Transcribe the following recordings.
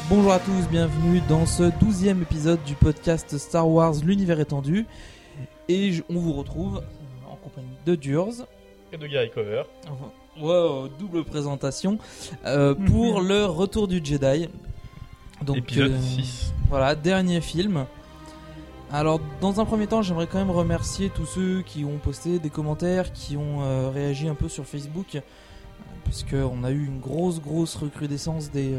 Bonjour à tous, bienvenue dans ce 12e épisode du podcast Star Wars l'univers étendu. Et on vous retrouve en compagnie de Durs Et de Gary Cover. Wow, double présentation pour le retour du Jedi. Donc, épisode 6. Voilà, dernier film. Alors, dans un premier temps, j'aimerais quand même remercier tous ceux qui ont posté des commentaires, qui ont réagi un peu sur Facebook, puisqu'on a eu une grosse recrudescence des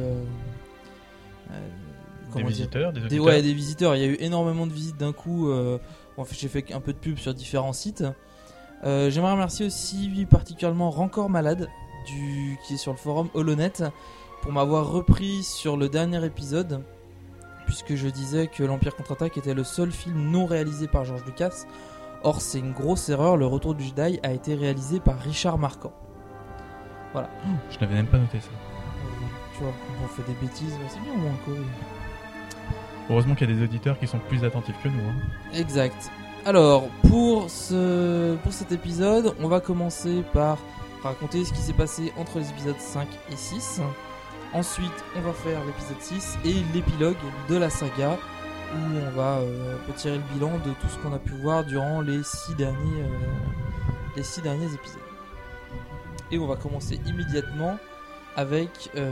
visiteurs, des auditeurs. Ouais, des visiteurs. Il y a eu énormément de visites d'un coup. J'ai fait un peu de pub sur différents sites. J'aimerais remercier aussi particulièrement Rancor Malade, qui est sur le forum Holonet, pour m'avoir repris sur le dernier épisode, puisque je disais que l'Empire contre-attaque était le seul film non réalisé par George Lucas. Or, c'est une grosse erreur. Le Retour du Jedi a été réalisé par Richard Marquand. Voilà. Je n'avais même pas noté ça. Tu vois, on fait des bêtises, mais c'est bien au moins quoi. Heureusement qu'il y a des auditeurs qui sont plus attentifs que nous. Exact. Alors, pour cet épisode, on va commencer par raconter ce qui s'est passé entre les épisodes 5 et 6. Ensuite, on va faire l'épisode 6 et l'épilogue de la saga, où on va tirer le bilan de tout ce qu'on a pu voir durant les 6 derniers épisodes. Et on va commencer immédiatement avec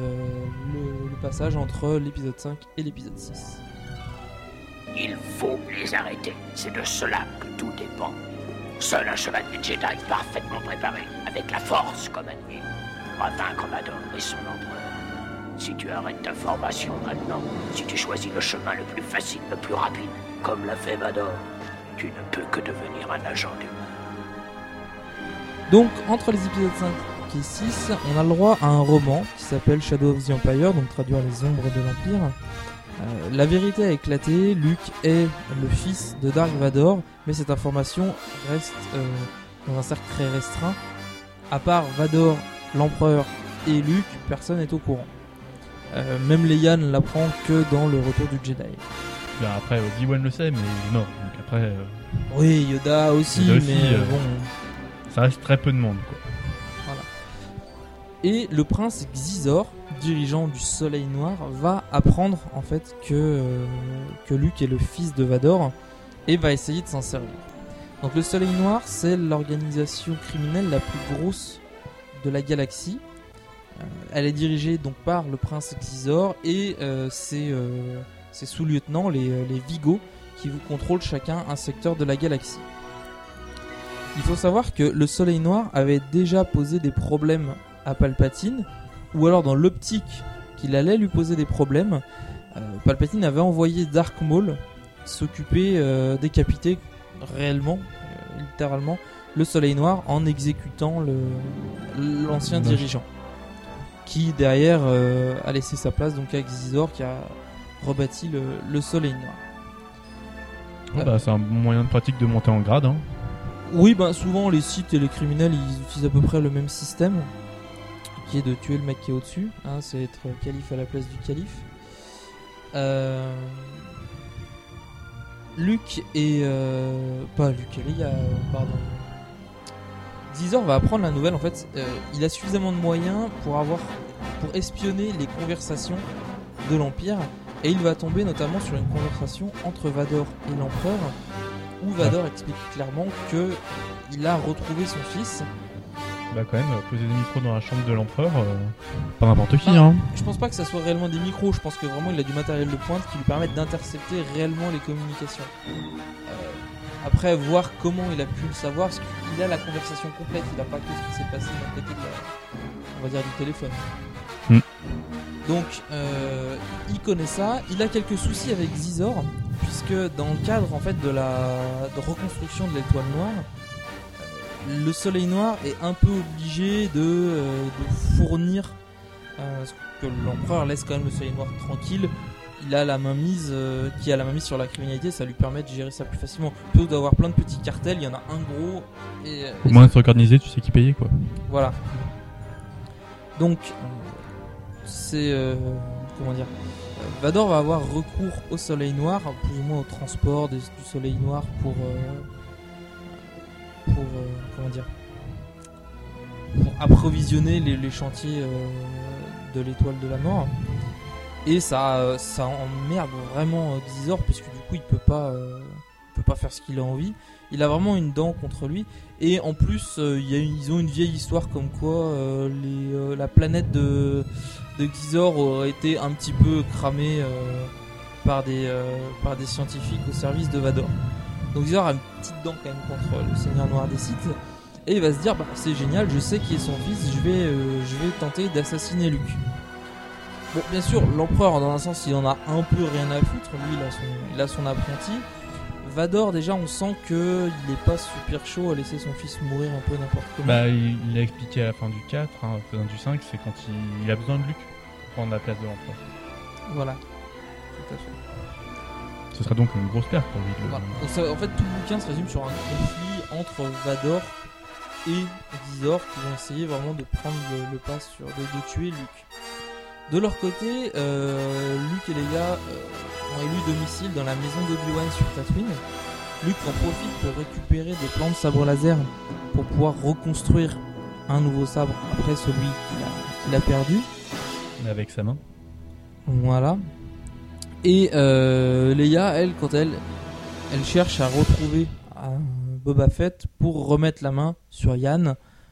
le passage entre l'épisode 5 et l'épisode 6. Il faut les arrêter. C'est de cela que tout dépend. Seul un chevalier Jedi parfaitement préparé, avec la force comme ennemi, pourra vaincre Vador et son empereur. Si tu arrêtes ta formation maintenant, si tu choisis le chemin le plus facile, le plus rapide, comme l'a fait Vador, tu ne peux que devenir un agent du mal. Donc, entre les épisodes 5 et 6, on a le droit à un roman qui s'appelle Shadow of the Empire, donc traduire les ombres de l'Empire. La vérité a éclaté, Luke est le fils de Dark Vador, mais cette information reste dans un cercle très restreint. À part Vador, l'empereur et Luke, personne n'est au courant. Même Leia ne l'apprend que dans le Retour du Jedi. Ben après, Obi-Wan le sait, mais il est mort. Donc après, Oui, Yoda aussi, mais bon... Ça reste très peu de monde, quoi. Voilà. Et le prince Xizor, dirigeant du Soleil Noir, va apprendre en fait que Luke est le fils de Vador et va essayer de s'en servir. Donc le Soleil Noir, c'est l'organisation criminelle la plus grosse de la galaxie. Elle est dirigée donc par le prince Xizor et ses sous-lieutenants, les Vigo, qui vous contrôlent chacun un secteur de la galaxie. Il faut savoir que le Soleil Noir avait déjà posé des problèmes à Palpatine, ou alors dans l'optique qu'il allait lui poser des problèmes, Palpatine avait envoyé Dark Maul s'occuper décapiter réellement, littéralement, le Soleil Noir en exécutant l'ancien dirigeant, qui derrière a laissé sa place donc à Xizor qui a rebâti le Soleil Noir. C'est un bon moyen de pratique de monter en grade. Oui, souvent les Sith et les criminels ils utilisent à peu près le même système, qui est de tuer le mec qui est au-dessus, c'est être calife à la place du calife. Luke et... pas Luke et Leia, pardon. Xizor va apprendre la nouvelle, en fait. Il a suffisamment de moyens pour espionner les conversations de l'Empire, et il va tomber notamment sur une conversation entre Vador et l'Empereur, où Vador explique clairement qu'il a retrouvé son fils. Quand même, poser des micros dans la chambre de l'empereur, pas n'importe qui. Je pense pas que ça soit réellement des micros, je pense que vraiment il a du matériel de pointe qui lui permet d'intercepter réellement les communications. Après, voir comment il a pu le savoir, parce qu'il a la conversation complète, il n'a pas que ce qui s'est passé d'un côté on va dire du téléphone. Donc, il connaît ça, il a quelques soucis avec Xizor, puisque dans le cadre en fait de reconstruction de l'étoile noire, le Soleil Noir est un peu obligé de fournir, parce que l'empereur laisse quand même le Soleil Noir tranquille. Il a la mainmise, qui a la mainmise sur la criminalité, ça lui permet de gérer ça plus facilement. Plutôt d'avoir plein de petits cartels, il y en a un gros. Au moins être organisé, tu sais qui payer, quoi. Voilà. Donc, c'est comment dire, Vador va avoir recours au Soleil Noir, plus ou moins au transport du Soleil Noir pour comment dire, pour approvisionner les chantiers de l'étoile de la mort. Et ça emmerde vraiment Xizor, puisque du coup il peut pas faire ce qu'il a envie. Il a vraiment une dent contre lui. Et en plus, ils ont une vieille histoire comme quoi la planète de Xizor aurait été un petit peu cramée par des scientifiques au service de Vador. Donc Xizor a une petite dent quand même contre le Seigneur Noir des Sith. Et il va se dire, bah, c'est génial, je sais qui est son fils, je vais tenter d'assassiner Luke. Bon, bien sûr, l'empereur, dans un sens, il en a un peu rien à foutre. Lui, il a son apprenti. Vador, déjà, on sent qu'il n'est pas super chaud à laisser son fils mourir un peu n'importe comment. Bah, il l'a expliqué à la fin du 4, du 5, c'est quand il a besoin de Luke pour prendre la place de l'empereur. Voilà, tout à fait. Ce sera donc une grosse perte pour lui. Voilà. Donc ça, en fait, tout le bouquin se résume sur un conflit entre Vador et Xizor qui vont essayer vraiment de prendre le pas de tuer Luke. De leur côté, Luke et Leia ont élu domicile dans la maison d'Obi-Wan sur Tatooine. Luke en profite pour récupérer des plans de sabre laser pour pouvoir reconstruire un nouveau sabre après celui qu'il a perdu. Avec sa main. Voilà. Et Leia, elle, quand elle cherche à retrouver Boba Fett pour remettre la main sur Yann,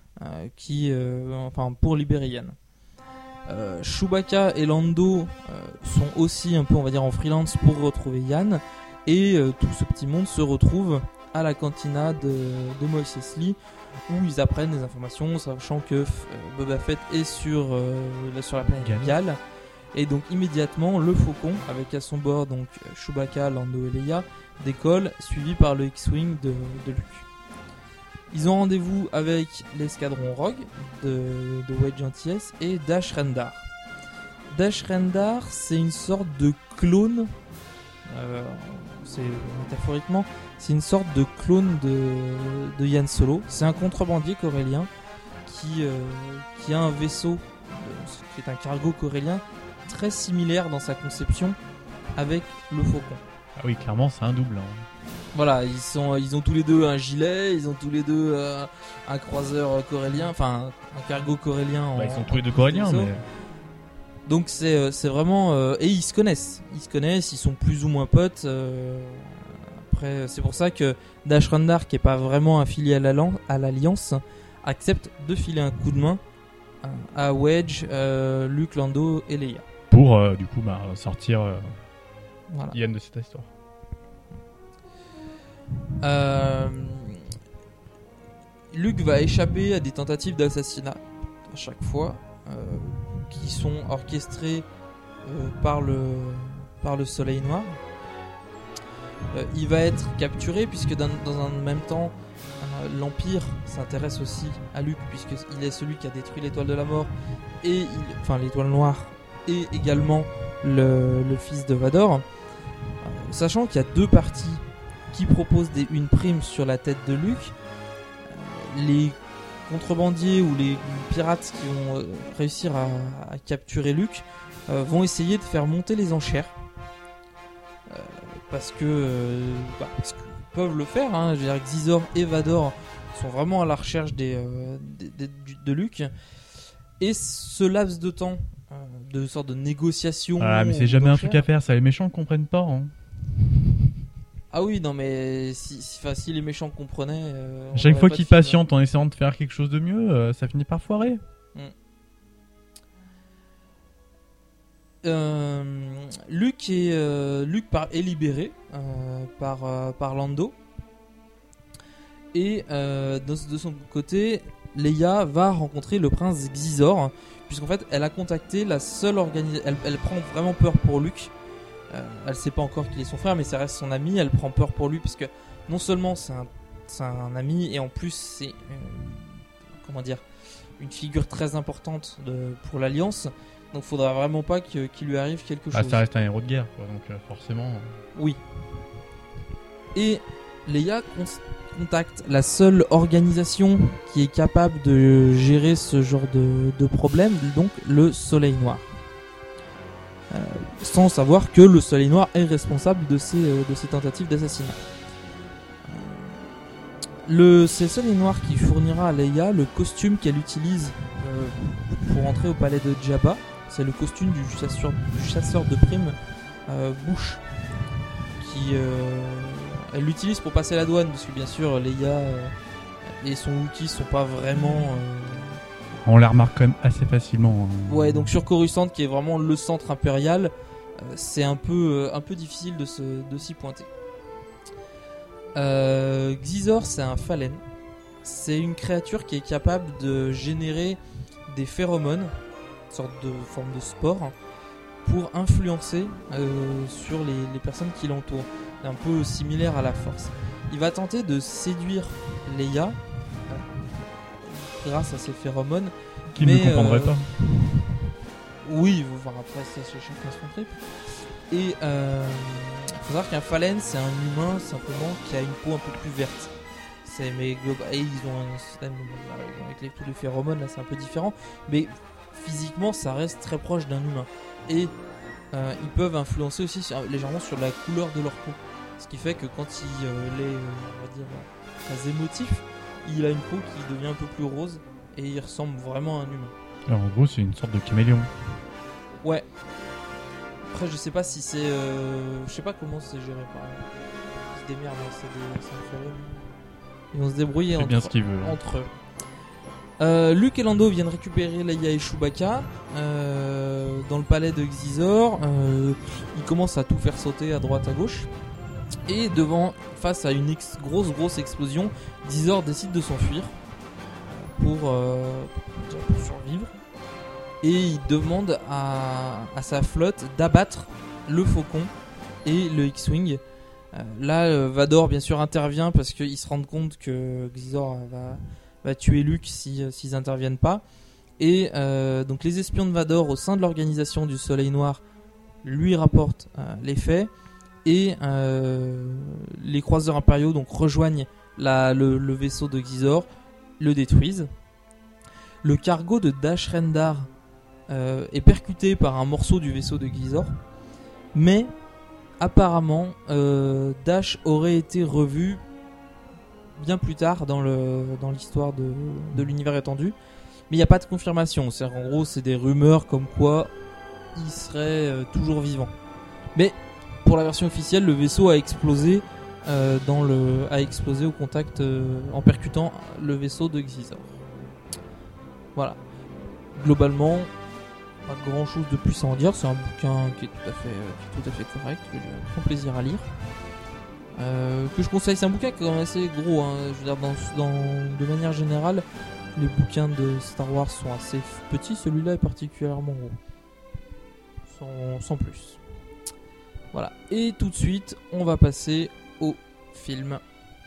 pour libérer Yann. Chewbacca et Lando sont aussi un peu, on va dire, en freelance pour retrouver Yann, et tout ce petit monde se retrouve à la cantina de Mos Eisley où ils apprennent des informations, sachant que Boba Fett est sur la planète Gal. Et donc immédiatement le Faucon, avec à son bord donc Chewbacca, Lando et Leia, décolle, suivi par le X-Wing de Luke. Ils ont rendez-vous avec l'escadron Rogue de Wedge Antilles et Dash Rendar. Dash Rendar, c'est une sorte de clone, c'est métaphoriquement, c'est une sorte de clone de Han Solo. C'est un contrebandier corélien qui a un vaisseau, qui est un cargo corélien très similaire dans sa conception avec le Faucon. Ah oui, clairement, c'est un double. Voilà, ils ont tous les deux un gilet, ils ont tous les deux un croiseur corélien, enfin un cargo corélien. Ils sont tous les deux coréliens, mais... Donc c'est vraiment... et ils se connaissent, ils sont plus ou moins potes. Après, c'est pour ça que Dash Rendar, qui n'est pas vraiment affilié à l'Alliance, accepte de filer un coup de main à Wedge, Luke, Lando et Leia. Pour, du coup, sortir voilà. Yann de cette histoire. Luke va échapper à des tentatives d'assassinat à chaque fois qui sont orchestrées par le Soleil Noir. Il va être capturé puisque dans un même temps l'Empire s'intéresse aussi à Luke, puisqu'il est celui qui a détruit l'étoile de la mort et l'étoile noire et également le fils de Vador, sachant qu'il y a deux parties qui proposent une prime sur la tête de Luke. Les contrebandiers ou les pirates qui vont réussir à capturer Luke vont essayer de faire monter les enchères parce qu'ils peuvent le faire, hein. Je veux dire, Xizor et Vador sont vraiment à la recherche de Luke, et ce laps de temps de sorte de négociation. Ah, mais c'est jamais un truc à faire, ça, les méchants comprennent pas. Hein. Ah oui, non, mais si les méchants comprenaient. Chaque fois qu'ils patientent en essayant de faire quelque chose de mieux, ça finit par foirer. Luke est libéré par Lando. Et de son côté, Leia va rencontrer le prince Xizor, puisqu'en fait elle a contacté la seule organisation. Elle prend vraiment peur pour Luke. Elle sait pas encore qu'il est son frère, mais ça reste son ami. Elle prend peur pour lui parce que non seulement c'est un ami, et en plus c'est une figure très importante pour l'Alliance. Donc faudra vraiment pas qu'il lui arrive quelque chose. Ça reste un héros de guerre, quoi, donc forcément. Oui. Et Leia contacte la seule organisation qui est capable de gérer ce genre de problème, donc le Soleil Noir. Sans savoir que le Soleil Noir est responsable de ces tentatives d'assassinat. C'est le Soleil Noir qui fournira à Leia le costume qu'elle utilise pour entrer au palais de Jabba, c'est le costume du chasseur de primes Bush, qui elle l'utilise pour passer la douane, parce que bien sûr Leia et son Wookiee sont pas vraiment On la remarque quand même assez facilement. ouais, donc sur Coruscant, qui est vraiment le centre impérial, c'est un peu difficile de s'y pointer. Xizor, c'est un phalène. C'est une créature qui est capable de générer des phéromones, une sorte de forme de spore, pour influencer sur les personnes qui l'entourent. C'est un peu similaire à la Force. Il va tenter de séduire Leia grâce à ses phéromones. Qui ne comprendrait pas. Oui, vous voir après, ça c'est chacun son trip. Et il faut savoir qu'un phalène, c'est un humain simplement qui a une peau un peu plus verte. Et ils ont un système avec tous les phéromones, là c'est un peu différent. Mais physiquement, ça reste très proche d'un humain. Et ils peuvent influencer aussi légèrement sur la couleur de leur peau. Ce qui fait que quand il est, on va dire, très émotif, il a une peau qui devient un peu plus rose et il ressemble vraiment à un humain. Alors, en gros, c'est une sorte de caméléon. Ouais. Après, je sais pas si c'est. Je sais pas comment c'est géré par exemple. Ils se démerdent, c'est un phénomène. Ils vont se débrouiller bien ce qu'ils veulent. entre eux. Luke et Lando viennent récupérer Leia et Chewbacca dans le palais de Xizor. Ils commencent à tout faire sauter à droite à gauche. Et face à une grosse explosion, Xizor décide de s'enfuir pour survivre. Et il demande à sa flotte d'abattre le Faucon et le X-Wing. Là, Vador bien sûr intervient parce qu'ils se rendent compte que Xizor va tuer Luke s'ils interviennent pas. Et donc les espions de Vador au sein de l'organisation du Soleil Noir lui rapportent les faits. Et les croiseurs impériaux donc rejoignent le vaisseau de Xizor, le détruisent. Le cargo de Dash Rendar est percuté par un morceau du vaisseau de Xizor, mais apparemment Dash aurait été revu bien plus tard dans l'histoire de l'univers étendu, mais il n'y a pas de confirmation. En gros, c'est des rumeurs comme quoi il serait toujours vivant. Mais pour la version officielle, le vaisseau a explosé au contact en percutant le vaisseau de Xizor. Voilà. Globalement, pas grand chose de plus à en dire. C'est un bouquin qui est tout à fait correct, que j'ai grand plaisir à lire. Que je conseille. C'est un bouquin qui est quand même assez gros. Hein. Je veux dire, de manière générale, les bouquins de Star Wars sont assez petits. Celui-là est particulièrement gros. Sans plus. Voilà. Et tout de suite, on va passer au film.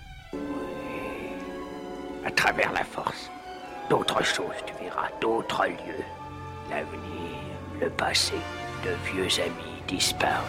À travers la force, d'autres choses tu verras, d'autres lieux. L'avenir, le passé, de vieux amis disparus.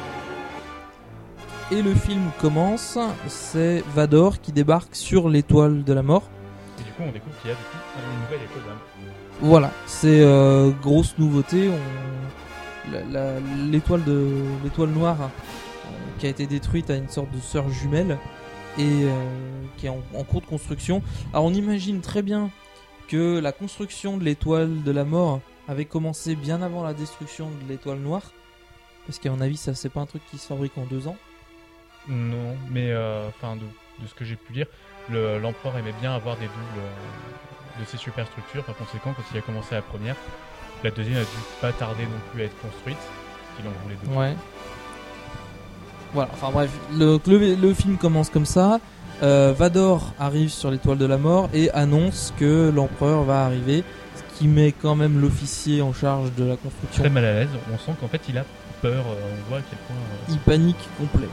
Et le film commence, c'est Vador qui débarque sur l'étoile de la mort. Et du coup, on découvre qu'il y a une nouvelle étoile de la mort. Voilà, c'est grosse nouveauté. L'étoile noire qui a été détruite a une sorte de sœur jumelle et qui est en cours de construction. Alors on imagine très bien que la construction de l'étoile de la mort avait commencé bien avant la destruction de l'étoile noire, parce qu'à mon avis ça c'est pas un truc qui se fabrique en 2 ans. Non, mais de ce que j'ai pu lire, l'empereur aimait bien avoir des doubles de ces superstructures. Par conséquent, quand il a commencé la première, la deuxième a dû pas tarder non plus à être construite, qu'il en voulait deux. Ouais. Voilà, enfin bref, le film commence comme ça. Vador arrive sur l'étoile de la mort et annonce que l'empereur va arriver, ce qui met quand même l'officier en charge de la construction très mal à l'aise. On sent qu'en fait il a peur, on voit à quel point il panique complet.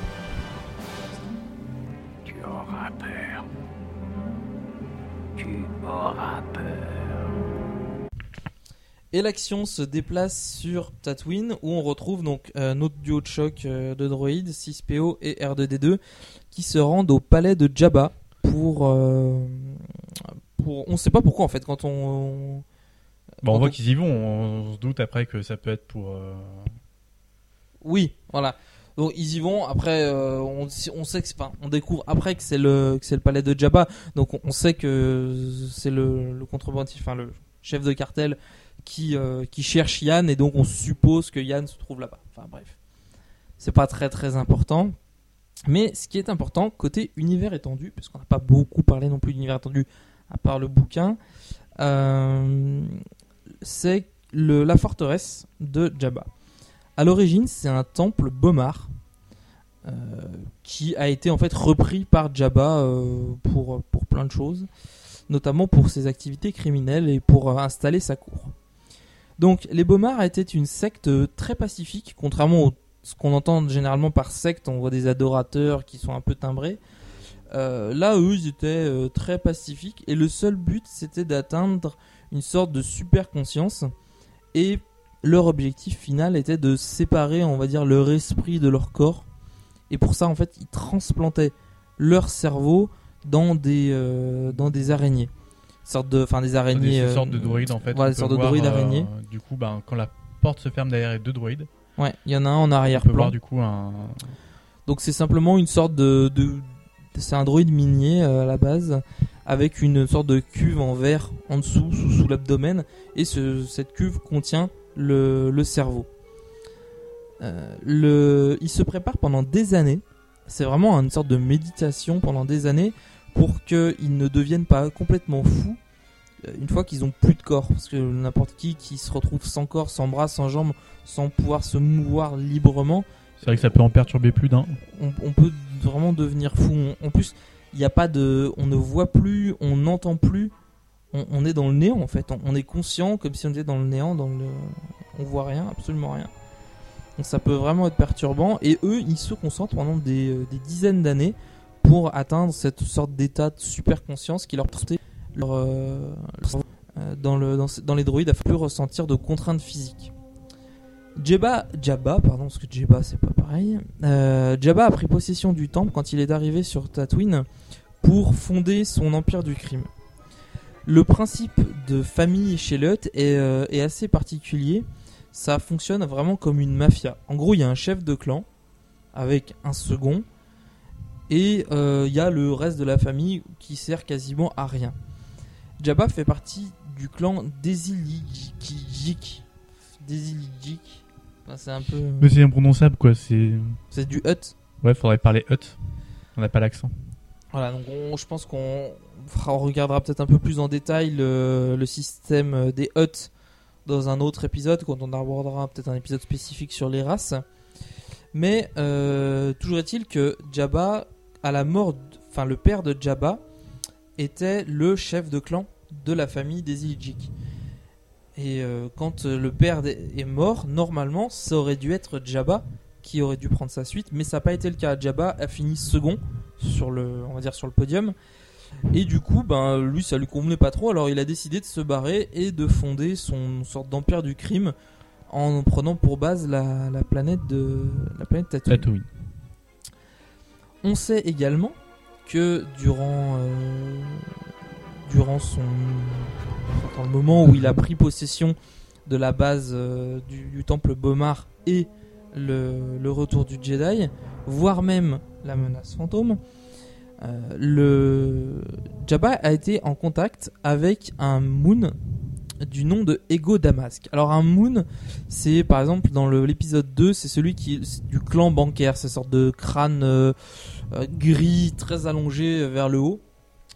Tu auras peur. Tu auras peur. Et l'action se déplace sur Tatooine, où on retrouve donc notre duo de choc de droïdes, 6PO et R2D2, qui se rendent au palais de Jabba pour on sait pas pourquoi en fait quand on voit qu'ils y vont, on se doute après que ça peut être pour oui, voilà. Donc ils y vont. Après, on sait que, on découvre après que c'est le palais de Jabba. Donc on sait que c'est le contrebandier, chef de cartel qui cherche Yann, et donc on suppose que Yann se trouve là-bas. Enfin bref, c'est pas très très important. Mais ce qui est important côté univers étendu, parce qu'on n'a pas beaucoup parlé non plus d'univers étendu à part le bouquin, c'est la forteresse de Jabba. À l'origine, c'est un temple Bomar qui a été en fait repris par Jabba pour plein de choses, notamment pour ses activités criminelles et pour installer sa cour. Donc les Bomar étaient une secte très pacifique, contrairement à ce qu'on entend généralement par secte. On voit des adorateurs qui sont un peu timbrés. Là, eux, ils étaient très pacifiques, et le seul but, c'était d'atteindre une sorte de super conscience, et leur objectif final était de séparer, on va dire, leur esprit de leur corps, et pour ça, en fait, ils transplantaient leur cerveau dans des araignées. Des araignées... Des sortes de droïdes, en fait. Voilà, des sortes de droïdes araignées. Du coup, quand la porte se ferme derrière les 2 droïdes... Ouais, il y en a un en arrière-plan. On peut voir, du coup, Donc c'est simplement une sorte c'est un droïde minier à la base, avec une sorte de cuve en verre en dessous, sous l'abdomen, et cette cuve contient le cerveau. Il se prépare pendant des années. C'est vraiment une sorte de méditation pendant des années pour qu'ils ne deviennent pas complètement fous une fois qu'ils ont plus de corps, parce que n'importe qui se retrouve sans corps, sans bras, sans jambes, sans pouvoir se mouvoir librement, c'est vrai que ça peut en perturber plus d'un. On peut vraiment devenir fou. En plus, il y a pas on ne voit plus, on n'entend plus. On est dans le néant en fait. On est conscient comme si on était dans le néant, on voit rien, absolument rien. Donc ça peut vraiment être perturbant. Et eux, ils se concentrent pendant des dizaines d'années pour atteindre cette sorte d'état de super conscience qui leur permet dans les droïdes à plus ressentir de contraintes physiques. Jabba, parce que Jabba c'est pas pareil. Jabba a pris possession du temple quand il est arrivé sur Tatooine pour fonder son empire du crime. Le principe de famille chez les Hutt est assez particulier. Ça fonctionne vraiment comme une mafia. En gros, il y a un chef de clan avec un second, et il y a le reste de la famille qui sert quasiment à rien. Jabba fait partie du clan Desilijik. C'est un peu... Mais c'est imprononçable, quoi. C'est du Hutt. Ouais, faudrait parler Hutt. On n'a pas l'accent. Voilà, donc je pense qu'on regardera peut-être un peu plus en détail le système des Hutt dans un autre épisode, quand on abordera peut-être un épisode spécifique sur les races. Mais toujours est-il que Jabba, à la mort... le père de Jabba était le chef de clan de la famille des Ilijik. Et quand le père est mort, normalement, ça aurait dû être Jabba qui aurait dû prendre sa suite, mais ça n'a pas été le cas. Jabba a fini second sur le podium, et du coup, lui, ça lui convenait pas trop. Alors, il a décidé de se barrer et de fonder son sorte d'empire du crime en prenant pour base la planète Tatooine. On sait également que durant le moment où il a pris possession de la base du temple Bomar et le retour du Jedi, voire même la menace fantôme, Jabba a été en contact avec un Moon du nom de Ego Damask. Alors un Moon, c'est par exemple dans l'épisode 2, c'est celui du clan bancaire, cette sorte de crâne gris très allongé vers le haut,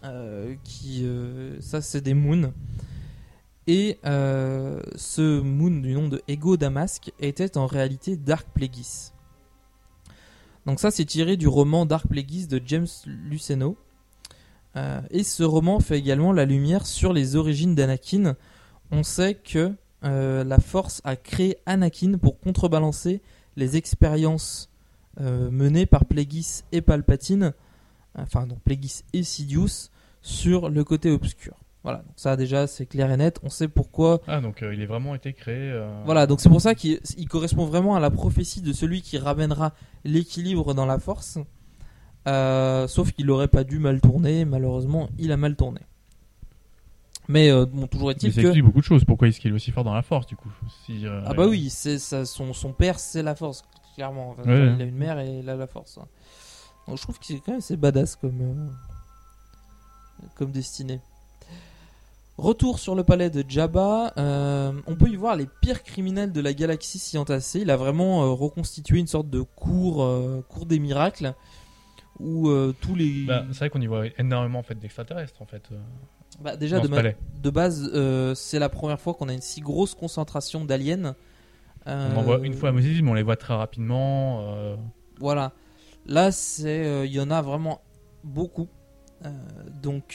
ça c'est des Moons. Et ce Moon du nom de Ego Damask était en réalité Dark Plagueis. Donc ça c'est tiré du roman Dark Plagueis de James Luceno. Et ce roman fait également la lumière sur les origines d'Anakin. On sait que la Force a créé Anakin pour contrebalancer les expériences menées par Plagueis et Palpatine, donc Plagueis et Sidious, sur le côté obscur. Voilà, donc ça déjà c'est clair et net, on sait pourquoi. Ah, donc il a vraiment été créé. Voilà, donc c'est pour ça qu'il correspond vraiment à la prophétie de celui qui ramènera l'équilibre dans la Force. Sauf qu'il n'aurait pas dû mal tourner, malheureusement il a mal tourné. Mais toujours est-il que... Mais ça explique beaucoup de choses, pourquoi est-ce qu'il est aussi fort dans la Force du coup oui, c'est ça, son père c'est la Force, clairement. Enfin, ouais. Il a une mère et il a la Force. Donc je trouve que c'est quand même assez badass comme destinée. Retour sur le palais de Jabba, on peut y voir les pires criminels de la galaxie s'y entasser. Il a vraiment reconstitué une sorte de cour des miracles où tous les... C'est vrai qu'on y voit énormément en fait, d'extraterrestres en fait. Déjà dans ce palais. de base, c'est la première fois qu'on a une si grosse concentration d'aliens. On en voit une fois à Moses, mais on les voit très rapidement. Voilà. Là, il y en a vraiment beaucoup. Donc...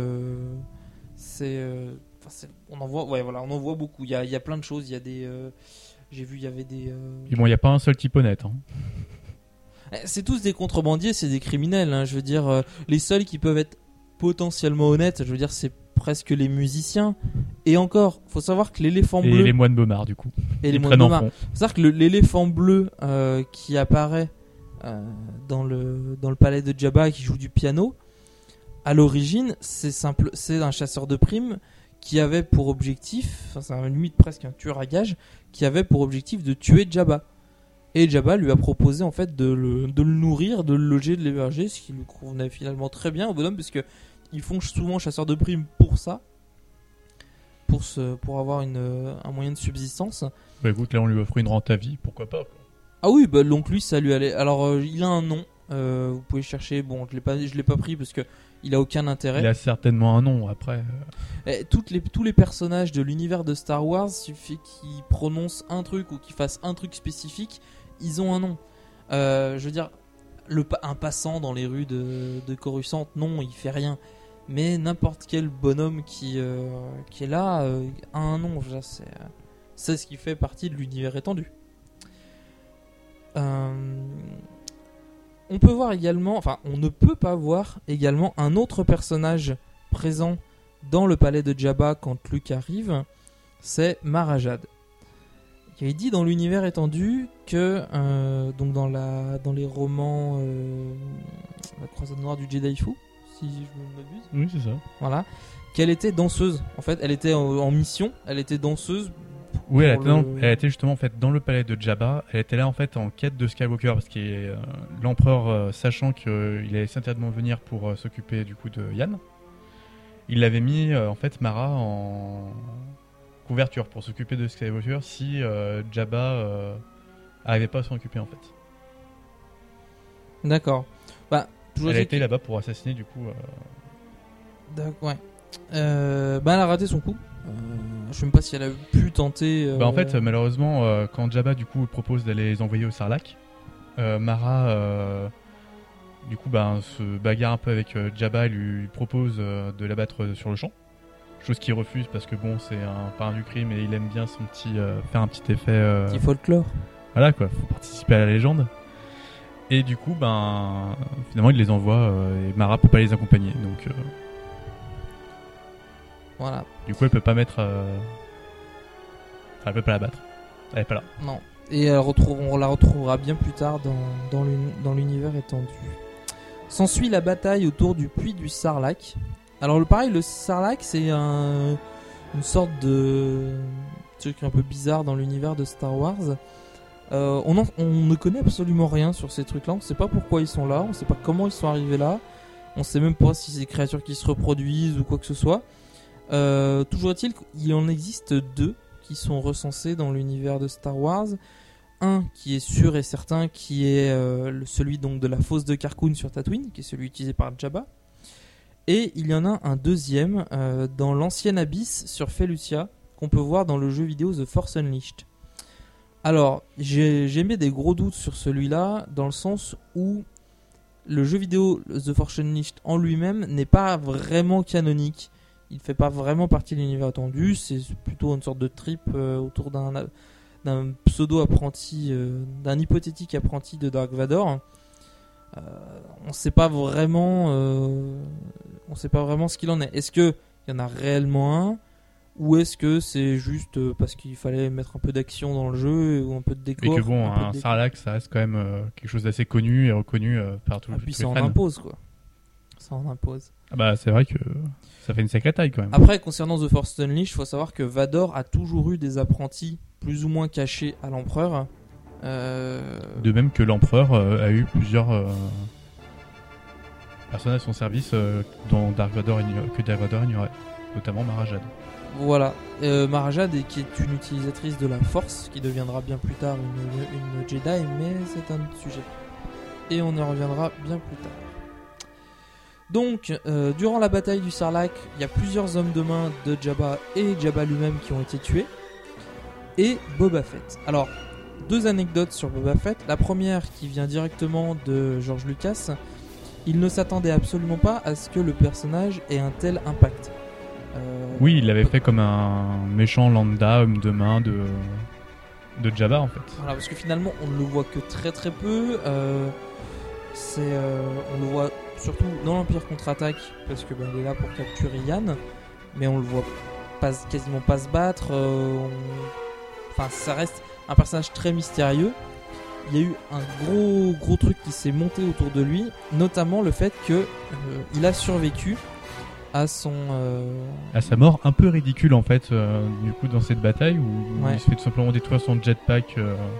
on en voit beaucoup. Il y a plein de choses. Il y a des, j'ai vu, il y avait des. Et bon, il n'y a pas un seul type honnête. Hein. C'est tous des contrebandiers, c'est des criminels. Hein. Je veux dire, les seuls qui peuvent être potentiellement honnêtes, je veux dire, c'est presque les musiciens. Et encore, faut savoir que l'éléphant bleu. Et les moines Baumard, du coup. Et les moines Baumard. Faut savoir que l'éléphant bleu qui apparaît dans le palais de Jabba, qui joue du piano. À l'origine, c'est un chasseur de primes qui avait pour objectif, c'est limite presque un tueur à gages, qui avait pour objectif de tuer Jabba. Et Jabba lui a proposé en fait de le nourrir, de le loger, de l'héberger, ce qui lui convenait finalement très bien au bonhomme, parce que ils font souvent chasseur de primes pour ça, pour avoir un moyen de subsistance. Bah écoute, là on lui offre une rente à vie, pourquoi pas quoi. Ah oui, bah donc lui ça lui allait. Alors il a un nom. Vous pouvez chercher. Bon, je l'ai pas pris parce que il a aucun intérêt. Il a certainement un nom après. Tous les personnages de l'univers de Star Wars, suffit qu'ils prononcent un truc ou qu'ils fassent un truc spécifique, ils ont un nom. Je veux dire, un passant dans les rues de Coruscant, non, il fait rien. Mais n'importe quel bonhomme qui est là a un nom. C'est ce qui fait partie de l'univers étendu. On peut voir également, on ne peut pas voir également un autre personnage présent dans le palais de Jabba quand Luke arrive, c'est Mara Jade. Il est dit dans l'univers étendu que, donc dans les romans La Croisade Noire du Jedi Fu, si je ne m'abuse. Oui, c'est ça. Voilà, qu'elle était danseuse. En fait, elle était en mission, elle était danseuse. Oui, elle était justement en fait dans le palais de Jabba. Elle était là en fait en quête de Skywalker parce que l'empereur, sachant qu'il allait certainement venir pour s'occuper du coup de Yann, il avait mis en fait Mara en couverture pour s'occuper de Skywalker si Jabba arrivait pas à s'en occuper en fait. D'accord. Elle a été là-bas pour assassiner du coup. D'accord. Ouais. Elle a raté son coup. Je sais même pas si elle a pu tenter. En fait, malheureusement, quand Jabba du coup propose d'aller les envoyer au Sarlacc, Mara du coup se bagarre un peu avec Jabba et lui propose de l'abattre sur le champ. Chose qu'il refuse parce que bon, c'est un parrain du crime et il aime bien son petit faire un petit effet. Petit folklore. Voilà quoi, faut participer à la légende. Et du coup, finalement, il les envoie et Mara peut pas les accompagner, donc. Voilà. Du coup, elle peut pas mettre. Elle peut pas la battre. Elle est pas là. Non. Et on la retrouvera bien plus tard dans l'univers étendu. S'ensuit la bataille autour du puits du Sarlacc. Alors le Sarlacc, c'est une sorte de truc un peu bizarre dans l'univers de Star Wars. On ne connaît absolument rien sur ces trucs-là. On ne sait pas pourquoi ils sont là. On ne sait pas comment ils sont arrivés là. On ne sait même pas si c'est des créatures qui se reproduisent ou quoi que ce soit. Toujours est-il qu'il en existe 2 qui sont recensés dans l'univers de Star Wars. Un qui est sûr et certain, qui est celui donc de la fosse de Carkoon sur Tatooine, qui est celui utilisé par Jabba. Et il y en a un deuxième dans l'ancienne abysse sur Felucia, qu'on peut voir dans le jeu vidéo The Force Unleashed. Alors, j'ai mis des gros doutes sur celui-là, dans le sens où le jeu vidéo The Force Unleashed en lui-même n'est pas vraiment canonique. Il ne fait pas vraiment partie de l'univers étendu, c'est plutôt une sorte de trip autour d'un pseudo-apprenti, d'un hypothétique apprenti de Dark Vador. On ne sait pas vraiment ce qu'il en est. Est-ce qu'il y en a réellement un, ou est-ce que c'est juste parce qu'il fallait mettre un peu d'action dans le jeu ou un peu de décor? Et que bon, un Sarlacc, ça reste quand même quelque chose d'assez connu et reconnu par tous les fans. Et puis ça en impose quoi. Ça en impose. C'est vrai que ça fait une sacrée taille quand même. Après, concernant The Force Unleashed, il faut savoir que Vador a toujours eu des apprentis plus ou moins cachés à l'Empereur. De même que l'Empereur a eu plusieurs personnes à son service dont Dark Vador ignorait. notamment Mara Jade. Voilà, Mara Jade qui est une utilisatrice de la Force, qui deviendra bien plus tard une Jedi, mais c'est un autre sujet. Et on y reviendra bien plus tard. Donc, durant la bataille du Sarlacc, il y a plusieurs hommes de main de Jabba et Jabba lui-même qui ont été tués. Et Boba Fett. Alors, 2 anecdotes sur Boba Fett. La première qui vient directement de George Lucas. Il ne s'attendait absolument pas à ce que le personnage ait un tel impact. Oui, il l'avait fait comme un méchant lambda, homme de main de Jabba en fait. Voilà, parce que finalement, on ne le voit que très très peu. On le voit surtout dans l'Empire contre-attaque, parce que il est là pour capturer Yann, mais on le voit quasiment pas se battre. Enfin, ça reste un personnage très mystérieux. Il y a eu un gros truc qui s'est monté autour de lui, notamment le fait que il a survécu à sa mort un peu ridicule en fait, du coup dans cette bataille où ouais. il se fait tout simplement détruire son jetpack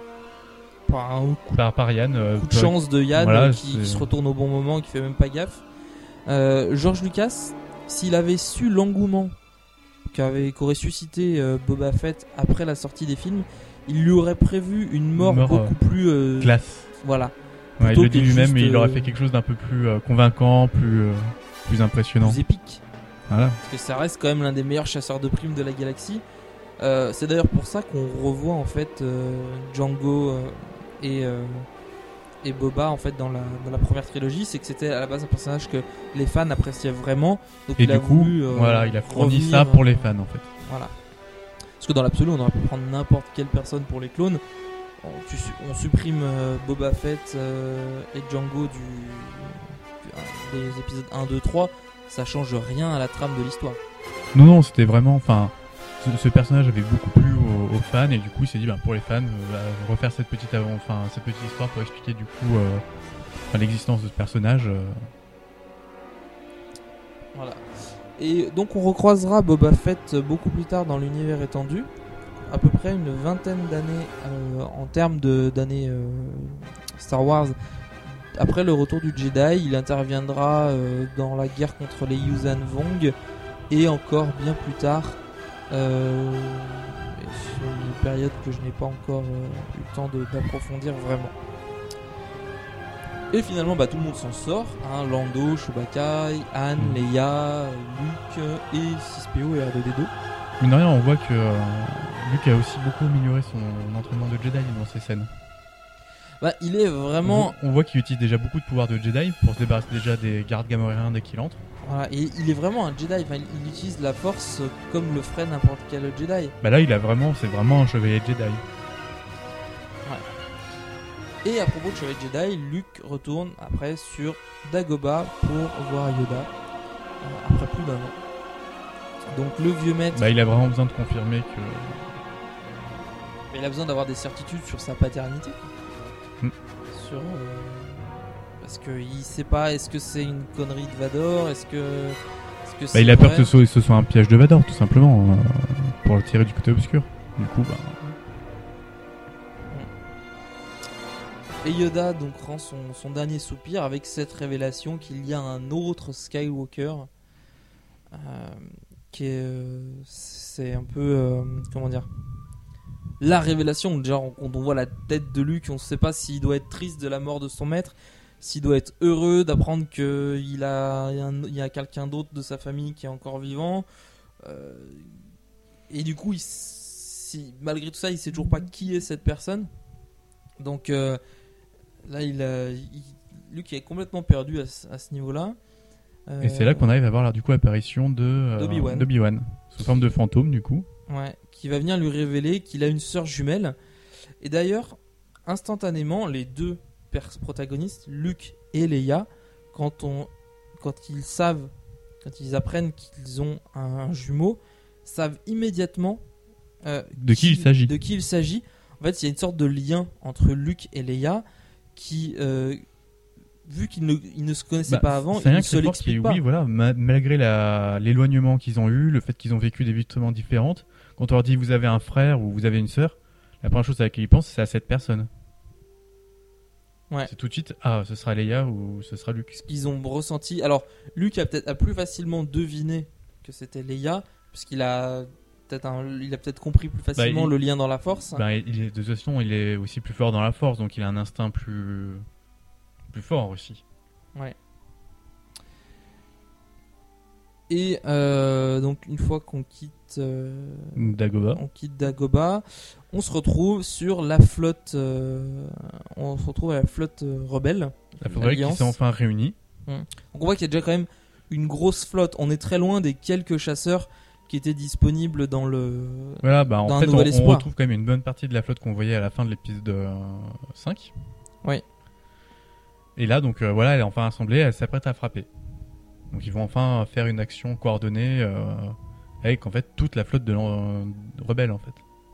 par Yann. Coup de chance de Yann, voilà, qui se retourne au bon moment, qui fait même pas gaffe. George Lucas, s'il avait su l'engouement qu'aurait suscité Boba Fett après la sortie des films, il lui aurait prévu une mort beaucoup plus classe. Voilà. Ouais, il le dit lui-même, mais il aurait fait quelque chose d'un peu plus convaincant, plus impressionnant, plus épique. Voilà. Parce que ça reste quand même l'un des meilleurs chasseurs de primes de la galaxie. C'est d'ailleurs pour ça qu'on revoit en fait Django et Boba en fait dans la première trilogie, c'est que c'était à la base un personnage que les fans appréciaient vraiment. Donc et il du a coup, voulu, il a fourni revenir, ça pour les fans en fait. Voilà. Parce que dans l'absolu, on aurait pu prendre n'importe quelle personne pour les clones. On supprime Boba Fett et Django des épisodes 1, 2, 3. Ça change rien à la trame de l'histoire. Non, c'était vraiment... Enfin, ce personnage avait beaucoup plu aux fans et du coup il s'est dit pour les fans, refaire cette petite histoire pour expliquer du coup l'existence de ce personnage. Voilà. Et donc on recroisera Boba Fett beaucoup plus tard dans l'univers étendu, à peu près une vingtaine d'années en termes d'années Star Wars. Après le retour du Jedi, il interviendra dans la guerre contre les Yuuzhan Vong et encore bien plus tard sur une période que je n'ai pas encore eu le temps d'approfondir vraiment. Et finalement tout le monde s'en sort, hein, Lando, Chewbacca, Han, Leia, Luke et 6PO et R2D2. Mine de rien, on voit que Luke a aussi beaucoup amélioré son entraînement de Jedi dans ces scènes. Il est vraiment... On voit qu'il utilise déjà beaucoup de pouvoirs de Jedi pour se débarrasser déjà des gardes gamorréens dès qu'il entre. Voilà, et il est vraiment un Jedi, il utilise la force comme le ferait n'importe quel Jedi. Là, c'est vraiment un chevalier Jedi. Ouais. Et à propos de chevalier Jedi, Luke retourne après sur Dagobah pour voir Yoda, après plus d'un an. Donc le vieux maître... il a vraiment besoin de confirmer que... Mais il a besoin d'avoir des certitudes sur sa paternité. Sur... Parce qu'il sait pas, est-ce que c'est une connerie de Vador, est-ce que c'est il a peur vrai que ce soit un piège de Vador, tout simplement, pour le tirer du côté obscur. Du coup, Et Yoda donc rend son dernier soupir avec cette révélation qu'il y a un autre Skywalker qui est... c'est un peu... comment dire, la révélation. Genre, quand on voit la tête de Luke, on ne sait pas s'il doit être triste de la mort de son maître, s'il doit être heureux d'apprendre qu'il y a quelqu'un d'autre de sa famille qui est encore vivant. Et du coup, malgré tout ça, il sait toujours pas qui est cette personne. Donc là, Luke est complètement perdu à ce niveau-là. Et c'est là qu'on arrive à voir du coup l'apparition d'Obi-Wan sous forme de fantôme du coup. Ouais, qui va venir lui révéler qu'il a une sœur jumelle. Et d'ailleurs, instantanément, les deux protagonistes, Luke et Leia, quand ils apprennent qu'ils ont un jumeau, savent immédiatement de qui il s'agit. En fait, il y a une sorte de lien entre Luke et Leia qui, vu qu'ils ne se connaissaient pas avant, ils ne se l'expliquent pas. Oui, voilà, malgré l'éloignement qu'ils ont eu, le fait qu'ils ont vécu des vies totalement différentes, quand on leur dit vous avez un frère ou vous avez une sœur, la première chose à laquelle ils pensent, c'est à cette personne. Ouais. C'est tout de suite, ce sera Leia ou ce sera Luke. Ce qu'ils ont ressenti. Alors, Luke a plus facilement deviné que c'était Leia, puisqu'il a peut-être compris plus facilement le lien dans la Force. De toute façon, il est aussi plus fort dans la Force, donc il a un instinct plus fort aussi. Ouais. Et donc une fois qu'on quitte Dagobah, on se retrouve sur la flotte. On se retrouve à la flotte rebelle. La flotte rebelle qui s'est enfin réunie. Donc on voit qu'il y a déjà quand même une grosse flotte. On est très loin des quelques chasseurs qui étaient disponibles dans le. Voilà, en dans fait, on retrouve quand même une bonne partie de la flotte qu'on voyait à la fin de l'épisode 5. Oui. Et là, donc elle est enfin assemblée, elle s'apprête à frapper. Donc ils vont enfin faire une action coordonnée avec en fait toute la flotte de rebelles en fait.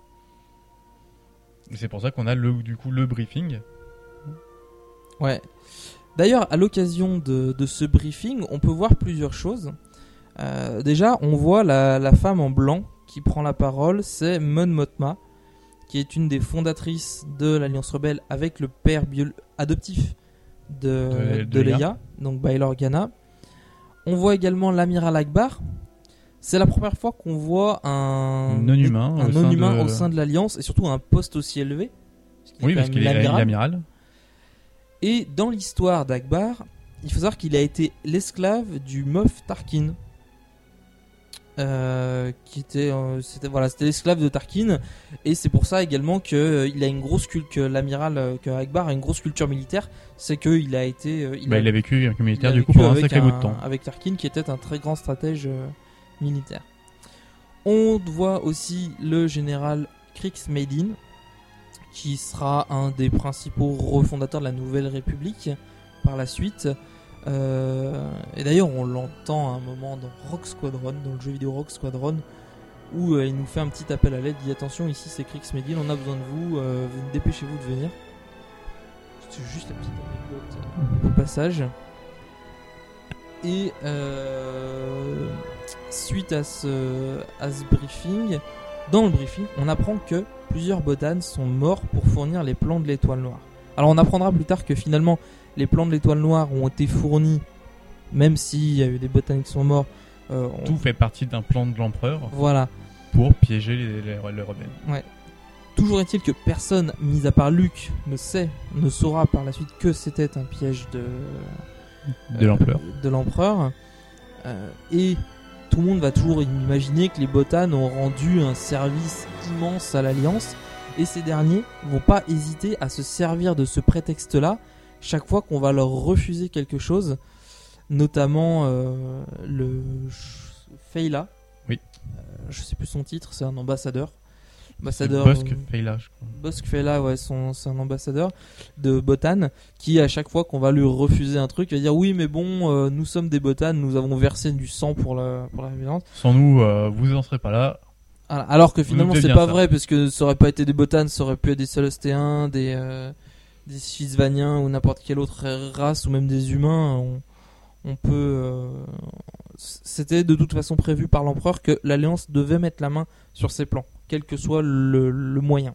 Et c'est pour ça qu'on a le briefing. Ouais. D'ailleurs, à l'occasion de ce briefing, on peut voir plusieurs choses. Déjà, on voit la femme en blanc qui prend la parole, c'est Mon Mothma, qui est une des fondatrices de l'Alliance Rebelle avec le père adoptif de Leia, donc Bail Organa. On voit également l'amiral Ackbar. C'est la première fois qu'on voit un non-humain au sein de l'Alliance, et surtout un poste aussi élevé. Parce qu'il est l'amiral. Et dans l'histoire d'Ackbar, il faut savoir qu'il a été l'esclave du Moff Tarkin. C'était l'esclave de Tarkin, et c'est pour ça également qu'il a une grosse que Ackbar a une grosse culture militaire. C'est qu'il a été il a vécu avec un militaire du coup pendant un sacré bout de temps avec Tarkin, qui était un très grand stratège militaire. On voit aussi le général Krix Maydin, qui sera un des principaux refondateurs de la Nouvelle République par la suite. Et d'ailleurs on l'entend à un moment dans Rogue Squadron, dans le jeu vidéo Rogue Squadron, où il nous fait un petit appel à l'aide. Il dit attention, ici c'est Krix Maydin, on a besoin de vous, dépêchez-vous de venir. C'est juste la petite anecdote au passage. Et suite à ce briefing, dans le briefing on apprend que plusieurs Botans sont morts pour fournir les plans de l'étoile noire. Alors on apprendra plus tard que finalement les plans de l'étoile noire ont été fournis, même s'il y a eu des Botans qui sont morts. Tout fait partie d'un plan de l'empereur. Voilà. Pour piéger les rebelles. Ouais. Toujours est-il que personne, mis à part Luke, ne saura par la suite que c'était un piège de l'empereur. Et tout le monde va toujours imaginer que les Botans ont rendu un service immense à l'Alliance, et ces derniers vont pas hésiter à se servir de ce prétexte-là chaque fois qu'on va leur refuser quelque chose, notamment le Feyla. Oui. Je sais plus son titre, c'est un ambassadeur. Bossk Feyla, je crois. Bossk Feyla, ouais, c'est un ambassadeur de Botan qui, à chaque fois qu'on va lui refuser un truc, va dire oui, mais bon, nous sommes des Botan, nous avons versé du sang pour la violence. Sans nous, vous en serez pas là. Alors que finalement, c'est pas vrai, parce que ça aurait pas été des Botan, ça aurait pu être des Célestéens, des Shisvaniens ou n'importe quelle autre race, ou même des humains. On peut. C'était de toute façon prévu par l'empereur que l'Alliance devait mettre la main sur ses plans, quel que soit le moyen.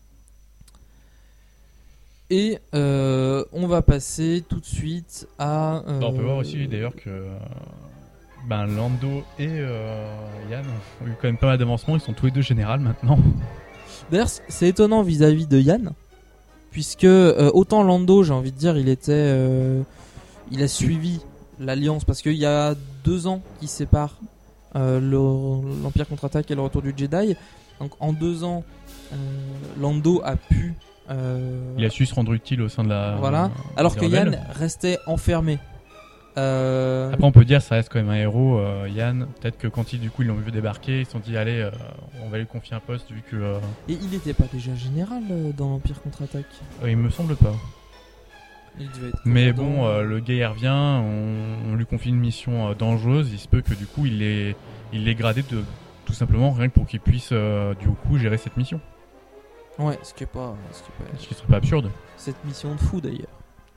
Et on va passer tout de suite à. On peut voir aussi d'ailleurs que Lando et Yann ont eu quand même pas mal d'avancement. Ils sont tous les deux généraux maintenant. D'ailleurs, c'est étonnant vis-à-vis de Yann, puisque autant Lando, j'ai envie de dire, il a suivi l'Alliance, parce qu'il y a 2 ans qui séparent l'Empire contre-attaque et le retour du Jedi. Donc en 2 ans, Lando a pu il a su se rendre utile au sein de la. Voilà. Alors que Yann restait enfermé. Après, on peut dire ça reste quand même un héros, Yann. Peut-être que quand ils l'ont vu débarquer, ils se sont dit allez, on va lui confier un poste vu que. Et il n'était pas déjà général dans l'Empire contre-attaque. Il me semble pas. Il devait être mais bon, le gars revient, on lui confie une mission dangereuse. Il se peut que du coup il l'ait gradé de tout simplement rien que pour qu'il puisse du coup gérer cette mission. Ouais, ce qui serait pas absurde. Cette mission de fou d'ailleurs.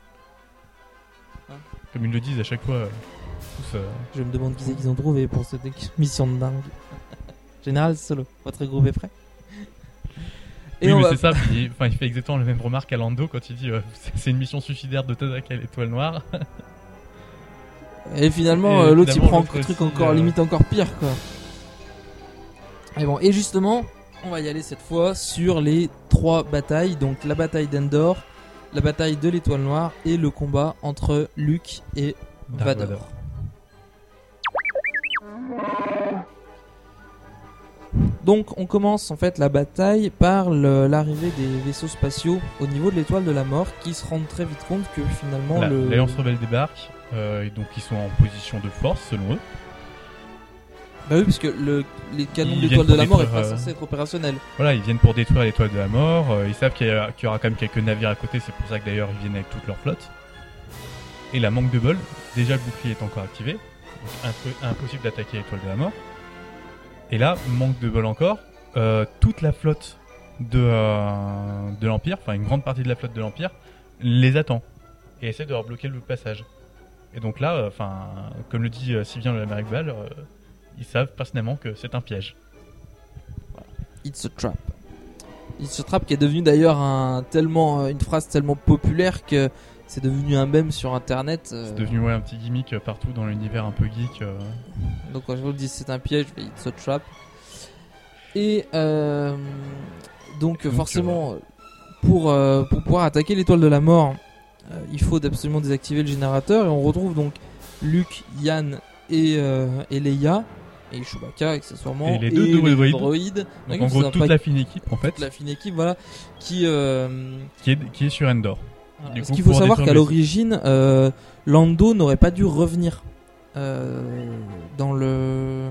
Comme ils le disent à chaque fois. Je me demande qui c'est qu'ils ont trouvé pour cette mission de dingue. Général Solo, votre groupe est prêt? Et oui, mais c'est ça. Il fait exactement la même remarque à Lando quand il dit c'est une mission suicidaire de t'attaquer à l'étoile noire. Et finalement, Et l'autre il finalement, prend l'autre un truc aussi, encore limite encore pire quoi. Et bon, et justement, on va y aller cette fois sur les 3 batailles. Donc la bataille d'Endor, la bataille de l'Étoile Noire et le combat entre Luke et Dark Vador. Vador. Donc on commence en fait la bataille par l'arrivée des vaisseaux spatiaux au niveau de l'étoile de la mort qui se rendent très vite compte que finalement Voilà, l'Alliance Rebelle débarque, et donc ils sont en position de force selon eux. Bah oui, parce que les canons Ils de l'étoile de viennent la pour mort est pas détruire, censé être opérationnel. Voilà, ils viennent pour détruire l'étoile de la mort, ils savent qu'il y aura quand même quelques navires à côté, c'est pour ça que d'ailleurs ils viennent avec toute leur flotte. Et la manque de bol, déjà le bouclier est encore activé, donc impossible d'attaquer l'étoile de la mort. Et là, manque de bol encore, toute la flotte de l'Empire, enfin une grande partie de la flotte de l'Empire, les attend et essaie de leur bloquer le passage. Et donc là, comme le dit si bien le Amérique Ball, ils savent personnellement que c'est un piège. It's a trap. It's a trap qui est devenu d'ailleurs une phrase tellement populaire que c'est devenu un mème sur internet. C'est devenu un petit gimmick partout dans l'univers un peu geek. Donc quand je vous le dis c'est un piège, it's a trap. Et donc forcément pour pouvoir attaquer l'étoile de la mort, il faut absolument désactiver le générateur et on retrouve donc Luke, Yann et Leia et Chewbacca accessoirement et les deux droïdes. Donc en gros toute la fine équipe en fait. Toute la fine équipe voilà qui est sur Endor. Du coup, il faut savoir qu'à l'origine, Lando n'aurait pas dû revenir dans le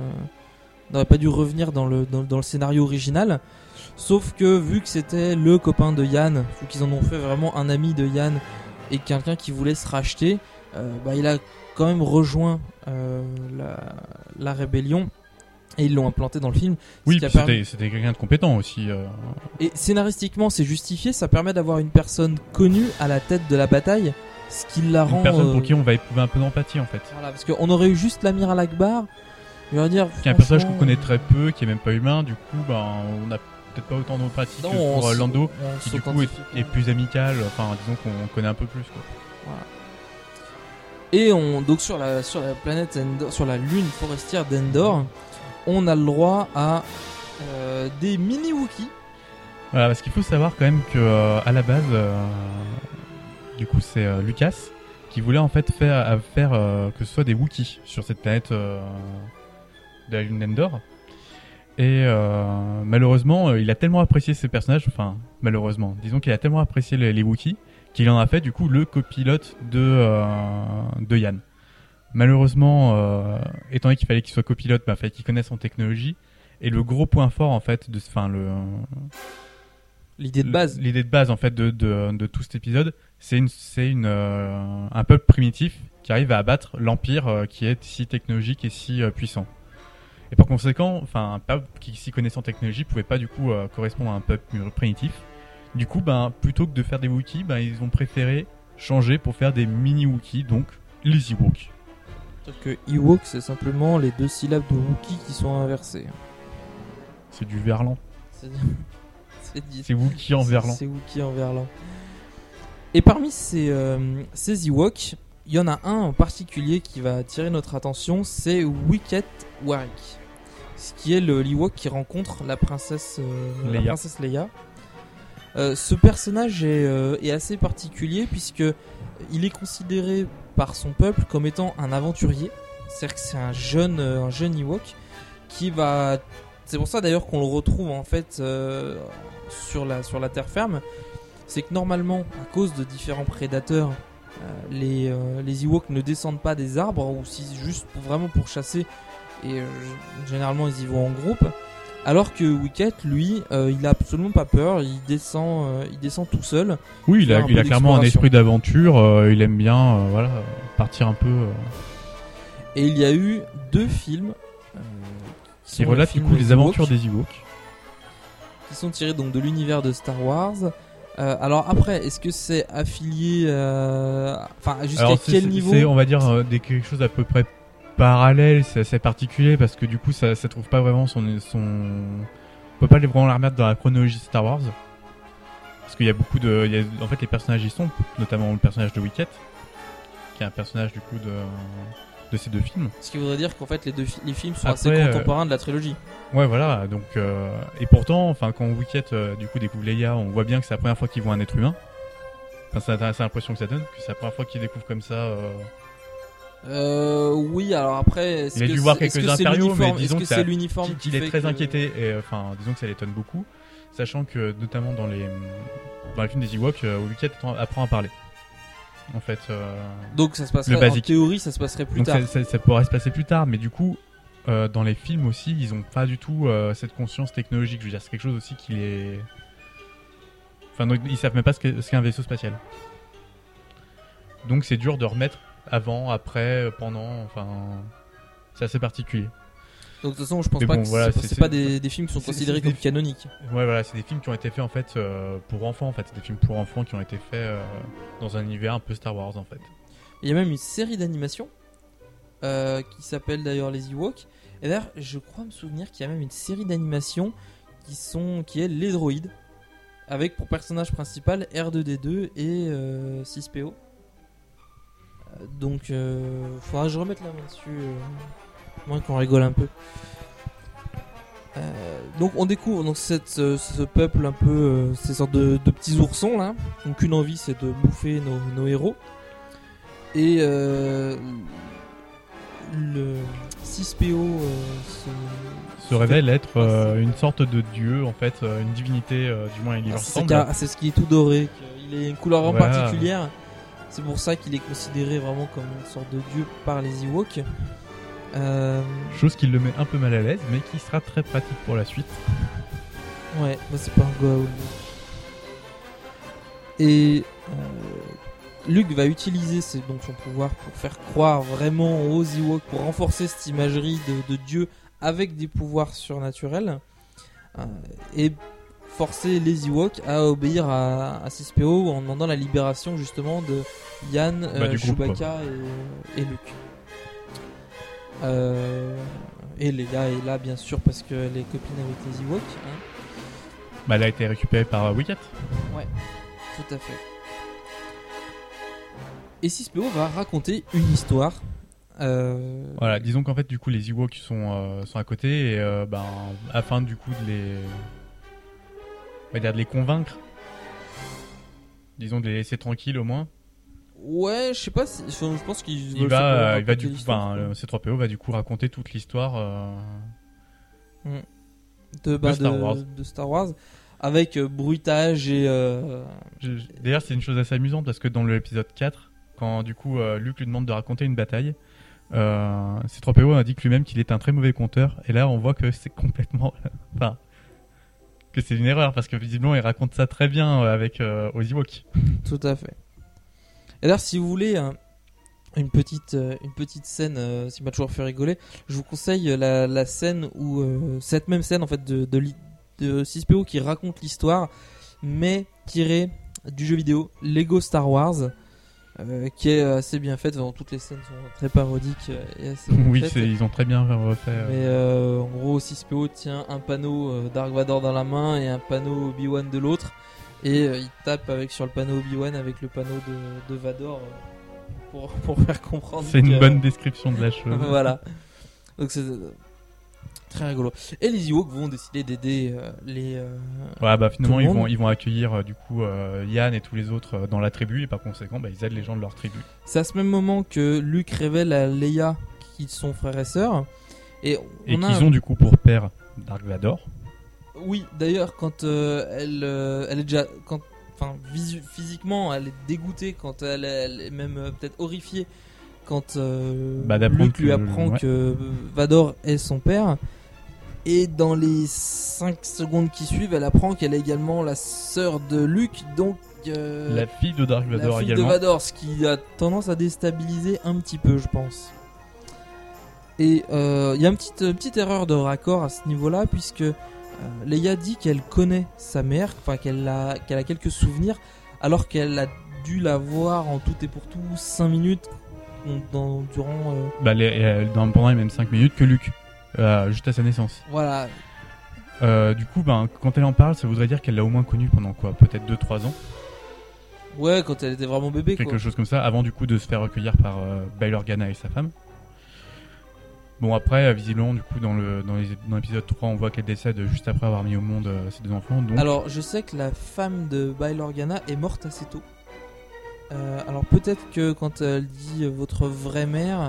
scénario original. Sauf que vu que c'était le copain de Yann, vu qu'ils en ont fait vraiment un ami de Yann et quelqu'un qui voulait se racheter, il a quand même rejoint la rébellion. Et ils l'ont implanté dans le film. Oui, c'était quelqu'un de compétent aussi. Et scénaristiquement, c'est justifié. Ça permet d'avoir une personne connue à la tête de la bataille, ce qui la rend. Une personne pour qui on va éprouver un peu d'empathie en fait. Voilà, parce qu'on aurait eu juste l'amiral Akbar. Il va dire. Qui est un personnage qu'on connaît très peu, qui est même pas humain. Du coup, on n'a peut-être pas autant d'empathie que pour Lando, qui du coup est plus amical. Enfin, disons qu'on connaît un peu plus. Quoi. Voilà. Et donc sur la planète Endor, sur la lune forestière d'Endor. On a le droit à des mini Wookiees. Voilà, parce qu'il faut savoir quand même que à la base, du coup, c'est Lucas qui voulait en fait faire que ce soit des Wookiees sur cette planète de la lune d'Endor. Et malheureusement, il a tellement apprécié ces personnages, enfin malheureusement, disons qu'il a tellement apprécié les Wookiees qu'il en a fait du coup le copilote de Yann. Malheureusement, étant donné qu'il fallait qu'il soit copilote, il fallait qu'il connaisse en technologie. Et le gros point fort en fait, l'idée de base en fait de tout cet épisode, c'est un peuple primitif qui arrive à abattre l'Empire qui est si technologique et si puissant. Et par conséquent, un peuple qui s'y connaissait en technologie pouvait pas du coup correspondre à un peuple primitif. Du coup, plutôt que de faire des Wookiees, ils ont préféré changer pour faire des mini Wookiees, donc les Ewoks. Que Ewok, c'est simplement les 2 syllabes de Wookie qui sont inversées. C'est du verlan. C'est Wookie en verlan. C'est Wookie en verlan. Et parmi ces Ewoks, il y en a un en particulier qui va attirer notre attention, c'est Wicket Warwick. Ce qui est l'Ewok qui rencontre la princesse Leia. Ce personnage est assez particulier puisque il est considéré par son peuple comme étant un aventurier. C'est-à-dire que c'est un jeune Ewok qui va. C'est pour ça d'ailleurs qu'on le retrouve en fait sur la terre ferme. C'est que normalement, à cause de différents prédateurs, les Ewoks ne descendent pas des arbres ou si juste vraiment pour chasser. Et généralement ils y vont en groupe. Alors que Wicket, lui, il a absolument pas peur, il descend tout seul. Oui, il a clairement un esprit d'aventure, il aime bien partir un peu. Et il y a eu 2 films qui relatent du coup les aventures des Ewoks. Qui sont tirés donc de l'univers de Star Wars. Alors après, est-ce que c'est affilié jusqu'à quel niveau on va dire quelque chose à peu près parallèle, c'est assez particulier parce que du coup ça trouve pas vraiment on peut pas vraiment la remettre dans la chronologie Star Wars parce qu'il y a beaucoup en fait les personnages y sont, notamment le personnage de Wicket qui est un personnage du coup de ces deux films. Ce qui voudrait dire qu'en fait les films sont Après, assez contemporains de la trilogie. Ouais, voilà. Donc, et pourtant, enfin, quand Wicket du coup découvre Leia, on voit bien que c'est la première fois qu'il voit un être humain. Enfin, c'est l'impression que ça donne, que c'est la première fois qu'il découvre comme ça. Oui, alors après, Il a dû voir quelques impériaux, mais disons que c'est l'uniforme qu'il est très inquiété. Et enfin, disons que ça l'étonne beaucoup, sachant que notamment dans les films des Ewoks, Wicket apprend à parler. En fait. Donc ça se passerait. En théorie, ça se passerait plus tard. Ça pourrait se passer plus tard, mais du coup. Dans les films aussi, ils ont pas du tout cette conscience technologique. Je veux dire, c'est quelque chose aussi qui est. Enfin, donc, ils savent même pas ce qu'est un vaisseau spatial. Donc c'est dur de remettre avant, après, pendant. Enfin, c'est assez particulier. Donc de toute façon, je pense mais pas bon, que voilà, c'est pas des films qui sont considérés comme canoniques. Ouais, voilà, c'est des films qui ont été faits en fait pour enfants. En fait, c'est des films pour enfants qui ont été faits dans un univers un peu Star Wars en fait. Il y a même une série d'animation qui s'appelle d'ailleurs les Ewoks. Et d'ailleurs, je crois me souvenir qu'il y a même une série d'animation qui est les droïdes, avec pour personnage principal R2D2 et 6PO. Donc, faudra que je remette la main dessus, moins qu'on rigole un peu. Donc, on découvre donc ce peuple un peu, ces sortes de petits oursons là. Donc, une envie, c'est de bouffer nos héros. Et le 6PO se révèle être une sorte de dieu en fait, une divinité du moins il y ressemble. C'est ce qui est tout doré, il a une couleur en particulière. C'est pour ça qu'il est considéré vraiment comme une sorte de dieu par les Ewoks. Chose qui le met un peu mal à l'aise, mais qui sera très pratique pour la suite. Ouais, bah c'est pas un Goa'uld. Et Luke va utiliser donc son pouvoir pour faire croire vraiment aux Ewoks, pour renforcer cette imagerie de Dieu avec des pouvoirs surnaturels, et forcer les Ewoks à obéir à 6PO en demandant la libération justement de Yann, Chewbacca et Luke. Et Leia est là bien sûr parce qu'elle est copine avec les Ewoks. Hein. Bah, elle a été récupérée par Wicket. Ouais, tout à fait. Et 6PO va raconter une histoire. Voilà, disons qu'en fait du coup les Ewoks sont à côté et afin du coup de les convaincre, disons de les laisser tranquilles au moins. Ouais, je sais pas si, je pense qu'il il va du coup C3PO va du coup raconter toute l'histoire de Star Wars avec bruitage et d'ailleurs c'est une chose assez amusante parce que dans l'épisode 4 quand du coup Luke lui demande de raconter une bataille, C3PO indique lui-même qu'il est un très mauvais conteur et là on voit que c'est complètement que c'est une erreur parce que visiblement il raconte ça très bien avec aux Ewoks. Tout à fait. Et d'ailleurs si vous voulez une petite scène qui m'a toujours fait rigoler, je vous conseille la scène où cette même scène en fait de 6PO qui raconte l'histoire mais tirée du jeu vidéo Lego Star Wars. Qui est assez bien faite. Toutes les scènes sont très parodiques et assez bien oui, faites. Ils ont très bien refait. Mais en gros, 6PO tient un panneau Dark Vador dans la main et un panneau Obi-Wan de l'autre, et il tape sur le panneau Obi-Wan avec le panneau de Vador pour faire comprendre. C'est une bonne description de la chose. Voilà. Donc c'est très rigolo. Et les Ewoks vont décider d'aider les. Ouais, bah finalement ils vont accueillir du coup Yann et tous les autres dans la tribu et par conséquent ils aident les gens de leur tribu. C'est à ce même moment que Luke révèle à Leia qu'ils sont frères et sœurs et qu'ils ont du coup pour père Dark Vador. Oui, d'ailleurs quand elle est déjà physiquement elle est dégoûtée, quand elle est même peut-être horrifiée quand Luke lui apprend que Vador est son père. Et dans les 5 secondes qui suivent, elle apprend qu'elle est également la sœur de Luke, donc la fille de Dark Vador également. De Vador, ce qui a tendance à déstabiliser un petit peu, je pense. Et il y a une petite erreur de raccord à ce niveau-là, puisque Leia dit qu'elle connaît sa mère, enfin qu'elle a quelques souvenirs, alors qu'elle a dû la voir en tout et pour tout 5 minutes durant. Pendant les mêmes 5 minutes que Luke. Juste à sa naissance. Voilà. Du coup, quand elle en parle, ça voudrait dire qu'elle l'a au moins connue pendant quoi, peut-être 2-3 ans. Ouais, quand elle était vraiment bébé. Quelque chose comme ça, avant du coup de se faire recueillir par Bail Organa et sa femme. Bon, après, visiblement, du coup, dans l'épisode 3, on voit qu'elle décède juste après avoir mis au monde ses 2 enfants. Donc... Alors, je sais que la femme de Bail Organa est morte assez tôt. Alors, peut-être que quand elle dit votre vraie mère,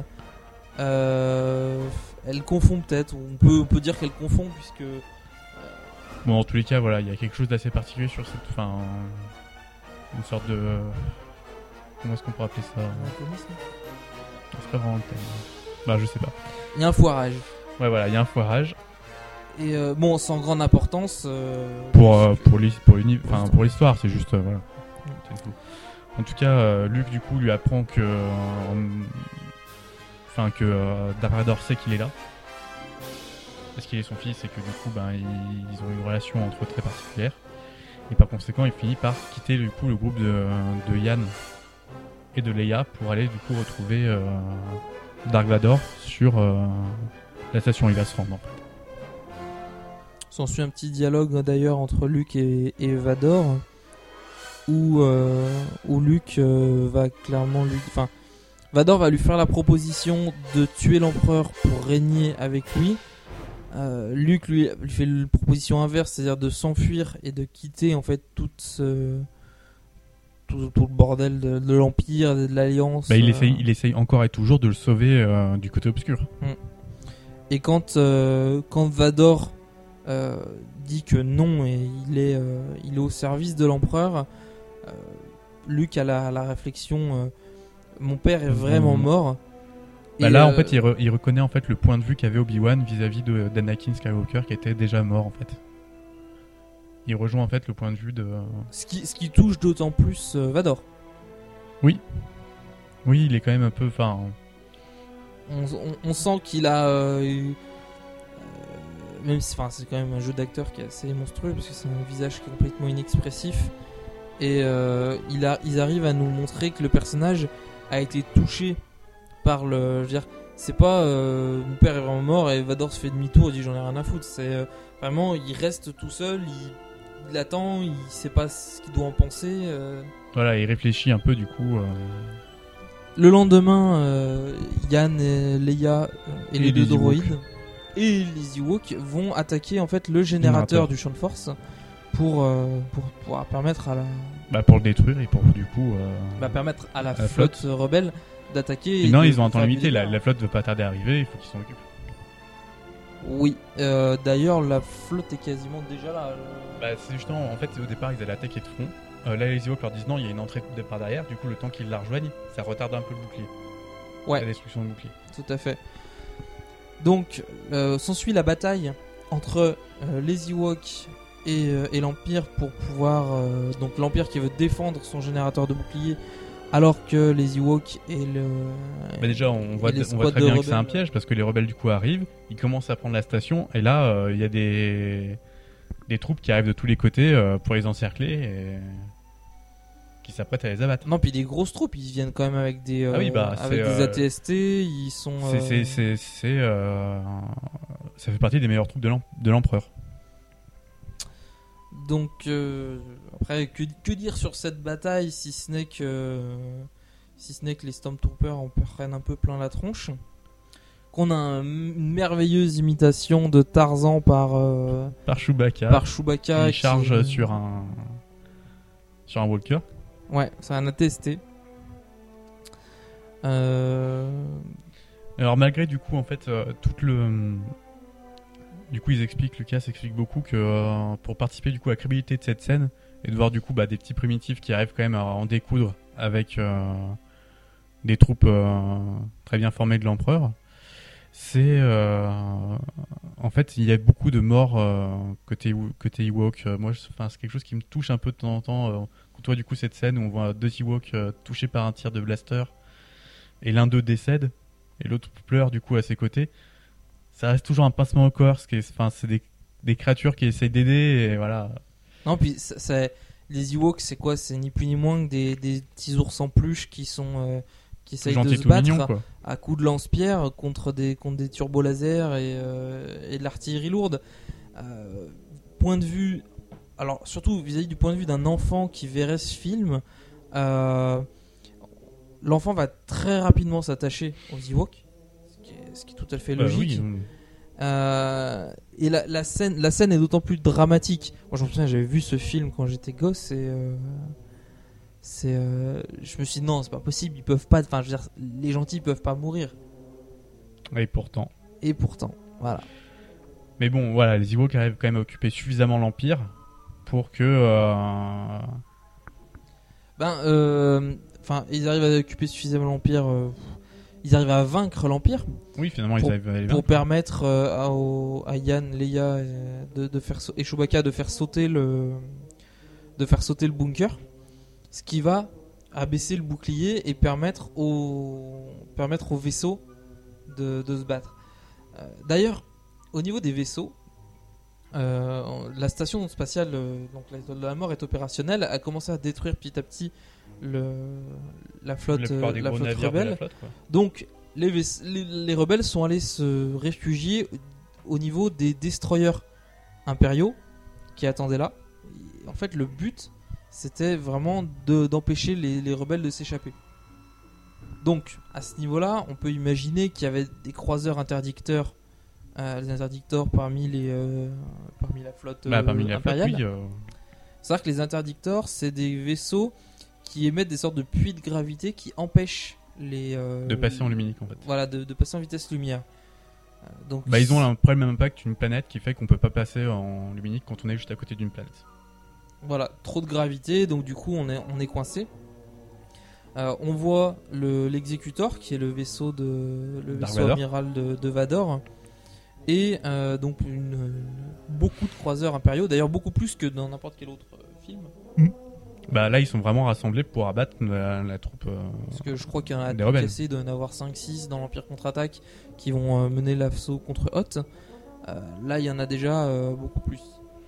elle confond peut-être. On peut dire qu'elle confond, puisque. Bon, en tous les cas, voilà, il y a quelque chose d'assez particulier sur cette. Enfin. Une sorte de. Comment est-ce qu'on pourrait appeler ça ? C'est pas vraiment le thème. Bah, je sais pas. Il y a un foirage. Ouais, voilà, il y a un foirage. Et bon, sans grande importance. Pour l'histoire, c'est juste. Voilà. C'est tout. En tout cas, Luke, du coup, lui apprend que. Darth Vader sait qu'il est là. Parce qu'il est son fils et que du coup, ils ont une relation entre eux très particulière. Et par conséquent, il finit par quitter du coup le groupe de Yann et de Leia pour aller du coup retrouver Dark Vador sur la station. Il va se rendre en fait. S'ensuit un petit dialogue d'ailleurs entre Luke et Vador où Luke va clairement Vador va lui faire la proposition de tuer l'empereur pour régner avec lui. Luke lui fait la proposition inverse, c'est-à-dire de s'enfuir et de quitter en fait tout le bordel de l'Empire, de l'Alliance. Il essaye encore et toujours de le sauver du côté obscur. Et quand Vador dit que non et il est au service de l'empereur, Luke a la réflexion mon père est vraiment mort. Là, en fait, il reconnaît en fait le point de vue qu'avait Obi-Wan vis-à-vis d'Anakin Skywalker qui était déjà mort en fait. Il rejoint en fait le point de vue de. Ce qui touche d'autant plus Vador. Oui, il est quand même un peu. On sent qu'il a même si c'est quand même un jeu d'acteur qui est assez monstrueux parce que c'est un visage qui est complètement inexpressif et ils arrivent à nous montrer que le personnage a été touché par le. Je veux dire, c'est pas mon père est vraiment mort et Vador se fait demi-tour et dit j'en ai rien à foutre. C'est vraiment il reste tout seul, il attend, il sait pas ce qu'il doit en penser. Voilà, il réfléchit un peu du coup. Le lendemain, Yann et Leia et les 2 droïdes et les Ewoks vont attaquer en fait le générateur du champ de force pour pouvoir permettre à la. Pour le détruire et pour du coup. Permettre à la flotte rebelle d'attaquer. Et non, ils ont un temps limité. La flotte veut pas tarder à arriver. Il faut qu'ils s'en occupent. Oui. D'ailleurs, la flotte est quasiment déjà là. C'est justement. En fait, au départ, ils allaient attaquer de front. Là, les Ewoks leur disent non, il y a une entrée de par derrière. Du coup, le temps qu'ils la rejoignent, ça retarde un peu le bouclier. Ouais. La destruction du bouclier. Tout à fait. Donc, s'ensuit la bataille entre les Ewoks et l'Empire pour pouvoir. Donc, l'Empire qui veut défendre son générateur de bouclier. Alors que les Ewoks et le. Déjà, on voit très bien que c'est un piège parce que les rebelles du coup arrivent, ils commencent à prendre la station et là, il y a des troupes qui arrivent de tous les côtés pour les encercler et qui s'apprêtent à les abattre. Non, puis des grosses troupes, ils viennent quand même avec des des ATST, ils sont. Ça fait partie des meilleures troupes de l'empereur. Donc après que dire sur cette bataille si ce n'est que les Stormtroopers en prennent un peu plein la tronche, qu'on a une merveilleuse imitation de Tarzan par Chewbacca qui charge sur un walker. Ouais, c'est un ATST. Alors malgré du coup en fait du coup, Lucas explique beaucoup que pour participer du coup à la crédibilité de cette scène et de voir du coup des petits primitifs qui arrivent quand même à en découdre avec des troupes très bien formées de l'empereur, c'est en fait il y a beaucoup de morts côté Ewok. Moi, c'est quelque chose qui me touche un peu de temps en temps. Quand on voit du coup cette scène où on voit 2 Ewoks touchés par un tir de blaster et l'un d'eux décède et l'autre pleure du coup à ses côtés. Ça reste toujours un pincement au corps, c'est des créatures qui essayent d'aider et voilà. Non, puis les Ewoks, c'est quoi ? C'est ni plus ni moins que des petits ours en peluche qui essayent de se battre à coups de lance-pierre contre des turbo-lasers et de l'artillerie lourde. Point de vue, alors surtout vis-à-vis du point de vue d'un enfant qui verrait ce film, l'enfant va très rapidement s'attacher aux Ewoks. ce qui est tout à fait logique. Oui. Et la scène est d'autant plus dramatique. Moi, je me souviens, j'avais vu ce film quand j'étais gosse et je me suis dit non, c'est pas possible, ils peuvent pas. Enfin, je veux dire, les gentils peuvent pas mourir. Et pourtant. Voilà. Mais bon, voilà, les Ewoks arrivent quand même à occuper suffisamment l'Empire pour que. Ils arrivent à occuper suffisamment l'Empire. Ils arrivent à vaincre l'Empire. Oui, finalement, ils arrivent à les pour vaincre. permettre à Yann, Leia et Chewbacca de faire sauter le bunker, ce qui va abaisser le bouclier et permettre au vaisseau de se battre. D'ailleurs, au niveau des vaisseaux, la station spatiale, donc l'Étoile de la Mort, est opérationnelle, a commencé à détruire petit à petit la flotte rebelle. Donc les rebelles sont allés se réfugier au niveau des destroyers impériaux qui attendaient là. Et en fait, le but, c'était vraiment d'empêcher les rebelles de s'échapper. Donc, à ce niveau-là, on peut imaginer qu'il y avait des croiseurs interdicteurs, les interdicteurs parmi la flotte impériale. C'est-à-dire que les interdicteurs, c'est des vaisseaux qui émettent des sortes de puits de gravité qui empêchent de passer en luminique, en fait. Voilà, de passer en vitesse lumière. Donc, ils ont un problème même impact qu'une planète qui fait qu'on peut pas passer en luminique quand on est juste à côté d'une planète. Voilà, trop de gravité, donc du coup on est coincé. On voit l'exécuteur qui est le vaisseau amiral de Vador, et donc beaucoup de croiseurs impériaux, d'ailleurs beaucoup plus que dans n'importe quel autre film. Là, ils sont vraiment rassemblés pour abattre la troupe. Parce que je crois qu'il y en a tout cassé, il doit y en avoir 5-6 dans l'Empire contre-attaque qui vont mener l'assaut contre Hoth. Là, il y en a déjà beaucoup plus.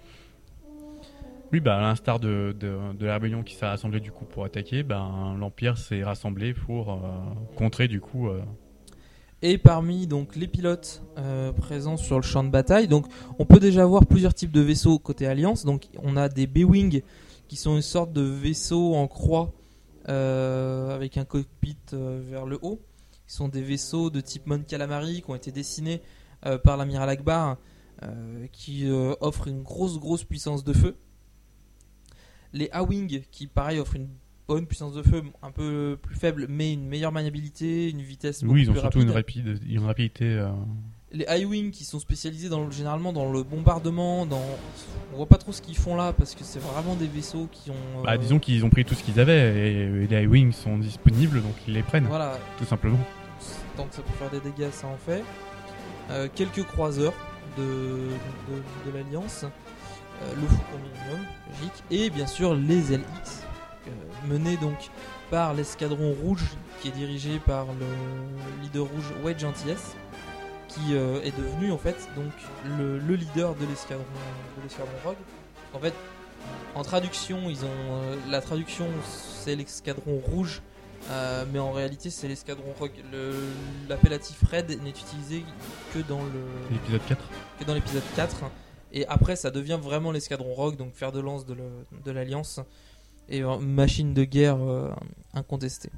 Oui, à l'instar de la rébellion qui s'est rassemblée du coup pour attaquer, l'Empire s'est rassemblé pour contrer du coup. Et parmi donc les pilotes présents sur le champ de bataille, donc on peut déjà voir plusieurs types de vaisseaux côté Alliance. Donc on a des B-Wing qui sont une sorte de vaisseau en croix avec un cockpit vers le haut. Ils sont des vaisseaux de type Mon Calamari qui ont été dessinés par l'amiral Akbar, qui offrent une grosse puissance de feu. Les A-Wing qui pareil offrent une bonne puissance de feu, un peu plus faible, mais une meilleure maniabilité, une vitesse beaucoup plus rapide. Oui, ils ont surtout une rapidité. Les I-Wing qui sont spécialisés généralement dans le bombardement, on voit pas trop ce qu'ils font là parce que c'est vraiment des vaisseaux qui ont. Disons qu'ils ont pris tout ce qu'ils avaient et les I-Wing sont disponibles, donc ils les prennent. Voilà. Tout simplement. Tant que ça peut faire des dégâts, ça en fait. Quelques croiseurs de l'Alliance. Le Faucon Millennium, logique, et bien sûr les LX, menés donc par l'escadron rouge qui est dirigé par le leader rouge Wedge Antilles, qui est devenu en fait donc le leader de l'escadron Rogue. En fait, en traduction, la traduction c'est l'escadron rouge, mais en réalité c'est l'escadron Rogue. L'appellatif Red n'est utilisé que dans l'épisode 4. Et après, ça devient vraiment l'escadron Rogue, donc fer de lance de l'Alliance et machine de guerre incontestée.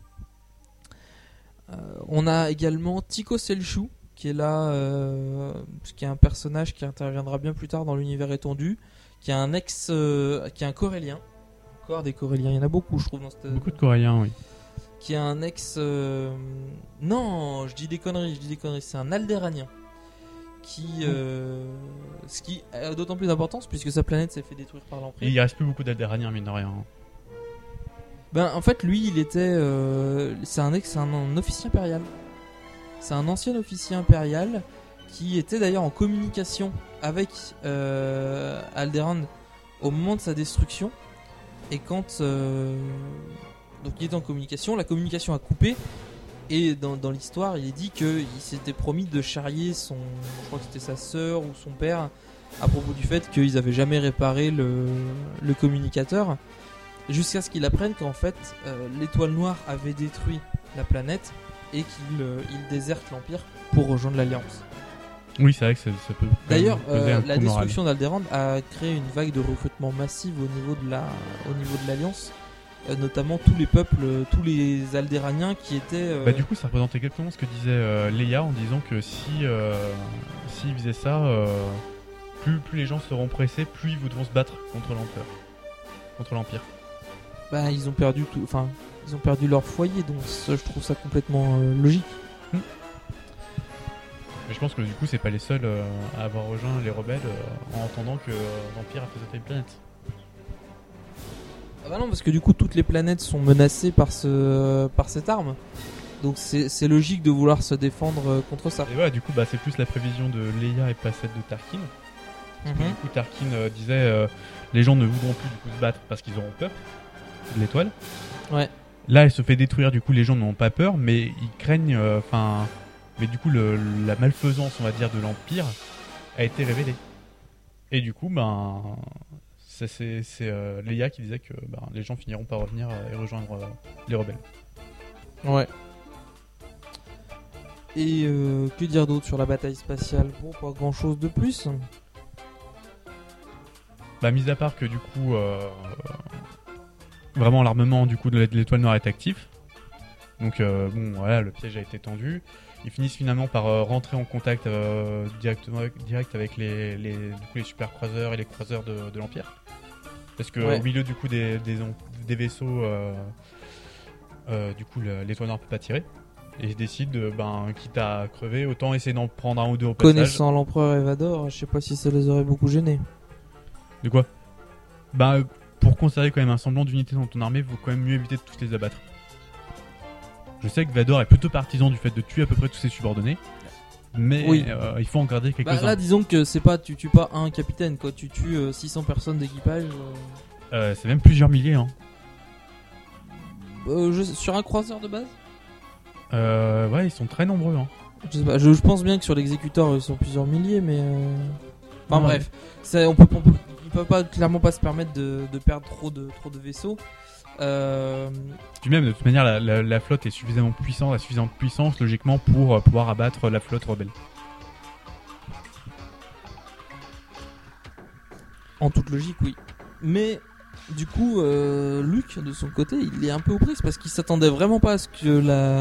On a également Tico Selchou qui est là, qui est un personnage qui interviendra bien plus tard dans l'univers étendu, qui est qui est un Corélien. Encore des Coréliens, il y en a beaucoup, je trouve. Beaucoup de Coréliens, oui. Qui est un non, je dis des conneries, c'est un Aldéranien. Ce qui a d'autant plus d'importance puisque sa planète s'est fait détruire par l'Empire. Il reste plus beaucoup d'Aldéraniens, mine de rien. En fait, lui, il était, c'est un officier impérial. C'est un ancien officier impérial qui était d'ailleurs en communication avec Alderaan au moment de sa destruction. Et quand donc il était en communication, la communication a coupé. Et dans l'histoire, il est dit qu'il s'était promis de charrier je crois que c'était sa sœur ou son père, à propos du fait qu'ils n'avaient jamais réparé le communicateur, jusqu'à ce qu'il apprenne qu'en fait, l'étoile noire avait détruit la planète et qu'il déserte l'Empire pour rejoindre l'Alliance. Oui, c'est vrai que ça peut. D'ailleurs, la destruction d'Alderaan a créé une vague de recrutement massive au niveau de l'Alliance. notamment tous les peuples, tous les Aldéraniens qui étaient. Du coup, ça représentait exactement ce que disait Leia en disant que s'ils faisaient ça, plus les gens seront pressés, plus ils voudront se battre contre l'Empire. Ils ont perdu tout, enfin, ils ont perdu leur foyer, donc ça, je trouve ça complètement logique. Mais je pense que du coup, c'est pas les seuls à avoir rejoint les rebelles en entendant que l'Empire a fait sauter une planète. Ah bah non, parce que du coup toutes les planètes sont menacées par cette arme. Donc c'est logique de vouloir se défendre contre ça. Et du coup c'est plus la prévision de Leia et pas celle de Tarkin. Parce que du coup Tarkin disait les gens ne voudront plus du coup se battre parce qu'ils auront peur de l'étoile. Ouais. Là elle se fait détruire, du coup les gens n'ont pas peur, mais ils craignent mais du coup la malfaisance on va dire de l'Empire a été révélée. Et du coup c'est Leia qui disait que les gens finiront par revenir et rejoindre les rebelles. Ouais. Et que dire d'autre sur la bataille spatiale ? Bon, pas grand chose de plus. Mis à part que du coup, vraiment l'armement du coup de l'étoile noire est actif. Donc le piège a été tendu. Ils finissent finalement par rentrer en contact direct avec les super croiseurs et les croiseurs de l'Empire. Parce que au milieu du coup des vaisseaux, du coup l'étoile noire peut pas tirer. Et ils décident quitte à crever, autant essayer d'en prendre un ou deux au passage. Connaissant l'empereur et Vador, je sais pas si ça les aurait beaucoup gênés. De quoi ? Pour conserver quand même un semblant d'unité dans ton armée, il faut quand même mieux éviter de tous les abattre. Je sais que Vador est plutôt partisan du fait de tuer à peu près tous ses subordonnés, mais il faut en garder quelques-uns. Là, disons que c'est pas, tu tues pas un capitaine, quoi. Tu tues 600 personnes d'équipage. C'est même plusieurs milliers, hein. Sur un croiseur de base ? Ils sont très nombreux, hein. Je sais pas, je pense bien que sur l'exécuteur ils sont plusieurs milliers, mais enfin ouais. Bref, il peut pas clairement pas se permettre de perdre trop de vaisseaux. Puis même de toute manière la flotte est suffisamment puissante, a suffisamment de puissance logiquement pour pouvoir abattre la flotte rebelle. En toute logique, oui. Mais du coup, Luke, de son côté, il est un peu aux prises parce qu'il s'attendait vraiment pas à ce que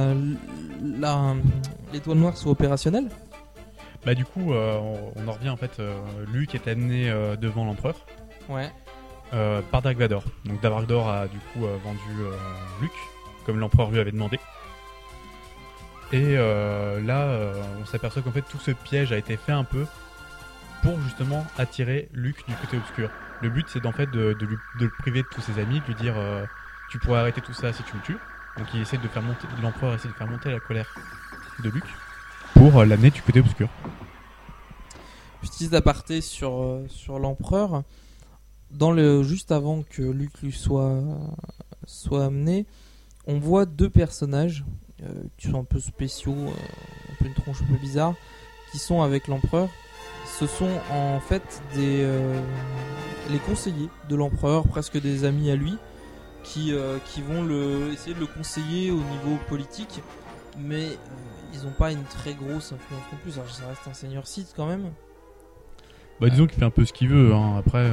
l'étoile noire soit opérationnelle. Du coup, on en revient en fait. Luke est amené devant l'empereur. Ouais. Par Dark Vador. Donc Dark Vador a du coup vendu Luke, comme l'empereur lui avait demandé. Et on s'aperçoit qu'en fait tout ce piège a été fait un peu pour justement attirer Luke du côté obscur. Le but c'est en fait de le priver de tous ses amis, de lui dire tu pourrais arrêter tout ça si tu me tues. Donc l'empereur essaie de faire monter la colère de Luke pour l'amener du côté obscur. Petite aparté sur l'empereur. Juste avant que Luke lui soit amené, on voit deux personnages qui sont un peu spéciaux, un peu une tronche un peu bizarre, qui sont avec l'empereur. Ce sont en fait les conseillers de l'empereur, presque des amis à lui, qui vont essayer de le conseiller au niveau politique, mais ils n'ont pas une très grosse influence non plus. Alors ça reste un seigneur Sith quand même. Disons qu'il fait un peu ce qu'il veut, hein. Après.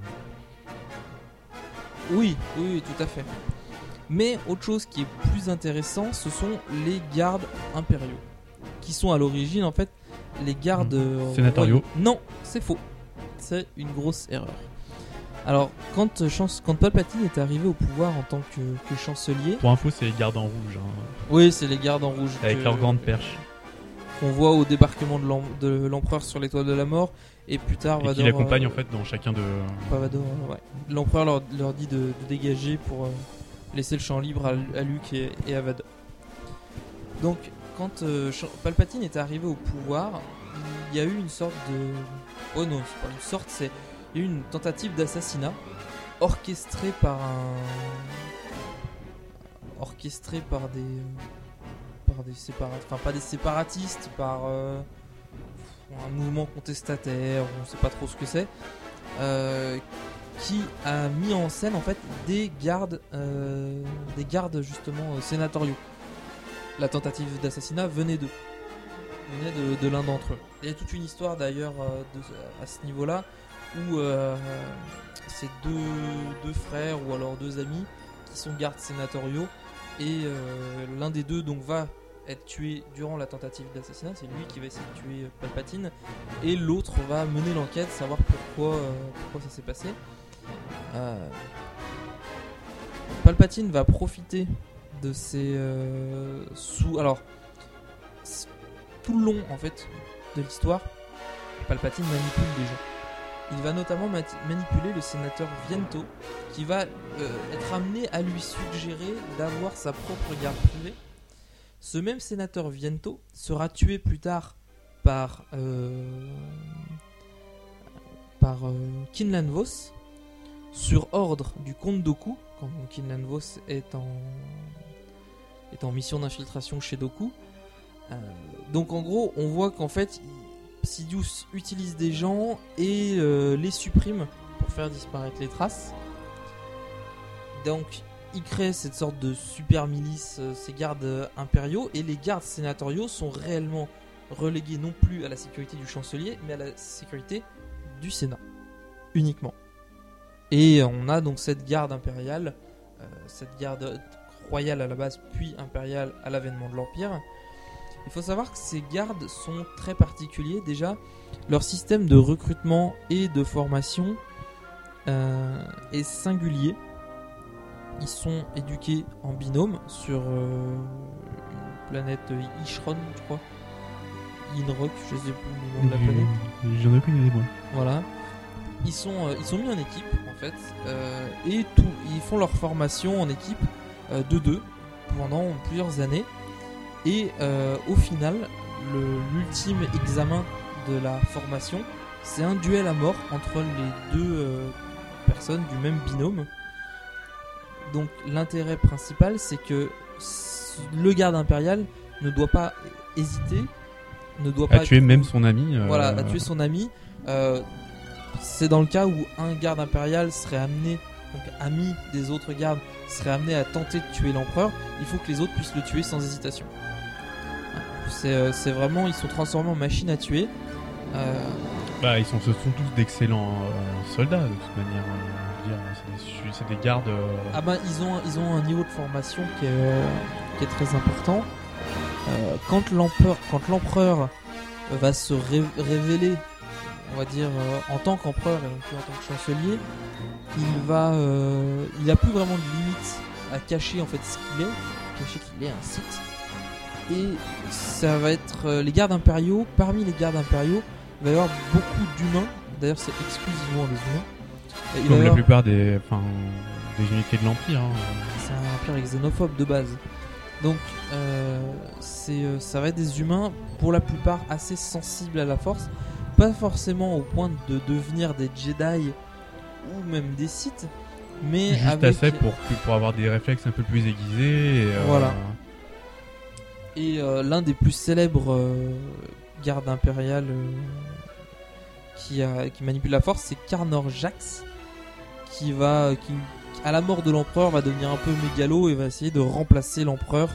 Oui, tout à fait. Mais autre chose qui est plus intéressant, ce sont les gardes impériaux, qui sont à l'origine en fait les gardes sénatoriaux. Non, c'est faux. C'est une grosse erreur. Alors, quand Palpatine est arrivé au pouvoir en tant que chancelier... Pour info, c'est les gardes en rouge. Hein. Oui, c'est les gardes en rouge. Avec leurs grandes perches. Qu'on voit au débarquement de l'empereur sur l'étoile de la mort. Et plus tard, Vador... qui l'accompagne en fait dans chacun de... Pas Vador, ouais. L'empereur leur dit de dégager pour laisser le champ libre à Luke et à Vador. Donc, quand Palpatine est arrivé au pouvoir, il y a eu une sorte de... Oh non, c'est pas une sorte, c'est... Il y a eu une tentative d'assassinat orchestrée par des séparatistes, enfin pas des séparatistes, par un mouvement contestataire, on ne sait pas trop ce que c'est, qui a mis en scène en fait des gardes justement sénatoriaux. La tentative d'assassinat venait d'eux, de l'un d'entre eux. Il y a toute une histoire d'ailleurs à ce niveau-là où ces deux frères ou alors deux amis qui sont gardes sénatoriaux, et l'un des deux donc va être tué durant la tentative d'assassinat, c'est lui qui va essayer de tuer Palpatine, et l'autre va mener l'enquête, savoir pourquoi ça s'est passé. Palpatine va profiter de ces alors tout le long en fait de l'histoire, Palpatine manipule des gens. Il va notamment manipuler le sénateur Viento, qui va être amené à lui suggérer d'avoir sa propre garde privée. Ce même sénateur Viento sera tué plus tard par Kinlan Vos sur ordre du comte Dooku, quand Kinlan Vos est en mission d'infiltration chez Dooku. Donc en gros, on voit qu'en fait, Sidious utilise des gens et les supprime pour faire disparaître les traces. Donc il crée cette sorte de super milice, ces gardes impériaux, et les gardes sénatoriaux sont réellement relégués non plus à la sécurité du chancelier, mais à la sécurité du Sénat uniquement. Et on a donc cette garde impériale, cette garde royale à la base, puis impériale à l'avènement de l'Empire. Il faut savoir que ces gardes sont très particuliers. Déjà, leur système de recrutement et de formation est singulier. Ils sont éduqués en binôme sur une planète Ishron, je crois. Inrock, je sais plus le nom de la planète. J'en ai aucune idée, moi. Voilà. Ils sont mis en équipe, en fait. Et ils font leur formation en équipe de deux pendant plusieurs années. Et au final, l'ultime examen de la formation, c'est un duel à mort entre les deux personnes du même binôme. Donc l'intérêt principal, c'est que le garde impérial ne doit pas hésiter, ne doit pas tuer même son ami. Voilà, à tuer son ami. C'est dans le cas où un garde impérial serait amené, donc ami des autres gardes, serait amené à tenter de tuer l'empereur. Il faut que les autres puissent le tuer sans hésitation. C'est vraiment, ils sont transformés en machines à tuer. Ce sont tous d'excellents soldats de toute manière. C'est des gardes. Ils ont un niveau de formation qui est très important. Quand l'empereur va se révéler, on va dire, en tant qu'empereur et non plus en tant que chancelier, il a plus vraiment de limite à cacher en fait ce qu'il est, cacher qu'il est un Sith. Et ça va être les gardes impériaux. Parmi les gardes impériaux, il va y avoir beaucoup d'humains. D'ailleurs, c'est exclusivement des humains. Comme la plupart des unités de l'Empire. Hein. C'est un empire xénophobe de base. Donc, ça va être des humains, pour la plupart assez sensibles à la Force. Pas forcément au point de devenir des Jedi ou même des Sith, mais juste avec... assez pour avoir des réflexes un peu plus aiguisés. Voilà. Et l'un des plus célèbres gardes impériales qui manipule la Force, c'est Karnor Jax, qui à la mort de l'empereur va devenir un peu mégalo et va essayer de remplacer l'empereur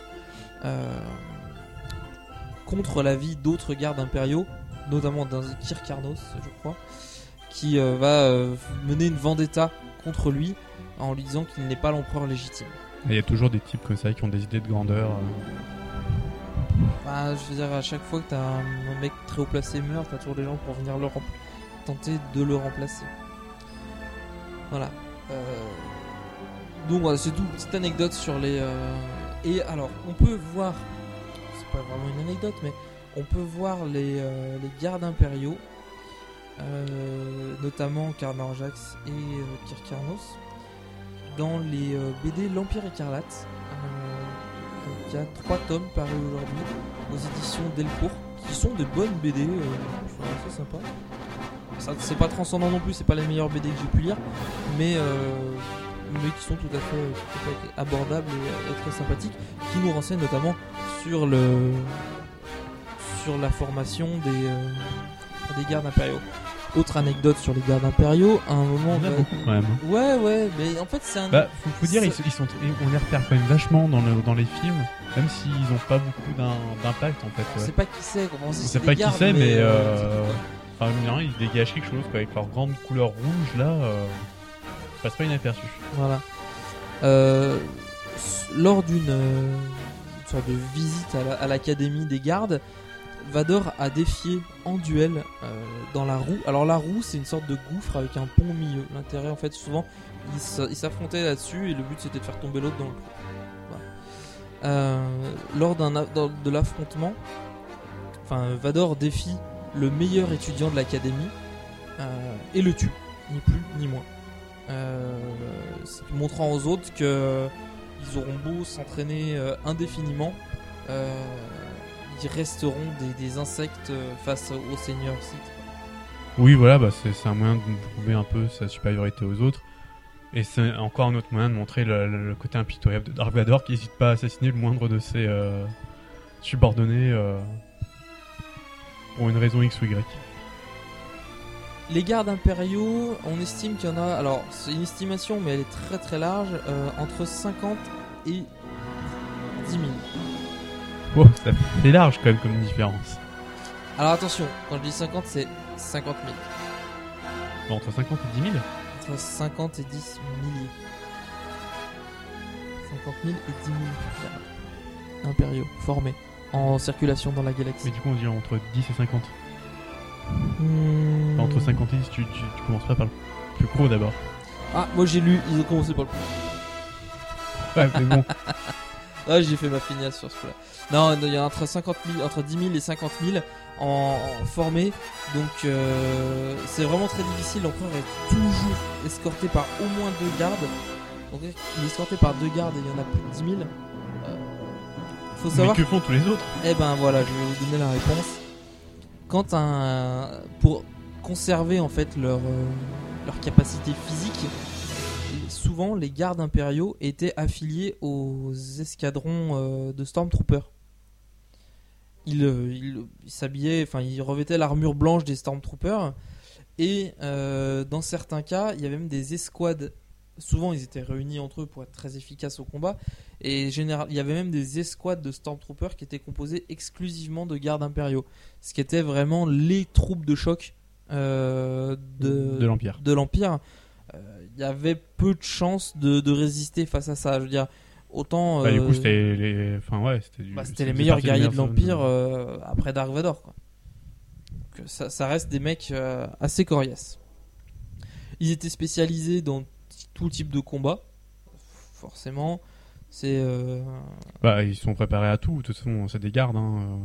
contre l'avis d'autres gardes impériaux, notamment d'un Kir Karnos, je crois, qui va mener une vendetta contre lui en lui disant qu'il n'est pas l'empereur légitime. Il y a toujours des types comme ça qui ont des idées de grandeur. Je veux dire, à chaque fois que t'as un mec très haut placé meurt, t'as toujours des gens pour venir tenter de le remplacer. Voilà. Donc voilà, c'est tout, petite anecdote sur les... Et alors, on peut voir... C'est pas vraiment une anecdote, mais on peut voir les gardes impériaux, notamment Karnor Jax et Kir Karnos, dans les BD L'Empire Écarlate. Donc il y a 3 tomes parus aujourd'hui aux éditions Delcourt, qui sont de bonnes BD, assez sympa. Ça, c'est pas transcendant non plus, c'est pas les meilleures BD que j'ai pu lire, mais qui sont tout à fait abordables et très sympathiques, qui nous renseignent notamment sur la formation des gardes impériaux. Autre anecdote sur les gardes impériaux, à un moment... Il y en a beaucoup quand même. Ouais, mais en fait c'est un... faut dire, on les repère quand même vachement dans les films, même s'ils n'ont pas beaucoup d'impact en fait. On sait pas qui c'est, on sait pas qui c'est, mais ils dégagent quelque chose quoi, avec leur grande couleur rouge là, passe pas inaperçu. Voilà. Lors d'une sorte de visite à l'académie des gardes, Vador a défié en duel dans la roue. Alors la roue, c'est une sorte de gouffre avec un pont au milieu. L'intérêt, en fait, souvent, ils s'affrontaient là-dessus et le but c'était de faire tomber l'autre dans le trou. Voilà. Lors de l'affrontement, Vador défie le meilleur étudiant de l'académie et le tue, ni plus ni moins. Montrant aux autres que ils auront beau s'entraîner indéfiniment, ils resteront des insectes face au Seigneur Sith. Oui, voilà, c'est un moyen de prouver un peu sa supériorité aux autres. Et c'est encore un autre moyen de montrer le côté impitoyable de Dark Vador qui n'hésite pas à assassiner le moindre de ses subordonnés pour une raison X ou Y. Les gardes impériaux, on estime qu'il y en a, alors c'est une estimation mais elle est très très large, entre 50 et 10 000. Oh, ça fait large quand même comme différence. Alors attention, quand je dis 50, c'est 50 000. Bon, entre 50 et 10 000 Entre 50 et 10 milliers. 50 000 et 10 000 gardes impériaux formés en circulation dans la galaxie. Mais du coup on dit entre 10 et 50. Enfin, entre 50 et 10, tu commences pas par le plus gros d'abord. Ah, moi j'ai lu, ils ont commencé par le plus. Ouais, mais bon. Ah, j'ai fait ma feignasse sur ce coup-là. Non, il y a entre 10 000 et 50 000 en formés. Donc c'est vraiment très difficile. L'empereur est toujours escorté par au moins 2 gardes. Donc il est escorté par 2 gardes et il y en a plus de 10 000. Faut savoir. Mais que font tous les autres ? Eh ben voilà, je vais vous donner la réponse. Pour conserver en fait leur capacité physique, souvent les gardes impériaux étaient affiliés aux escadrons de Stormtroopers. Ils s'habillaient, ils revêtaient l'armure blanche des Stormtroopers et dans certains cas, il y avait même des escouades. Souvent, ils étaient réunis entre eux pour être très efficaces au combat. Et il y avait même des escouades de Stormtroopers qui étaient composées exclusivement de gardes impériaux. Ce qui était vraiment les troupes de choc de l'Empire. Il y avait peu de chances de résister face à ça. Je veux dire, autant. Du coup, c'était les meilleurs guerriers de l'Empire après Dark Vador, quoi. Donc, ça reste des mecs assez coriaces. Ils étaient spécialisés dans tout type de combat, forcément. Ils sont préparés à tout. De toute façon, c'est des gardes.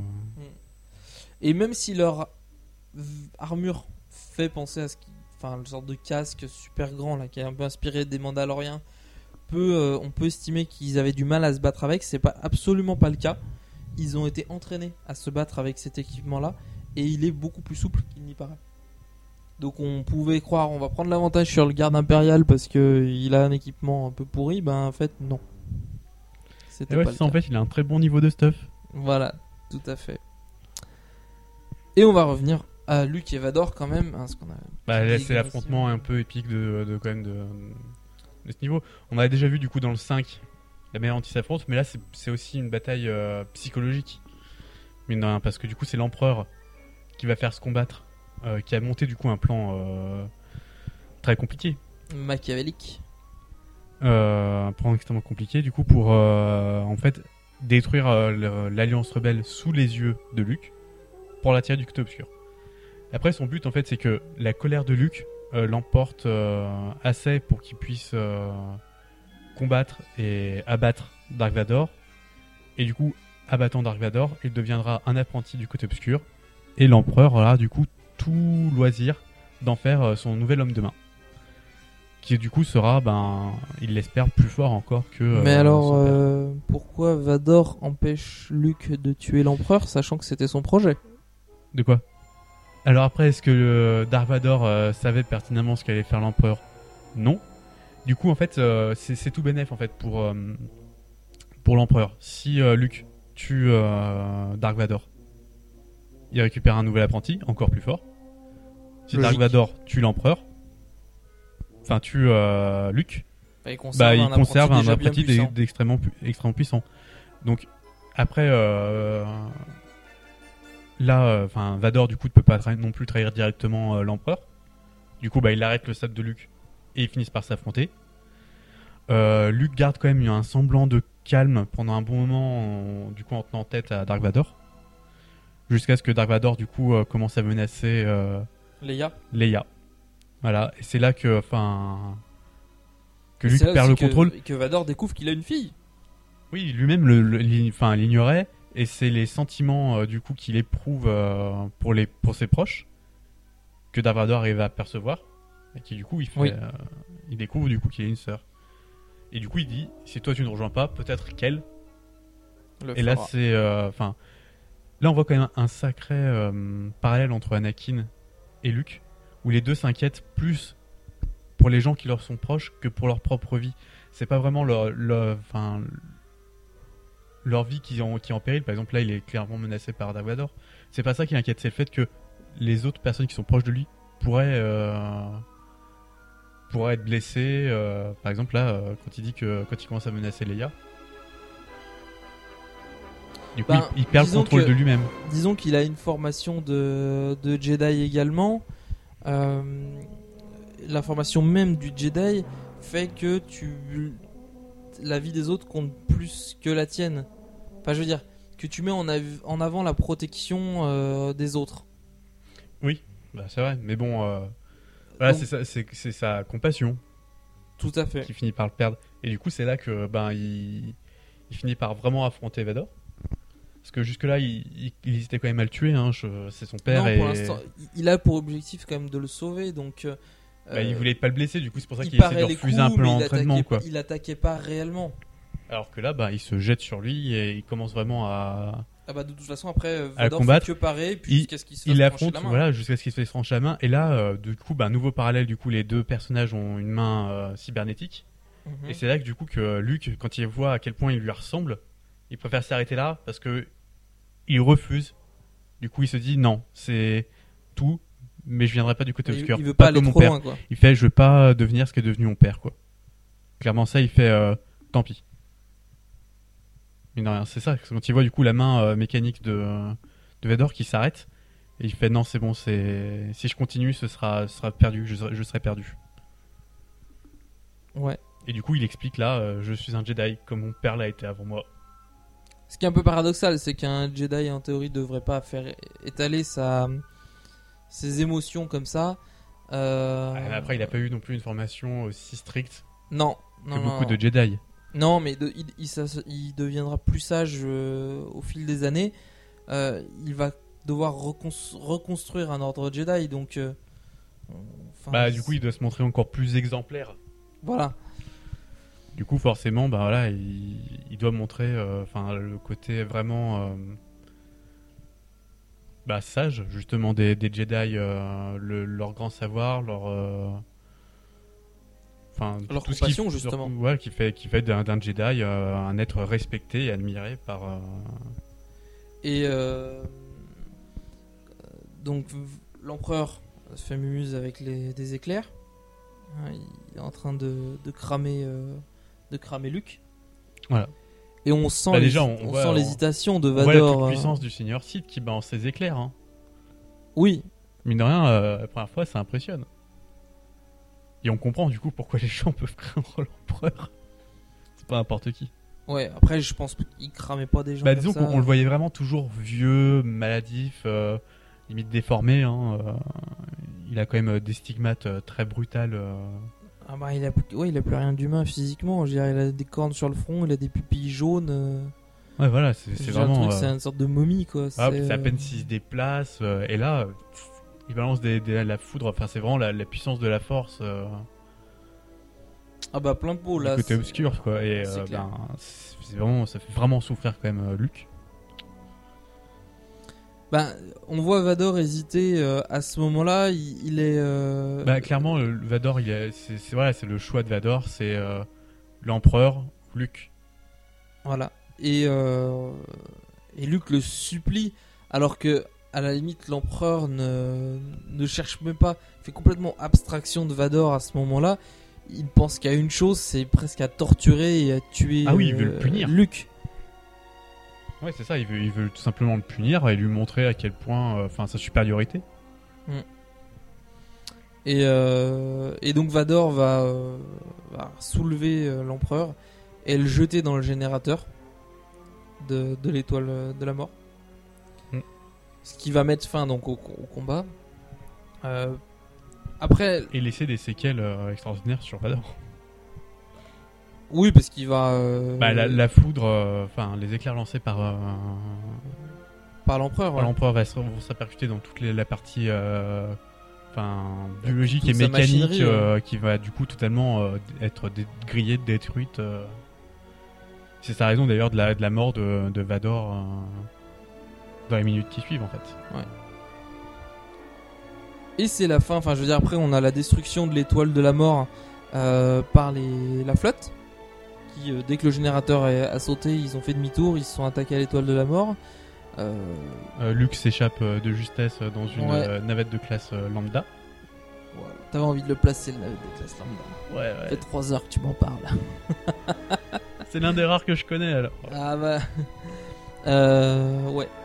Et même si leur armure fait penser à une sorte de casque super grand là, qui est un peu inspiré des Mandaloriens, on peut estimer qu'ils avaient du mal à se battre avec. C'est absolument pas le cas. Ils ont été entraînés à se battre avec cet équipement-là, et il est beaucoup plus souple qu'il n'y paraît. Donc on pouvait croire on va prendre l'avantage sur le garde impérial parce qu'il a un équipement un peu pourri. En fait non. C'était pas le cas. En fait il a un très bon niveau de stuff. Voilà, tout à fait. Et on va revenir à Luke et Vador quand même. Hein, là c'est l'affrontement un peu épique de ce niveau. On avait déjà vu du coup dans le 5 la meilleure anti-s'affronte, mais là c'est aussi une bataille psychologique. Mais non, parce que du coup c'est l'empereur qui va faire se combattre. Qui a monté du coup un plan très compliqué, machiavélique, un plan extrêmement compliqué du coup pour en fait détruire l'alliance rebelle sous les yeux de Luke pour l'attirer du côté obscur. Après son but en fait c'est que la colère de Luke l'emporte assez pour qu'il puisse combattre et abattre Dark Vador, et du coup abattant Dark Vador il deviendra un apprenti du côté obscur et l'empereur aura du coup tout loisir d'en faire son nouvel homme de main, qui du coup sera, il l'espère, plus fort encore que. Mais alors, pourquoi Vador empêche Luke de tuer l'empereur, sachant que c'était son projet ? De quoi ? Alors après, est-ce que Dark Vador savait pertinemment ce qu'allait faire l'empereur ? Non. Du coup, en fait, c'est tout bénef en fait pour l'empereur. Si Luke tue Dark Vador, il récupère un nouvel apprenti, encore plus fort. Si Dark Vador tue l'empereur, tue Luke, il conserve un apprenti extrêmement puissant. Donc après, Vador du coup ne peut pas non plus trahir directement l'empereur. Du coup, il arrête le sabre de Luke et ils finissent par s'affronter. Luke garde quand même un semblant de calme pendant un bon moment, du coup en tenant tête à Dark Vador. Jusqu'à ce que Dark Vador, du coup, commence à menacer Leia. Voilà, et c'est là que Luke perd le contrôle. Et que Vador découvre qu'il a une fille. Oui, lui-même l'ignorait, et c'est les sentiments du coup qu'il éprouve pour ses proches que Dark Vador arrive à percevoir, et qui du coup il découvre du coup qu'il a une sœur. Et du coup il dit, si toi tu ne rejoins pas, peut-être qu'elle. Et là c'est, là on voit quand même un sacré parallèle entre Anakin et Luke, où les deux s'inquiètent plus pour les gens qui leur sont proches que pour leur propre vie. C'est pas vraiment leur vie qui est en péril. Par exemple, là, il est clairement menacé par Dark Vador. C'est pas ça qui l'inquiète, c'est le fait que les autres personnes qui sont proches de lui pourraient être blessées. Par exemple, là, quand il dit que quand il commence à menacer Leia, du coup, il perd le contrôle de lui-même. Disons qu'il a une formation de Jedi également. La formation même du Jedi fait que la vie des autres compte plus que la tienne. Enfin, je veux dire que tu mets en avant la protection des autres. Oui, c'est vrai. Mais bon, voilà, Donc, c'est sa compassion. Tout à fait. Qui finit par le perdre. Et du coup, c'est là que il finit par vraiment affronter Vador. Parce que jusque-là, il hésitait quand même à le tuer. Hein. C'est son père. Non, pour l'instant, il a pour objectif quand même de le sauver. Donc, il voulait pas le blesser. Du coup, c'est pour ça qu'il paraît essaie de refuser un peu l'entraînement. Il attaquait pas réellement. Alors que là, il se jette sur lui et il commence vraiment à. De toute façon, après, Vador combattre. fait que parer. Puis jusqu'à ce qu'il se fasse il trancher affronte, la main. voilà, jusqu'à ce qu'il se fasse trancher la main. Et là, du coup, nouveau parallèle. Du coup, les deux personnages ont une main cybernétique. Mhm. Et c'est là que du coup que Luke, quand il voit à quel point il lui ressemble, il préfère s'arrêter là parce que il refuse. Du coup, il se dit non, c'est tout, mais je viendrai pas du côté obscur. Il veut pas aller comme mon trop père. loin, quoi. Il fait, je veux pas devenir ce qu'est devenu mon père, quoi. Clairement, ça, il fait, tant pis. Mais non, rien, c'est ça. Quand il voit du coup la main mécanique de Vador qui s'arrête, et il fait non, c'est bon, si je continue, ce sera perdu, je serai perdu. Ouais. Et du coup, il explique là, je suis un Jedi, comme mon père l'a été avant moi. Ce qui est un peu paradoxal, c'est qu'un Jedi en théorie devrait pas faire étaler ses émotions comme ça. Après, il a pas eu non plus une formation aussi stricte Non, que beaucoup de Jedi. Non, mais il deviendra plus sage au fil des années. Il va devoir reconstruire un ordre Jedi, donc. Du coup, il doit se montrer encore plus exemplaire. Voilà. Du coup, forcément, voilà, il doit montrer, le côté vraiment sage, justement, des Jedi, leur grand savoir, leur compassion, justement. Qui fait d'un Jedi un être respecté et admiré par. Et donc, l'empereur se fait mumuse avec des éclairs. Il est en train de cramer Luke. Voilà. Et on sent on sent l'hésitation de on Vador. On voit la toute puissance du Seigneur Sith qui balance ses éclairs. Hein. Oui. Mine de rien, la première fois, ça impressionne. Et on comprend du coup pourquoi les gens peuvent craindre l'empereur. C'est pas n'importe qui. Ouais, après, je pense qu'il cramait pas des gens. Disons comme ça. qu'on le voyait vraiment toujours vieux, maladif, limite déformé. Hein. Il a quand même des stigmates très brutales. Il a plus rien d'humain physiquement. Je dirais, il a des cornes sur le front, il a des pupilles jaunes. Ouais, voilà, c'est vraiment. C'est une sorte de momie, quoi. C'est à peine s'il se déplace. Et là, il balance la foudre. Enfin, c'est vraiment la puissance de la force. Plein de peau là. Côté obscur, quoi. Et c'est vraiment, ça fait vraiment souffrir quand même Luke. On voit Vador hésiter à ce moment-là. Il est. Clairement, Vador, c'est le choix de Vador, c'est l'empereur ou Luke. Voilà. Et Luke le supplie, alors que à la limite l'empereur ne cherche même pas, fait complètement abstraction de Vador à ce moment-là. Il pense qu'à une chose, c'est presque à torturer et à tuer. Il veut le punir. Luke. Ouais, c'est ça, il veut tout simplement le punir et lui montrer à quel point, sa supériorité. Et donc Vador va soulever l'empereur et le jeter dans le générateur de l'étoile de la mort. Ce qui va mettre fin donc au combat. Après, Et laisser des séquelles extraordinaires sur Vador. oui, parce qu'il va La foudre, les éclairs lancés par l'empereur. Ouais. l'empereur vont se répercuter dans toute la partie biologique toute et sa mécanique machinerie, qui va du coup totalement être grillée, détruite. C'est sa raison d'ailleurs de la mort de Vador dans les minutes qui suivent en fait. Et c'est la fin. Enfin, je veux dire, après, on a la destruction de l'étoile de la mort par la flotte. Qui, dès que le générateur a sauté, ils ont fait demi-tour, ils se sont attaqués à l'étoile de la mort. Luke s'échappe de justesse dans une navette de classe lambda. Ouais, t'avais envie de le placer, le navette de classe lambda. Ouais. Ça fait 3 heures que tu m'en parles. C'est l'un des rares que je connais alors. Ah bah. Ouais.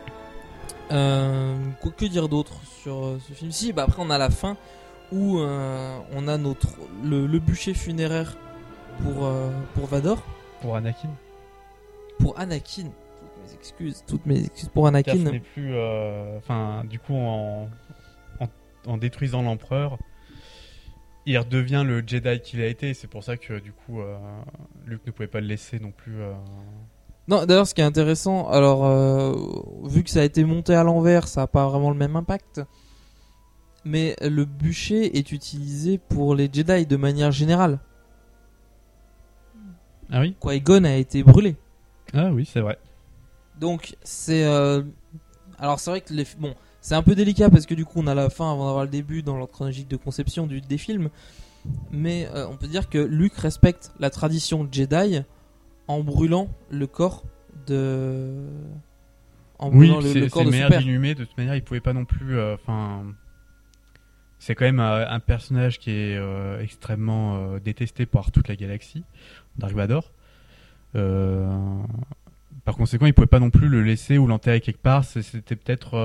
Que dire d'autre sur ce film? Si, bah après on a la fin où on a le bûcher funéraire pour Vador. Pour Anakin. Pour Anakin. Toutes mes excuses pour Anakin. Car ce n'est plus. Du coup, en détruisant l'empereur, il redevient le Jedi qu'il a été. C'est pour ça que du coup, Luke ne pouvait pas le laisser non plus. Non, d'ailleurs, ce qui est intéressant, alors vu que ça a été monté à l'envers, ça n'a pas vraiment le même impact. Mais le bûcher est utilisé pour les Jedi de manière générale. Ah oui. Qui-Gon a été brûlé. Ah oui, c'est vrai. Donc c'est alors c'est vrai que c'est un peu délicat parce que du coup on a la fin avant d'avoir le début dans l'ordre chronologique de conception des films, mais on peut dire que Luke respecte la tradition Jedi en brûlant le corps C'est de le meilleur son père. d'inhumé. De toute manière, il pouvait pas non plus. C'est quand même un personnage qui est extrêmement détesté par toute la galaxie, Dark Vador. Par conséquent, il pouvait pas non plus le laisser ou l'enterrer quelque part. C'était peut-être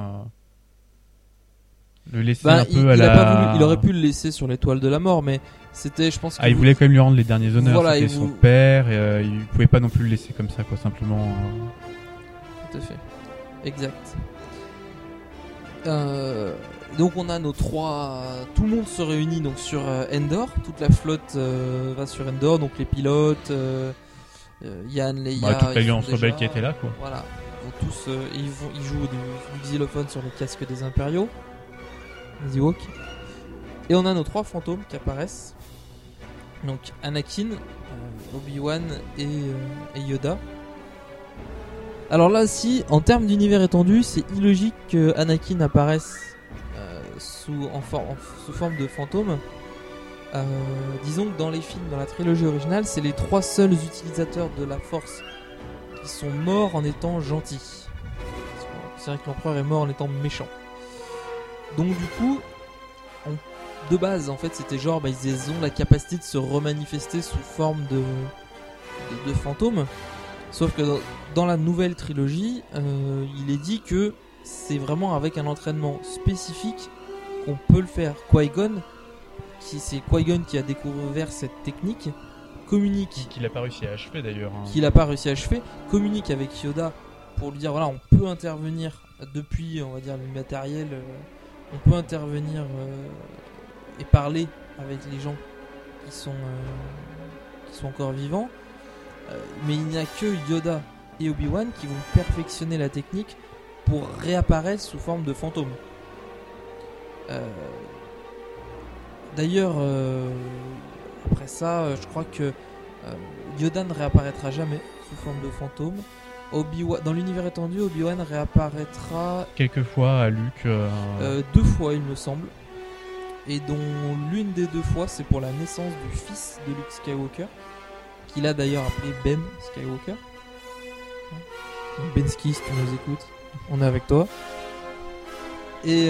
le laisser un peu à la. Il aurait pu le laisser sur l'étoile de la mort, mais c'était, je pense. Il voulait quand même lui rendre les derniers honneurs. Voilà, c'était son père, et il pouvait pas non plus le laisser comme ça, quoi, simplement. Tout à fait, exact. Donc on a nos trois. Tout le monde se réunit donc sur Endor. Toute la flotte va sur Endor, donc les pilotes. Yann, Leia, toute l'alliance rebelle qui était là, quoi. Voilà, ils vont tous, ils jouent du xylophone sur les casques des Impériaux, les Ewoks. Et on a nos trois fantômes qui apparaissent. Donc Anakin, Obi-Wan et Yoda. Alors là, si en termes d'univers étendu, c'est illogique que Anakin apparaisse sous forme de fantôme. Disons que dans les films, dans la trilogie originale, c'est les trois seuls utilisateurs de la Force qui sont morts en étant gentils. C'est vrai que l'empereur est mort en étant méchant. Donc du coup, de base, en fait, c'était genre, ils ont la capacité de se remanifester sous forme de fantômes. Sauf que dans la nouvelle trilogie, il est dit que c'est vraiment avec un entraînement spécifique qu'on peut le faire. C'est Qui-Gon qui a découvert cette technique, communique. Qu'il n'a pas réussi à achever d'ailleurs. Qu'il n'a pas réussi à achever, communique avec Yoda pour lui dire voilà, on peut intervenir depuis, on va dire, le matériel, on peut intervenir et parler avec les gens qui sont encore vivants. Mais il n'y a que Yoda et Obi-Wan qui vont perfectionner la technique pour réapparaître sous forme de fantôme. D'ailleurs, après ça, je crois que Yoda ne réapparaîtra jamais sous forme de fantôme. Dans l'univers étendu, Obi-Wan réapparaîtra quelques fois à Luke. 2 fois, il me semble. Et dont l'une des 2 fois, c'est pour la naissance du fils de Luke Skywalker, qu'il a d'ailleurs appelé Ben Skywalker. Bensky, si tu nous écoutes, on est avec toi. Et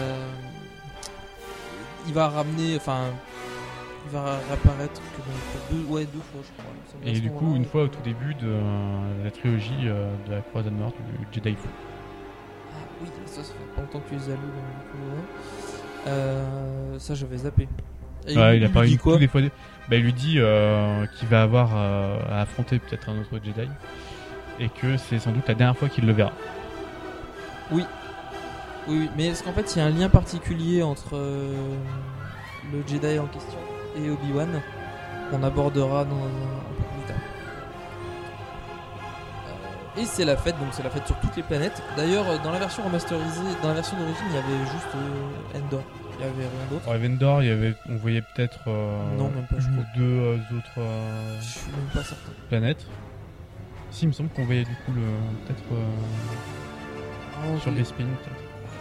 il va réapparaître que 2 fois, je crois. Et du coup, une fois au tout début de la trilogie de la Croisade Noire du Jedi Fu. Ah oui, ça fait pas longtemps que tu les as lus. Ça, j'avais zappé. Et Ouais, il a lui parlé dit quoi tous les fois. Bah, il lui dit qu'il va avoir à affronter peut-être un autre Jedi et que c'est sans doute la dernière fois qu'il le verra. Oui, mais est-ce qu'en fait il y a un lien particulier entre le Jedi en question et Obi-Wan qu'on abordera un peu plus tard. Et c'est la fête, donc c'est la fête sur toutes les planètes. D'ailleurs, dans la version remasterisée, dans la version d'origine, il y avait juste Endor. Il y avait rien d'autre. Alors, Vendor, on voyait peut-être Non, même pas, je une ou crois. deux autres Je suis même pas certain. planètes. Si, il me semble qu'on voyait du coup peut-être sur Ok. Bespin, peut-être.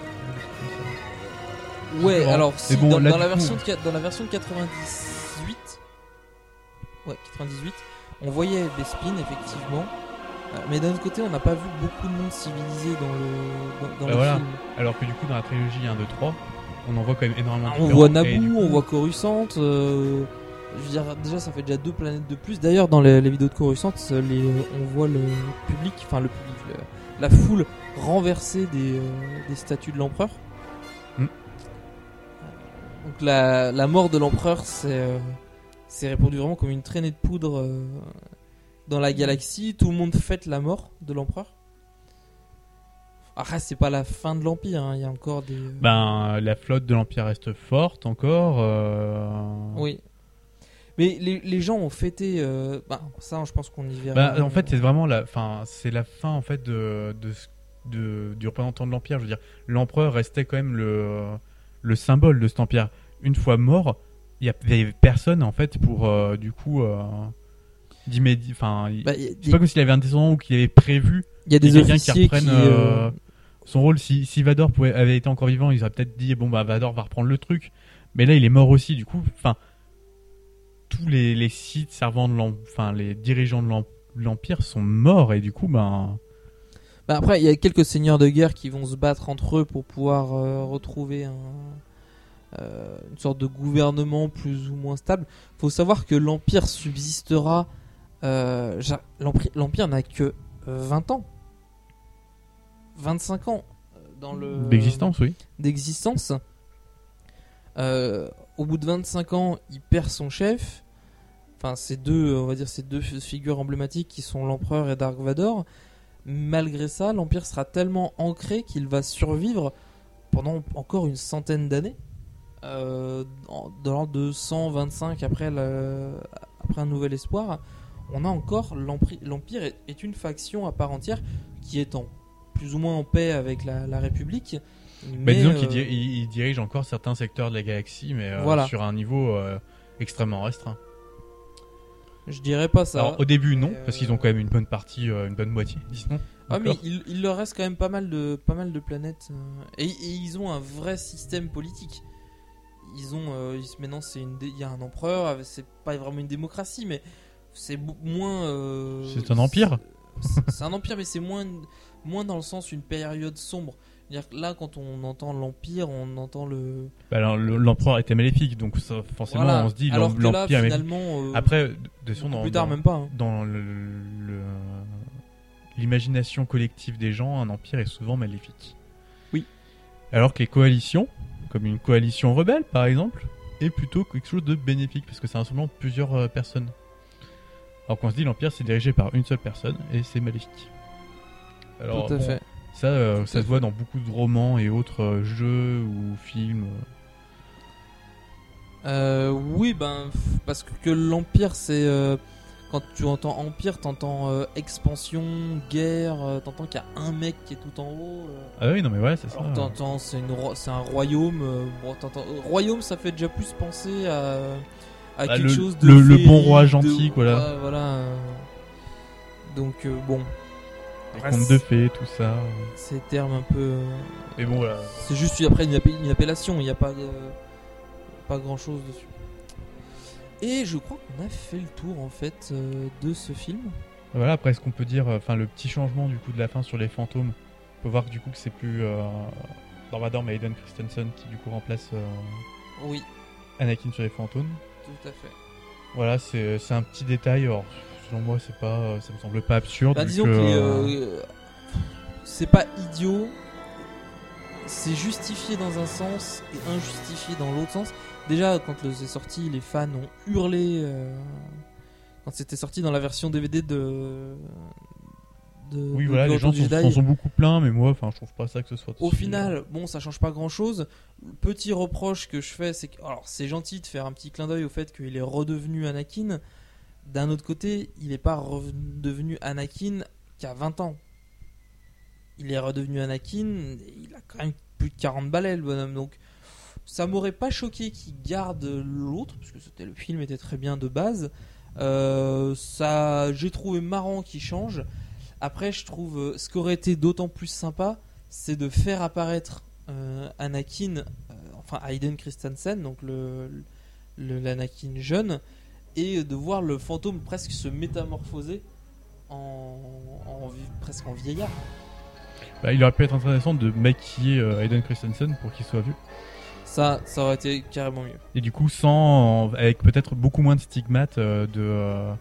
Ouais, Bon. alors Mais si, bon, dans là, la du coup- version dans la version de 98, ouais, 98, on voyait Bespin effectivement, mais d'un autre côté, on n'a pas vu beaucoup de monde civilisé dans le Voilà. film. Alors que du coup, dans la trilogie 1, 2, 3, on en voit quand même énormément de On différents, voit et Naboo, du coup- on voit Coruscant. Je veux dire, déjà, ça fait déjà 2 planètes de plus. D'ailleurs, dans les vidéos de Coruscant, on voit le public, la foule renverser des statues de l'empereur. Mm. Donc la mort de l'empereur, c'est répandu vraiment comme une traînée de poudre dans la galaxie. Tout le monde fête la mort de l'empereur. Après, c'est pas la fin de l'Empire, hein. Il y a encore des. Ben, la flotte de l'Empire reste forte encore. Oui. Mais les gens ont fêté. Ça, je pense qu'on y verra. Bah, en fait, c'est vraiment la fin en fait du représentant de l'Empire. Je veux dire, l'empereur restait quand même le symbole de cet empire. Une fois mort, il y avait personne en fait pour du coup d'immédiat. Enfin, c'est pas comme s'il avait un descendant ou qu'il avait prévu. Il y a des quelqu'un officiers qui reprenne son rôle. Si Vador avait été encore vivant, ils auraient peut-être dit bon bah Vador va reprendre le truc. Mais là, il est mort aussi. Du coup, enfin, tous les Sith servants les dirigeants de l'Empire sont morts et du coup, après, il y a quelques seigneurs de guerre qui vont se battre entre eux pour pouvoir retrouver une sorte de gouvernement plus ou moins stable. Faut savoir que l'Empire subsistera. L'Empire n'a que 20 ans. 25 ans d'existence, oui. d'existence. Au bout de 25 ans, il perd son chef. Enfin, ces deux figures emblématiques qui sont l'empereur et Dark Vador. Malgré ça, l'Empire sera tellement ancré qu'il va survivre pendant encore une centaine d'années. Dans l'ordre de 125 après un nouvel espoir, on a encore l'Empire est une faction à part entière qui est plus ou moins en paix avec la République. Mais disons qu'il dirige encore certains secteurs de la galaxie, mais voilà. sur un niveau extrêmement restreint. Je dirais pas ça. Alors, au début, non, parce qu'ils ont quand même une bonne partie, une bonne moitié, disons. Mais il leur reste quand même pas mal de planètes. Et ils ont un vrai système politique. Maintenant, il y a un empereur, c'est pas vraiment une démocratie, mais c'est moins. C'est un empire. C'est un empire, mais c'est moins dans le sens une période sombre. C'est-à-dire que là, quand on entend l'empire, on entend le. L'empereur était maléfique, donc ça, forcément, voilà. on se dit Alors que l'empire là, est maléfique. finalement, Après, plus tard, même pas. Hein. Dans l'imagination collective des gens, un empire est souvent maléfique. Oui. Alors que les coalitions, comme une coalition rebelle par exemple, est plutôt quelque chose de bénéfique parce que ça rassemble plusieurs personnes. Alors qu'on se dit l'empire c'est dirigé par une seule personne et c'est maléfique. Alors, tout à fait. Ça se voit dans beaucoup de romans et autres jeux ou films. Oui, parce que l'empire, c'est quand tu entends empire, t'entends expansion, guerre, t'entends qu'il y a un mec qui est tout en haut. Ah oui, non mais ouais, c'est ça. Alors t'entends, c'est un royaume. Royaume, ça fait déjà plus penser à quelque chose de le féerique, bon roi gentil, voilà. Voilà. Donc bon. Les contes de fées, tout ça. Ces termes un peu. Mais bon, voilà. C'est juste après une appellation, il n'y a pas grand chose dessus. Et je crois qu'on a fait le tour en fait de ce film. Voilà, après ce qu'on peut dire, le petit changement du coup de la fin sur les fantômes, on peut voir que du coup que c'est plus Darth Vader mais Hayden Christensen qui du coup remplace Oui, Anakin sur les fantômes. tout à fait. Voilà, c'est un petit détail. Alors, selon moi, ça me semble pas absurde. Disons que c'est pas idiot. c'est justifié dans un sens et injustifié dans l'autre sens. Déjà, quand c'est sorti, les fans ont hurlé. Quand c'était sorti dans la version DVD de Oui, de voilà, les Retour gens du Jedi. s'en sont beaucoup plaints, mais moi, je trouve pas ça que ce soit. Au final, bon, ça change pas grand chose. Le petit reproche que je fais, c'est que, alors, c'est gentil de faire un petit clin d'œil au fait qu'il est redevenu Anakin. D'un autre côté, il est pas redevenu Anakin qu'à 20 ans. Il est redevenu Anakin, il a quand même plus de 40 balais, le bonhomme. Donc, ça m'aurait pas choqué qu'il garde l'autre, parce que le film était très bien de base. J'ai trouvé marrant qu'il change. Après, je trouve ce qui aurait été d'autant plus sympa, c'est de faire apparaître Anakin, enfin Hayden Christensen, donc l'Anakin jeune, et de voir le fantôme presque se métamorphoser presque en vieillard. Il aurait pu être intéressant de maquiller Hayden Christensen pour qu'il soit vieux. Ça aurait été carrément mieux. Et du coup, avec peut-être beaucoup moins de stigmates de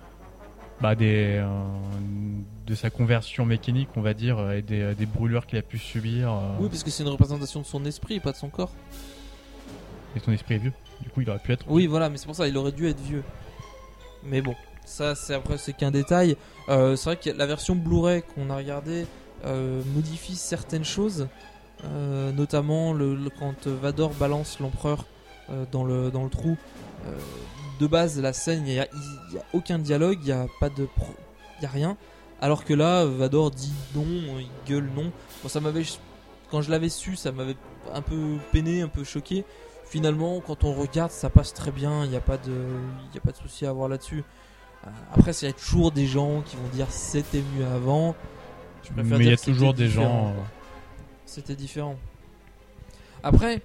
sa conversion mécanique, on va dire, et des brûlures qu'il a pu subir. Oui, parce que c'est une représentation de son esprit, pas de son corps. Et son esprit est vieux. Du coup, il aurait pu être. Oui, voilà, mais c'est pour ça, il aurait dû être vieux. Mais bon, ça, c'est qu'un détail. C'est vrai que la version Blu-ray qu'on a regardée modifie certaines choses, notamment quand Vador balance l'empereur dans le trou. De base, la scène, il y a aucun dialogue, il y a rien. Alors que là, Vador dit non, il gueule non. Bon, quand je l'avais su, ça m'avait un peu peiné, un peu choqué. Finalement, quand on regarde, ça passe très bien. Il n'y a pas de souci à avoir là-dessus. Après, il y a toujours des gens qui vont dire c'était mieux avant. Je préfère mais il y a dire toujours des gens. C'était différent. Après,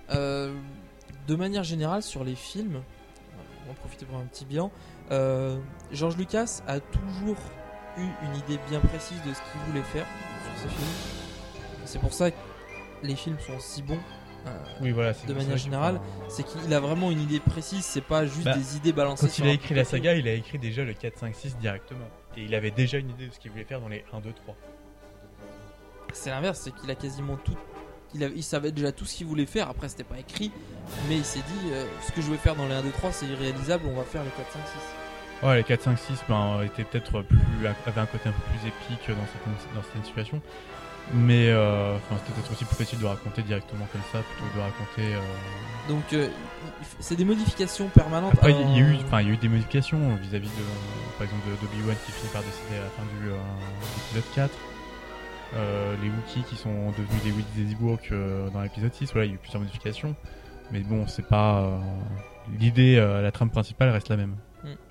de manière générale, sur les films, on va en profiter pour un petit bilan. George Lucas a toujours eu une idée bien précise de ce qu'il voulait faire sur ses films. C'est pour ça que les films sont si bons. Oui, voilà, de manière générale, c'est qu'il a vraiment une idée précise, c'est pas juste des idées balancées. Quand il a écrit la saga, il a écrit déjà le 4, 5, 6 directement. Et il avait déjà une idée de ce qu'il voulait faire dans les 1, 2, 3. C'est l'inverse, c'est qu'il a quasiment tout. Il savait déjà tout ce qu'il voulait faire, après c'était pas écrit, mais il s'est dit ce que je veux faire dans les 1, 2, 3 c'est irréalisable, on va faire les 4, 5, 6. Ouais, les 4, 5, 6 étaient peut-être avaient un côté un peu plus épique dans certaines situations. Mais c'était peut-être aussi plus facile de raconter directement comme ça plutôt que de raconter. Donc c'est des modifications permanentes. Après il y a eu des modifications vis-à-vis par exemple d'Obi-Wan qui finit par décéder à la fin du l'épisode 4. Les Wookiees qui sont devenus des Wookiees dans l'épisode 6. Voilà, il y a eu plusieurs modifications. Mais bon, c'est pas l'idée, la trame principale reste la même.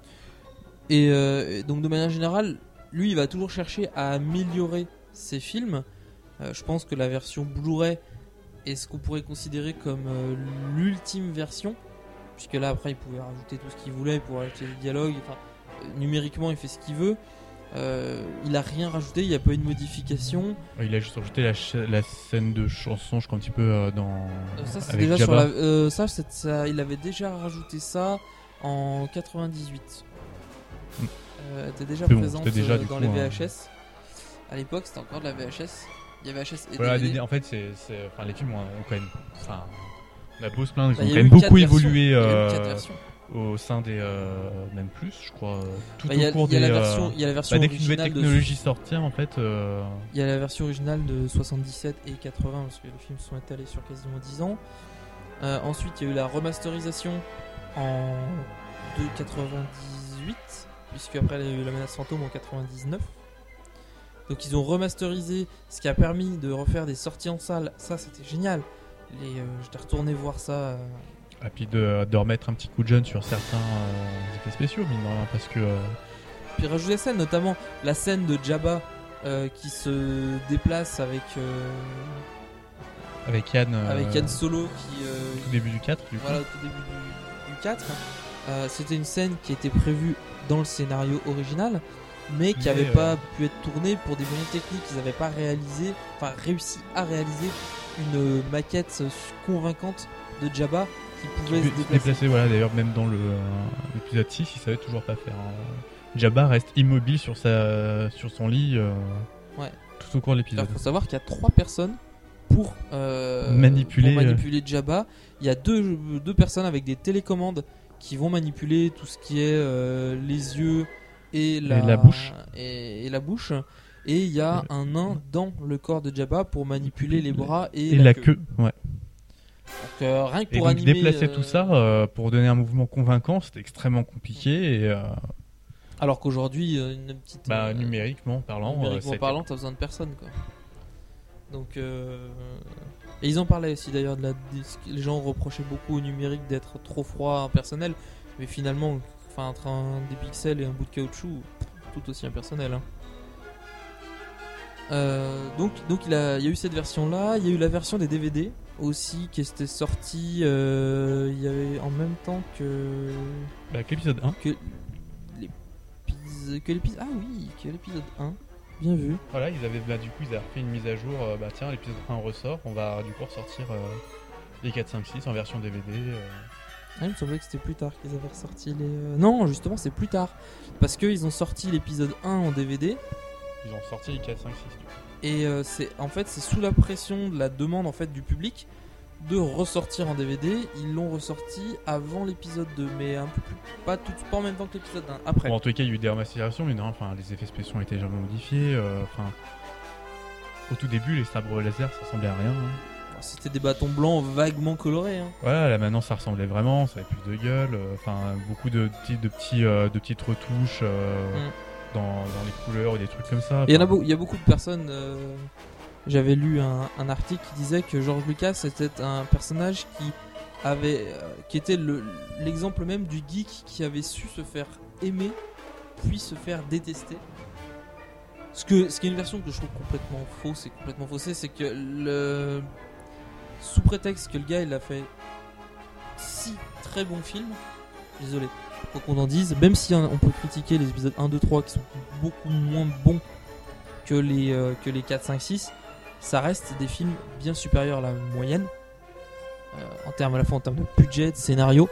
Et donc de manière générale, lui il va toujours chercher à améliorer ses films. Je pense que la version Blu-ray est ce qu'on pourrait considérer comme l'ultime version, puisque là après il pouvait rajouter tout ce qu'il voulait, il pouvait rajouter des dialogues, numériquement il fait ce qu'il veut. Il a rien rajouté, il n'y a pas eu de modification. Il a juste rajouté la scène de chanson, je crois, un petit peu dans. Ça c'est avec déjà Jabba. ça, il avait déjà rajouté ça en 98. Était déjà présente déjà, dans les VHS. À l'époque, c'était encore de la VHS. Il y avait VHS et voilà, DVD. En fait, les films ont quand même. On a beau se plaindre, ils ont y a quand même eu beaucoup 4 évolué versions. au sein des. Même plus, je crois. Tout Il y a au cours des. Il y a la version dès qu'une nouvelle originale technologie sortir, en fait. Il y a la version originale de 77 et 80, parce que les films sont étalés sur quasiment 10 ans. Ensuite, il y a eu la remasterisation de 98, puisque après, il y a eu La Menace Fantôme en 99. Donc ils ont remasterisé, ce qui a permis de refaire des sorties en salle. Ça, c'était génial. J'étais retourné voir ça. Et puis de remettre un petit coup de jeune sur certains effets spéciaux, mine de rien, parce que. Puis rajouter des scènes, notamment la scène de Jabba qui se déplace avec Yann Solo qui. Au tout début du 4, du coup. Voilà, au tout début du 4. C'était une scène qui était prévue dans le scénario original, mais qui n'avait pas pu être tournée pour des moyens techniques. Ils n'avaient pas réussi à réaliser une maquette convaincante de Jabba qui pouvait se déplacer. Voilà, d'ailleurs, même dans l'épisode 6, il savait toujours pas faire. Jabba reste immobile sur son lit tout au cours de l'épisode. Il faut savoir qu'il y a 3 personnes pour manipuler Jabba. Il y a deux personnes avec des télécommandes qui vont manipuler tout ce qui est les yeux et la bouche. Et la bouche. Et il y a un nain dans le corps de Jabba pour manipuler les bras et la queue. Ouais. Donc rien que pour et donc animer, déplacer tout ça pour donner un mouvement convaincant, c'était extrêmement compliqué. Et, alors qu'aujourd'hui, une petite. Numériquement parlant, t'as besoin de personne, quoi. Donc, et ils en parlaient aussi d'ailleurs les gens reprochaient beaucoup au numérique d'être trop froid, impersonnel, mais finalement, entre des pixels et un bout de caoutchouc, tout aussi impersonnel. Hein. Donc il y a eu cette version là, il y a eu la version des DVD aussi qui était sortie il y avait en même temps que l'épisode 1 que l'épisode 1. Bien vu. Voilà, ils avaient fait une mise à jour. Tiens, l'épisode 1 ressort, on va du coup ressortir les 4, 5, 6 en version DVD. Il me semblait que c'était plus tard qu'ils avaient ressorti les. Non, justement, c'est plus tard. Parce qu'ils ont sorti l'épisode 1 en DVD. Ils ont sorti les 4, 5, 6. Et c'est sous la pression de la demande en fait, du public de ressortir en DVD. Ils l'ont ressorti avant l'épisode 2, mais un peu plus. Pas en même temps que l'épisode 1. Après. Bon, en tout cas, il y a eu des remasterisations, mais non, les effets spéciaux ont été légèrement modifiés. Au tout début, les sabres laser, ça ressemblait à rien. Hein. C'était des bâtons blancs vaguement colorés. Hein. Voilà, là maintenant ça ressemblait vraiment, ça avait plus de gueule. Beaucoup de petites retouches dans les couleurs ou des trucs comme ça. Il y a beaucoup de personnes. J'avais lu un article qui disait que George Lucas était un personnage qui était l'exemple même du geek qui avait su se faire aimer puis se faire détester. Ce qui est une version que je trouve complètement fausse et complètement faussée, c'est que sous prétexte que le gars il a fait 6 très bons films, désolé, quoi qu'on en dise, même si on peut critiquer les épisodes 1, 2, 3 qui sont beaucoup moins bons que les 4, 5, 6, ça reste des films bien supérieurs à la moyenne à la fois en termes de budget, de scénario.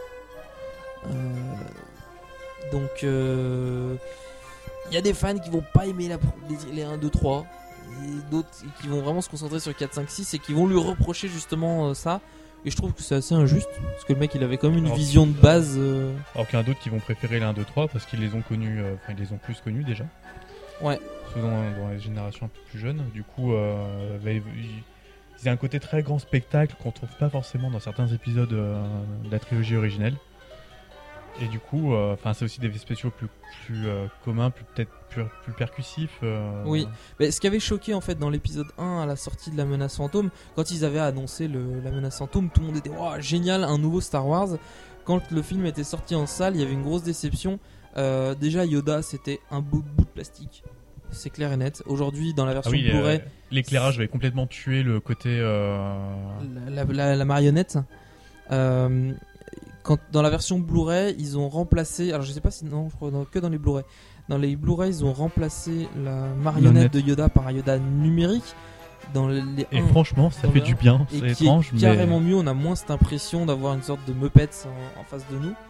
Donc il y a des fans qui vont pas aimer les 1, 2, 3 et d'autres qui vont vraiment se concentrer sur 4, 5, 6 et qui vont lui reprocher justement ça. Et je trouve que c'est assez injuste parce que le mec il avait quand même une vision de base. Alors qu'il y en a d'autres qui vont préférer les 1, 2, 3 parce qu'ils les ont connus, ils les ont plus connus déjà. Ouais. Souvent dans les générations un peu plus jeunes. Du coup, il y a un côté très grand spectacle qu'on trouve pas forcément dans certains épisodes de la trilogie originelle. Et du coup, c'est aussi des effets spéciaux plus communs, peut-être plus percussifs. Oui, mais ce qui avait choqué en fait dans l'épisode 1 à la sortie de la menace fantôme, quand ils avaient annoncé la menace fantôme, tout le monde était wow, génial, un nouveau Star Wars. Quand le film était sorti en salle, il y avait une grosse déception. Déjà Yoda, c'était un bout de plastique. C'est clair et net. Aujourd'hui, dans la version Blu-ray, l'éclairage avait complètement tué le côté la marionnette. Dans la version Blu-ray, ils ont remplacé. Alors je sais pas si non, je crois que dans les Blu-ray. Dans les Blu-ray, ils ont remplacé la marionnette de Yoda par un Yoda numérique. Et franchement, ça fait du bien. C'est étrange, mais carrément mieux. On a moins cette impression d'avoir une sorte de Muppets en face de nous.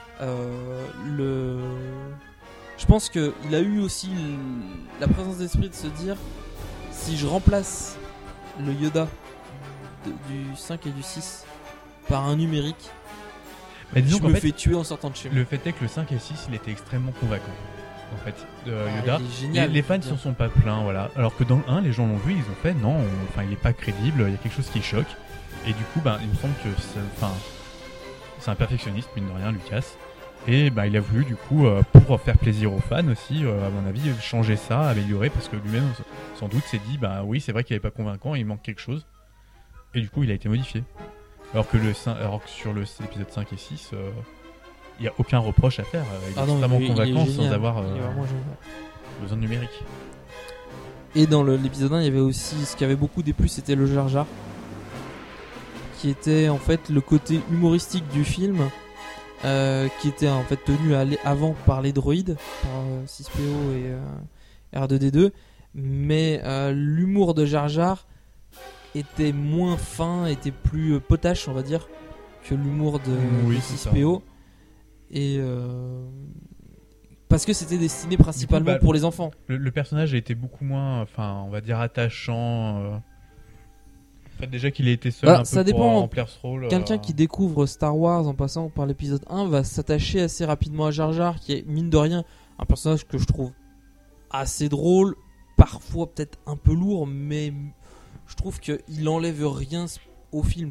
Je pense qu'il a eu aussi la présence d'esprit de se dire, si je remplace le Yoda du 5 et du 6 par un numérique, je me fais tuer en sortant de chez moi. Le fait est que le 5 et 6 il était extrêmement convaincant. En fait, Yoda, génial, les fans s'en sont pas plaints, voilà. Alors que dans le 1, les gens l'ont vu, ils ont fait non, il est pas crédible, il y a quelque chose qui choque. Et du coup, il me semble que c'est un perfectionniste, mine de rien, Lucas. Et il a voulu du coup, pour faire plaisir aux fans aussi, à mon avis, changer ça, améliorer, parce que lui-même, sans doute, s'est dit, oui, c'est vrai qu'il n'est pas convaincant, il manque quelque chose. Et du coup, il a été modifié. Alors que sur l'épisode 5 et 6, il n'y a aucun reproche à faire. Il est extrêmement convaincant sans avoir besoin de numérique. Et dans l'épisode 1, il y avait aussi, ce qui avait beaucoup déplu, c'était le Jar Jar, qui était en fait le côté humoristique du film. Qui était en fait tenu avant par les droïdes, par 6PO et R2D2, mais l'humour de Jar Jar était moins fin, était plus potache, on va dire, que l'humour de 6PO, et parce que c'était destiné principalement pour les enfants. Le personnage a été beaucoup moins, on va dire attachant. En fait, déjà qu'il a été seul Bah, un ça peu dépend. pour remplir ce rôle. Quelqu'un qui découvre Star Wars en passant par l'épisode 1 va s'attacher assez rapidement à Jar Jar, qui est, mine de rien, un personnage que je trouve assez drôle, parfois peut-être un peu lourd, mais je trouve qu'il enlève rien au film.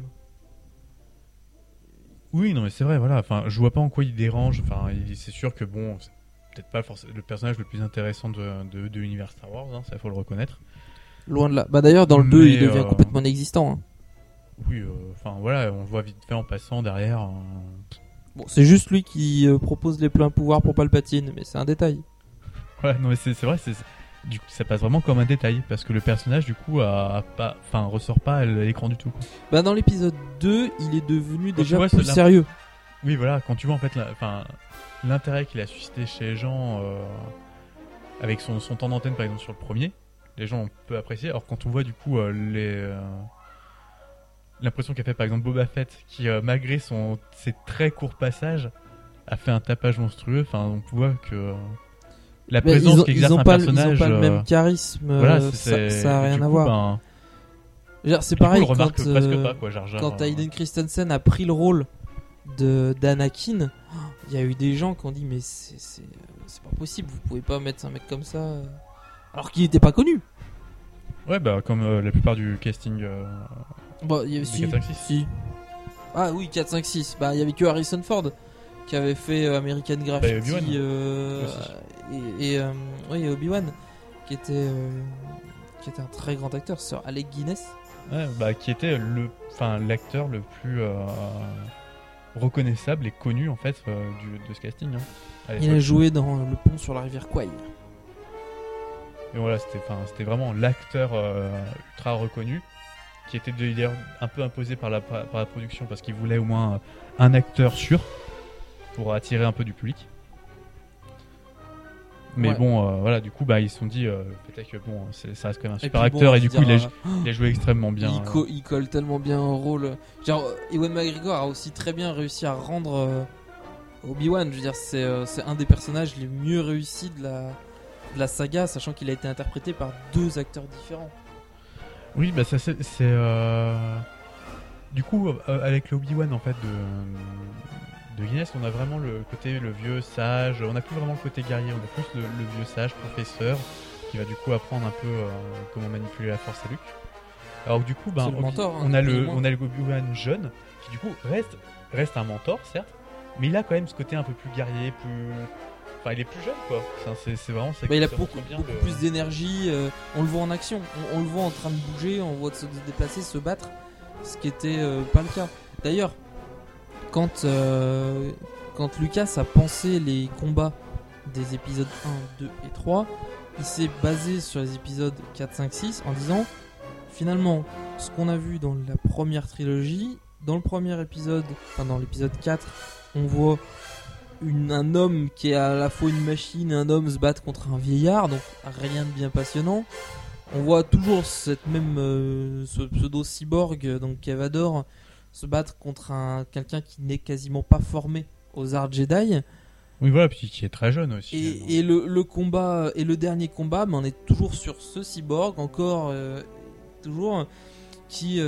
Oui, non, mais c'est vrai, voilà. Enfin, je vois pas en quoi il dérange. Enfin, c'est sûr que bon, c'est peut-être pas forcément le personnage le plus intéressant de l'univers Star Wars, hein, ça faut le reconnaître. Loin de là. Bah d'ailleurs, dans le 2, Mais, il devient complètement inexistant. Hein. Oui, enfin voilà, on le voit vite fait en passant derrière. Bon, c'est juste lui qui propose les pleins pouvoirs pour Palpatine, mais c'est un détail. Ouais, non, mais c'est vrai, du coup, ça passe vraiment comme un détail parce que le personnage, du coup, ressort pas à l'écran du tout. Quoi. Bah dans l'épisode 2, il est devenu Quand tu déjà vois plus sérieux. Oui, voilà, quand tu vois en fait l'intérêt qu'il a suscité chez les gens avec son temps d'antenne, par exemple, sur le premier, les gens ont peu apprécié. Alors quand on voit du coup l'impression qu'a fait par exemple Boba Fett, qui malgré ses très courts passages, a fait un tapage monstrueux. Enfin, on voit que la présence qu'exerce un personnage, ils ont pas le même charisme. Voilà, ça a rien à coup, voir. C'est pareil coup, on remarque quand, presque pas quoi, Jar Jar, quand Hayden Christensen a pris le rôle d'Anakin, il y a eu des gens qui ont dit mais c'est pas possible, vous pouvez pas mettre un mec comme ça alors qu'il était pas connu. Ouais, bah comme la plupart du casting. Bon, il y avait 4, 5, 6. Si. Ah oui, 4, 5, 6. Bah, il y avait que Harrison Ford qui avait fait American Graffiti et Obi-Wan qui était un très grand acteur, Sir Alec Guinness. Ouais, bah qui était l'acteur le plus reconnaissable et connu en fait de ce casting. Hein, il a joué dans Le Pont sur la rivière Kwai. Et voilà, c'était vraiment l'acteur ultra reconnu, qui était d'ailleurs un peu imposé par la production parce qu'il voulait au moins un acteur sûr pour attirer un peu du public. Mais bon, voilà, du coup, ils se sont dit peut-être que bon, ça reste quand même un super acteur et du coup, il a joué extrêmement bien. Il colle tellement bien au rôle. Genre, Ewan McGregor a aussi très bien réussi à rendre Obi-Wan. Je veux dire, c'est un des personnages les mieux réussis de la saga, sachant qu'il a été interprété par 2 acteurs différents. Oui, bah ça c'est du coup avec l'Obi-Wan en fait de Guinness, on a vraiment le côté le vieux sage, on a plus vraiment le côté guerrier, on a plus le vieux sage professeur qui va du coup apprendre un peu comment manipuler la force à Luke. Alors du coup mentor, on a le Obi-Wan jeune qui du coup reste un mentor certes, mais il a quand même ce côté un peu plus guerrier, enfin il est plus jeune quoi. C'est vraiment ça. Il a beaucoup plus d'énergie, on le voit en action, on le voit en train de bouger, on voit se déplacer, se battre, ce qui était pas le cas. D'ailleurs, quand Lucas a pensé les combats des épisodes 1, 2 et 3, il s'est basé sur les épisodes 4, 5, 6 en disant finalement ce qu'on a vu dans la première trilogie, dans le premier épisode, dans l'épisode 4, on voit un homme qui est à la fois une machine et un homme se battre contre un vieillard, donc rien de bien passionnant. On voit toujours cette même ce pseudo cyborg, donc Cavador, se battre contre quelqu'un qui n'est quasiment pas formé aux arts Jedi. Oui voilà, puis qui est très jeune aussi. Et le combat et le dernier combat, mais on est toujours sur ce cyborg encore toujours qui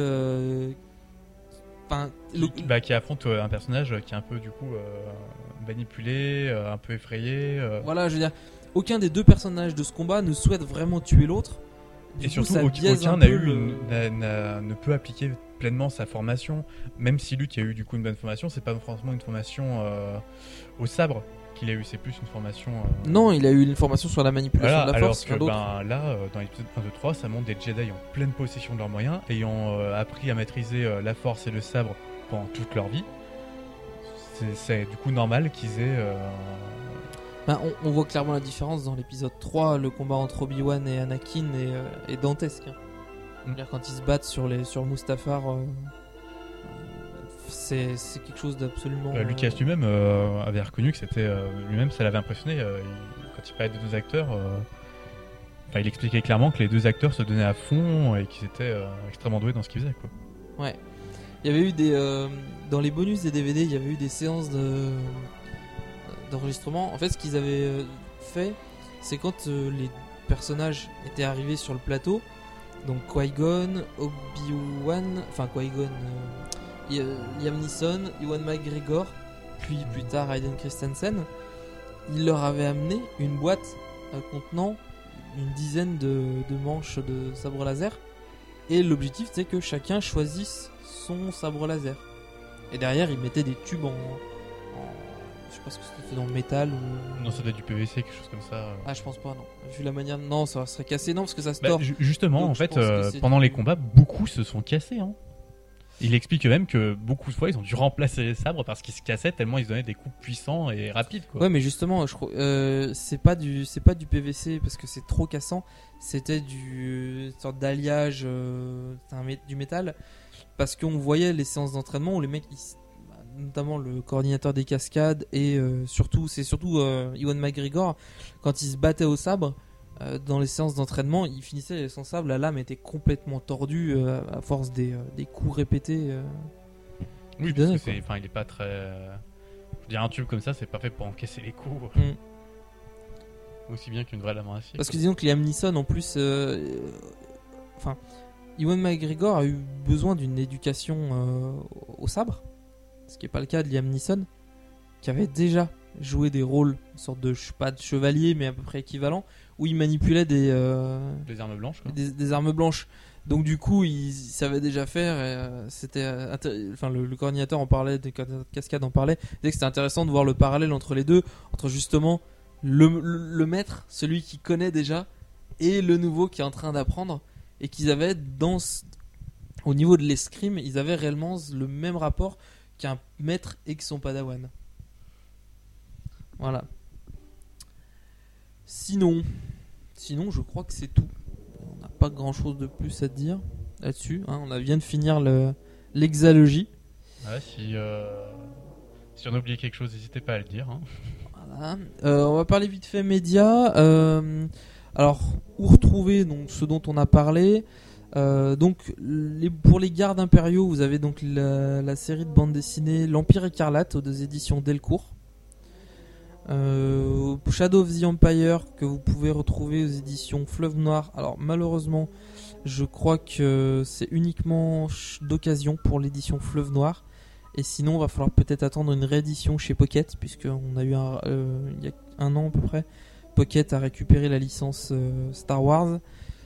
affronte un personnage qui est un peu du coup manipulé, un peu effrayé. Voilà, je veux dire, aucun des 2 personnages de ce combat ne souhaite vraiment tuer l'autre. Et surtout, aucun ne peut appliquer pleinement sa formation, même si Luke a eu du coup une bonne formation, c'est pas forcément une formation au sabre qu'il a eu, c'est plus une formation. Non, il a eu une formation sur la manipulation de la force. Alors que là, dans l'épisode 1, 2, 3, ça montre des Jedi en pleine possession de leurs moyens, ayant appris à maîtriser la force et le sabre pendant toute leur vie. C'est du coup normal qu'ils aient. On voit clairement la différence dans l'épisode 3, le combat entre Obi-Wan et Anakin est dantesque. Quand ils se battent sur Mustafar, c'est quelque chose d'absolument. Lucas lui-même avait reconnu que c'était lui-même, ça l'avait impressionné quand il parlait des 2 acteurs. Il expliquait clairement que les 2 acteurs se donnaient à fond et qu'ils étaient extrêmement doués dans ce qu'ils faisaient quoi. Ouais. Il y avait eu dans les bonus des DVD, il y avait eu des séances d'enregistrement. En fait, ce qu'ils avaient fait, c'est quand les personnages étaient arrivés sur le plateau, Donc Qui-Gon, Obi-Wan, enfin Qui-Gon, Liam Neeson, Ewan McGregor, puis plus tard Hayden Christensen. Il leur avait amené une boîte contenant une dizaine de manches de sabre laser. Et l'objectif c'était que chacun choisisse son sabre laser. Et derrière ils mettaient des tubes en je sais pas ce que c'était dans le métal ou... Non, ça doit être du PVC, quelque chose comme ça. Ah, je pense pas, non. Vu la manière... Non, ça serait cassé, non, parce que ça se Bah, tord. justement, Donc, en je fait, pense que c'est pendant du- les combats, beaucoup se sont cassés. Hein. Il explique même que beaucoup de fois, ils ont dû remplacer les sabres parce qu'ils se cassaient tellement ils se donnaient des coups puissants et rapides. Quoi. Ouais, mais justement, je crois, c'est pas du PVC parce que c'est trop cassant. C'était une sorte d'alliage, du métal, parce qu'on voyait les séances d'entraînement où les mecs, notamment le coordinateur des cascades et surtout Ewan McGregor, quand il se battait au sabre. Dans les séances d'entraînement, il finissait son sabre, la lame était complètement tordue à force des coups répétés. Oui, donnait, parce que il est pas très. Je veux dire, un tube comme ça, c'est pas fait pour encaisser les coups. Aussi bien qu'une vraie lame en acier. Parce que disons que Liam Neeson, en plus, Ewan McGregor a eu besoin d'une éducation au sabre, ce qui n'est pas le cas de Liam Neeson, qui avait déjà joué des rôles, une sorte de, pas de chevalier, mais à peu près équivalent, où il manipulait des armes blanches. Quoi. des armes blanches. Donc du coup, il savait déjà faire. Et, c'était, le coordinateur en parlait, des cascades en parlait. Il disait que c'était intéressant de voir le parallèle entre les deux, entre justement le maître, celui qui connaît déjà, et le nouveau qui est en train d'apprendre, et qu'ils avaient au niveau de l'escrime, ils avaient réellement le même rapport qu'un maître et que son padawan. Voilà. Sinon, je crois que c'est tout. On n'a pas grand chose de plus à dire là-dessus. Hein. On vient de finir l'exalogie. Ouais, si on a oublié quelque chose, n'hésitez pas à le dire. Hein. Voilà. On va parler vite fait médias. Alors, où retrouver donc ce dont on a parlé. Donc, pour les gardes impériaux, vous avez donc la série de bande dessinée L'Empire écarlate aux 2 éditions Delcourt. Shadow of the Empire que vous pouvez retrouver aux éditions Fleuve Noir. Alors malheureusement, je crois que c'est uniquement d'occasion pour l'édition Fleuve Noir. Et sinon, il va falloir peut-être attendre une réédition chez Pocket, puisqu'on a eu il y a 1 an à peu près, Pocket a récupéré la licence Star Wars.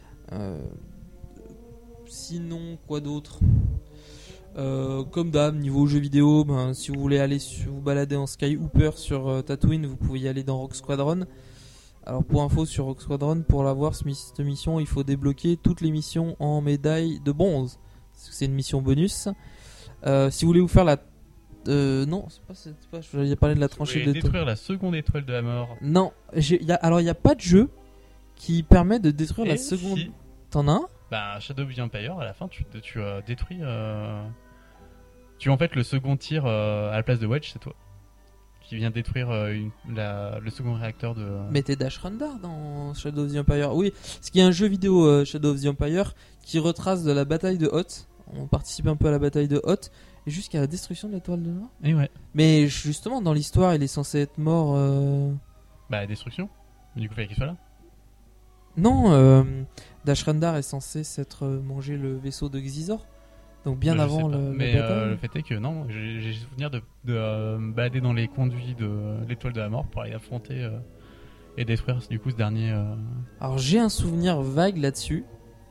Sinon, quoi d'autre ? Comme d'hab, niveau jeux vidéo, si vous voulez aller vous balader en Skyhooper sur Tatooine, vous pouvez y aller dans Rogue Squadron. Alors pour info sur Rogue Squadron, pour l'avoir cette mission, il faut débloquer toutes les missions en médaille de bronze. C'est une mission bonus. Si vous voulez vous faire la... non, c'est pas je vais parler de la tranchée Vous de... voulez détruire la seconde étoile de la mort. Non, il y a pas de jeu qui permet de détruire la seconde... Si. T'en as un ? Bah, Shadow of the Empire, à la fin, tu détruis... Tu en fait le second tir à la place de Wedge, c'est toi. Qui vient détruire le second réacteur de... Mais t'es Dash Rendar dans Shadow of the Empire. Oui, parce qu'il y a un jeu vidéo Shadow of the Empire qui retrace de la bataille de Hoth. On participe un peu à la bataille de Hoth et jusqu'à la destruction de l'étoile de mort. Et ouais. Mais justement, dans l'histoire, il est censé être mort... Bah, la destruction. Mais du coup, il fallait qu'il soit là. Non, Dash Rendar est censé s'être mangé le vaisseau de Xizor. Donc bien Je avant sais pas. la Mais bataille. le fait est que non, j'ai souvenir de me balader dans les conduits de l'étoile de la mort pour aller affronter et détruire du coup ce dernier. Alors j'ai un souvenir vague là-dessus.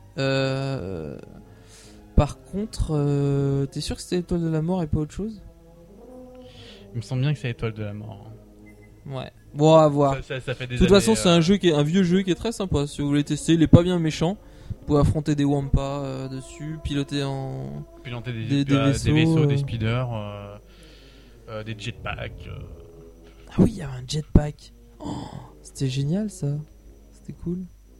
Par contre, t'es sûr que c'était l'étoile de la mort et pas autre chose ? Il me semble bien que c'est l'étoile de la mort. Ouais. Bon, à voir. Ça fait des De toute années, façon, c'est un vieux jeu qui est très sympa. Si vous voulez tester, il est pas bien méchant. Vous pouvez affronter des Wampas dessus, piloter piloter des des vaisseaux, des vaisseaux, speeders, des jetpacks. Ah oui, il y a un jetpack. Oh, c'était génial ça. C'était cool.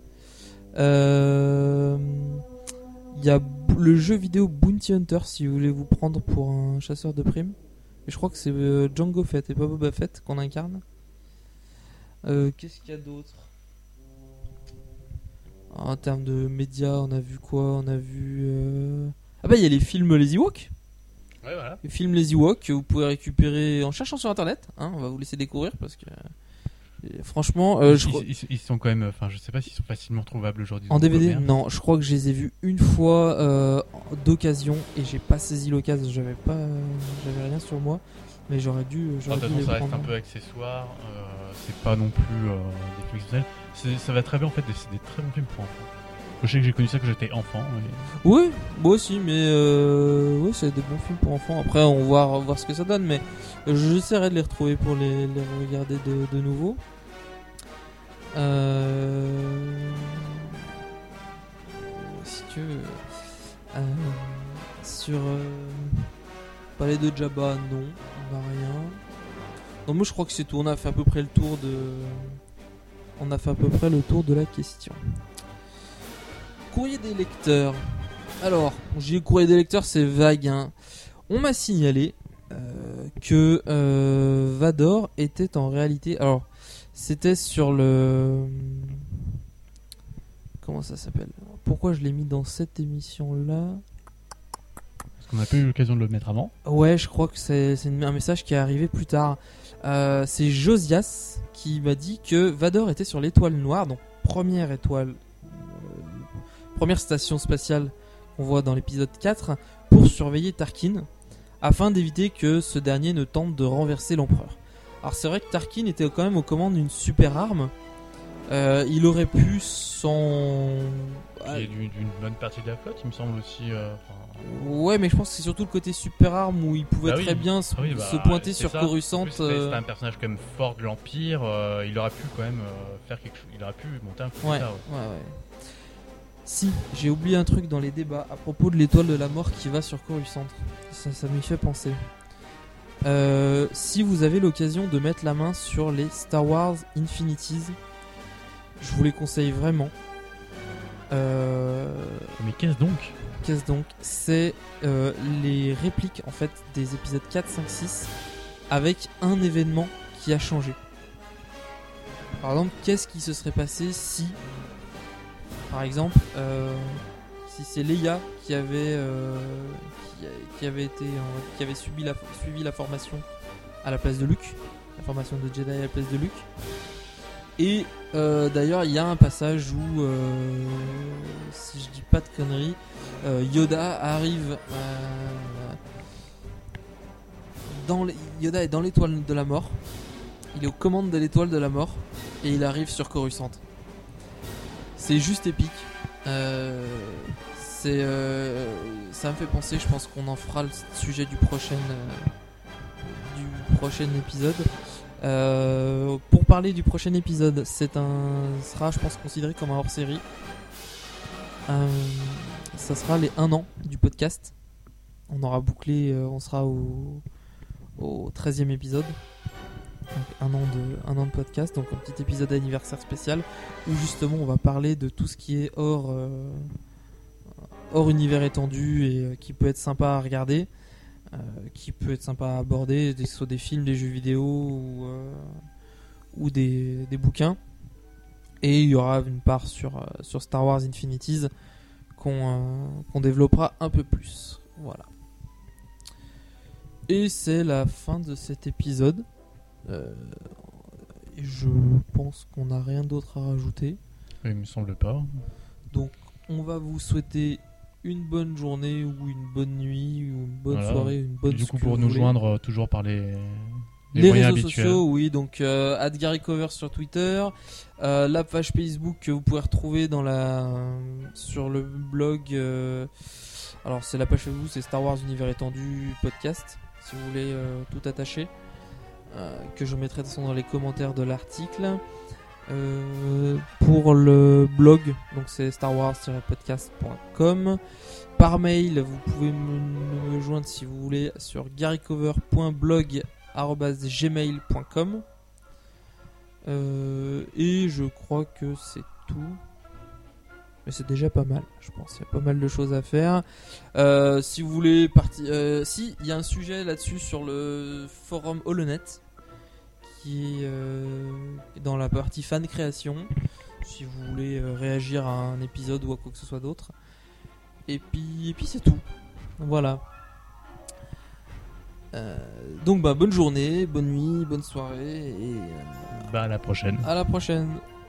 Il y a le jeu vidéo Bounty Hunter si vous voulez vous prendre pour un chasseur de primes. Et je crois que c'est Jango Fett et pas Boba Fett qu'on incarne. Qu'est-ce qu'il y a d'autre ? En termes de médias, on a vu quoi ? On a vu... Ah bah il y a les films Les Ewoks. Ouais, voilà. Les films Les Ewoks que vous pouvez récupérer en cherchant sur internet. Hein, on va vous laisser découvrir parce que Et franchement, ils sont quand même. Enfin, je sais pas s'ils sont facilement trouvables aujourd'hui. En DVD, commerce. non. Je crois que je les ai vus une fois d'occasion et j'ai pas saisi l'occasion. J'avais rien sur moi, mais j'aurais dû. De toute façon, les ça reste prendre. un peu accessoire. C'est pas non plus des films exceptionnels. Ça va très bien en fait. C'est des très bons films pour enfants. Je sais que j'ai connu ça quand j'étais enfant. Oui, moi aussi, mais oui, c'est des bons films pour enfants. Après, on va voir ce que ça donne, mais j'essaierai de les retrouver pour les regarder de nouveau. Si tu veux, sur Palais de Jabba, non, on n'a rien. Non, moi je crois que c'est tout. On a fait à peu près le tour de la question. Courrier des lecteurs. Alors, j'ai courrier des lecteurs, c'est vague. Hein. On m'a signalé que Vador était en réalité. Alors, c'était sur le. Comment ça s'appelle ? Pourquoi je l'ai mis dans cette émission-là ? Parce qu'on n'a pas eu l'occasion de le mettre avant. Ouais, je crois que c'est un message qui est arrivé plus tard. C'est Josias qui m'a dit que Vador était sur l'étoile noire, donc première station spatiale qu'on voit dans l'épisode 4, pour surveiller Tarkin, afin d'éviter que ce dernier ne tente de renverser l'empereur. Alors c'est vrai que Tarkin était quand même aux commandes d'une super arme. Il aurait pu d'une bonne partie de la flotte, il me semble aussi. Ouais, mais je pense que c'est surtout le côté super arme où il pouvait très bien se pointer sur Coruscant. C'était un personnage comme fort de l'Empire. Il aurait pu quand même faire quelque chose. Il aurait pu monter un coup ouais. Si, j'ai oublié un truc dans les débats à propos de l'étoile de la mort qui va sur Coruscant. Ça m'y fait penser. Si vous avez l'occasion de mettre la main sur les Star Wars Infinities, je vous les conseille vraiment. Mais qu'est-ce donc ? C'est les répliques en fait des épisodes 4, 5, 6 avec un événement qui a changé. Par exemple, qu'est-ce qui se serait passé si, par exemple, si c'est Leia qui avait suivi la formation à la place de Luke, la formation de Jedi à la place de Luke. Et d'ailleurs, il y a un passage où, si je dis pas de conneries, Yoda arrive Yoda est dans l'étoile de la mort. Il est aux commandes de l'étoile de la mort et il arrive sur Coruscant. C'est juste épique. Ça me fait penser, je pense qu'on en fera le sujet du prochain épisode. Pour parler du prochain épisode, sera, je pense, considéré comme un hors-série. Ça sera les 1 an du podcast. On aura bouclé, on sera au 13e épisode. Donc un an de podcast, donc un petit épisode anniversaire spécial où justement on va parler de tout ce qui est hors univers étendu et qui peut être sympa à regarder, qui peut être sympa à aborder, que ce soit des films, des jeux vidéo ou des bouquins. Et il y aura une part sur Star Wars Infinities qu'on développera un peu plus. Voilà. Et c'est la fin de cet épisode. Et je pense qu'on n'a rien d'autre à rajouter. Il me semble pas. Donc on va vous souhaiter une bonne journée ou une bonne nuit ou une bonne soirée, une bonne. Du coup, pour nous joindre toujours par les réseaux habituels. sociaux, oui, donc @GaryCover sur Twitter, la page Facebook que vous pouvez retrouver sur le blog. Alors c'est la page Facebook, c'est Star Wars Univers Étendu Podcast, si vous voulez tout attacher, que je mettrai de toute façon dans les commentaires de l'article. Pour le blog, donc c'est starwars-podcast.com. Par mail, vous pouvez me joindre si vous voulez sur garycover.blog@gmail.com. Et je crois que c'est tout. Mais c'est déjà pas mal, je pense. Il y a pas mal de choses à faire. Si vous voulez si, il y a un sujet là-dessus sur le forum Holonet qui est dans la partie fan création. Si vous voulez réagir à un épisode ou à quoi que ce soit d'autre. Et puis c'est tout. Voilà. Donc bonne journée, bonne nuit, bonne soirée et Bah à la prochaine. à la prochaine.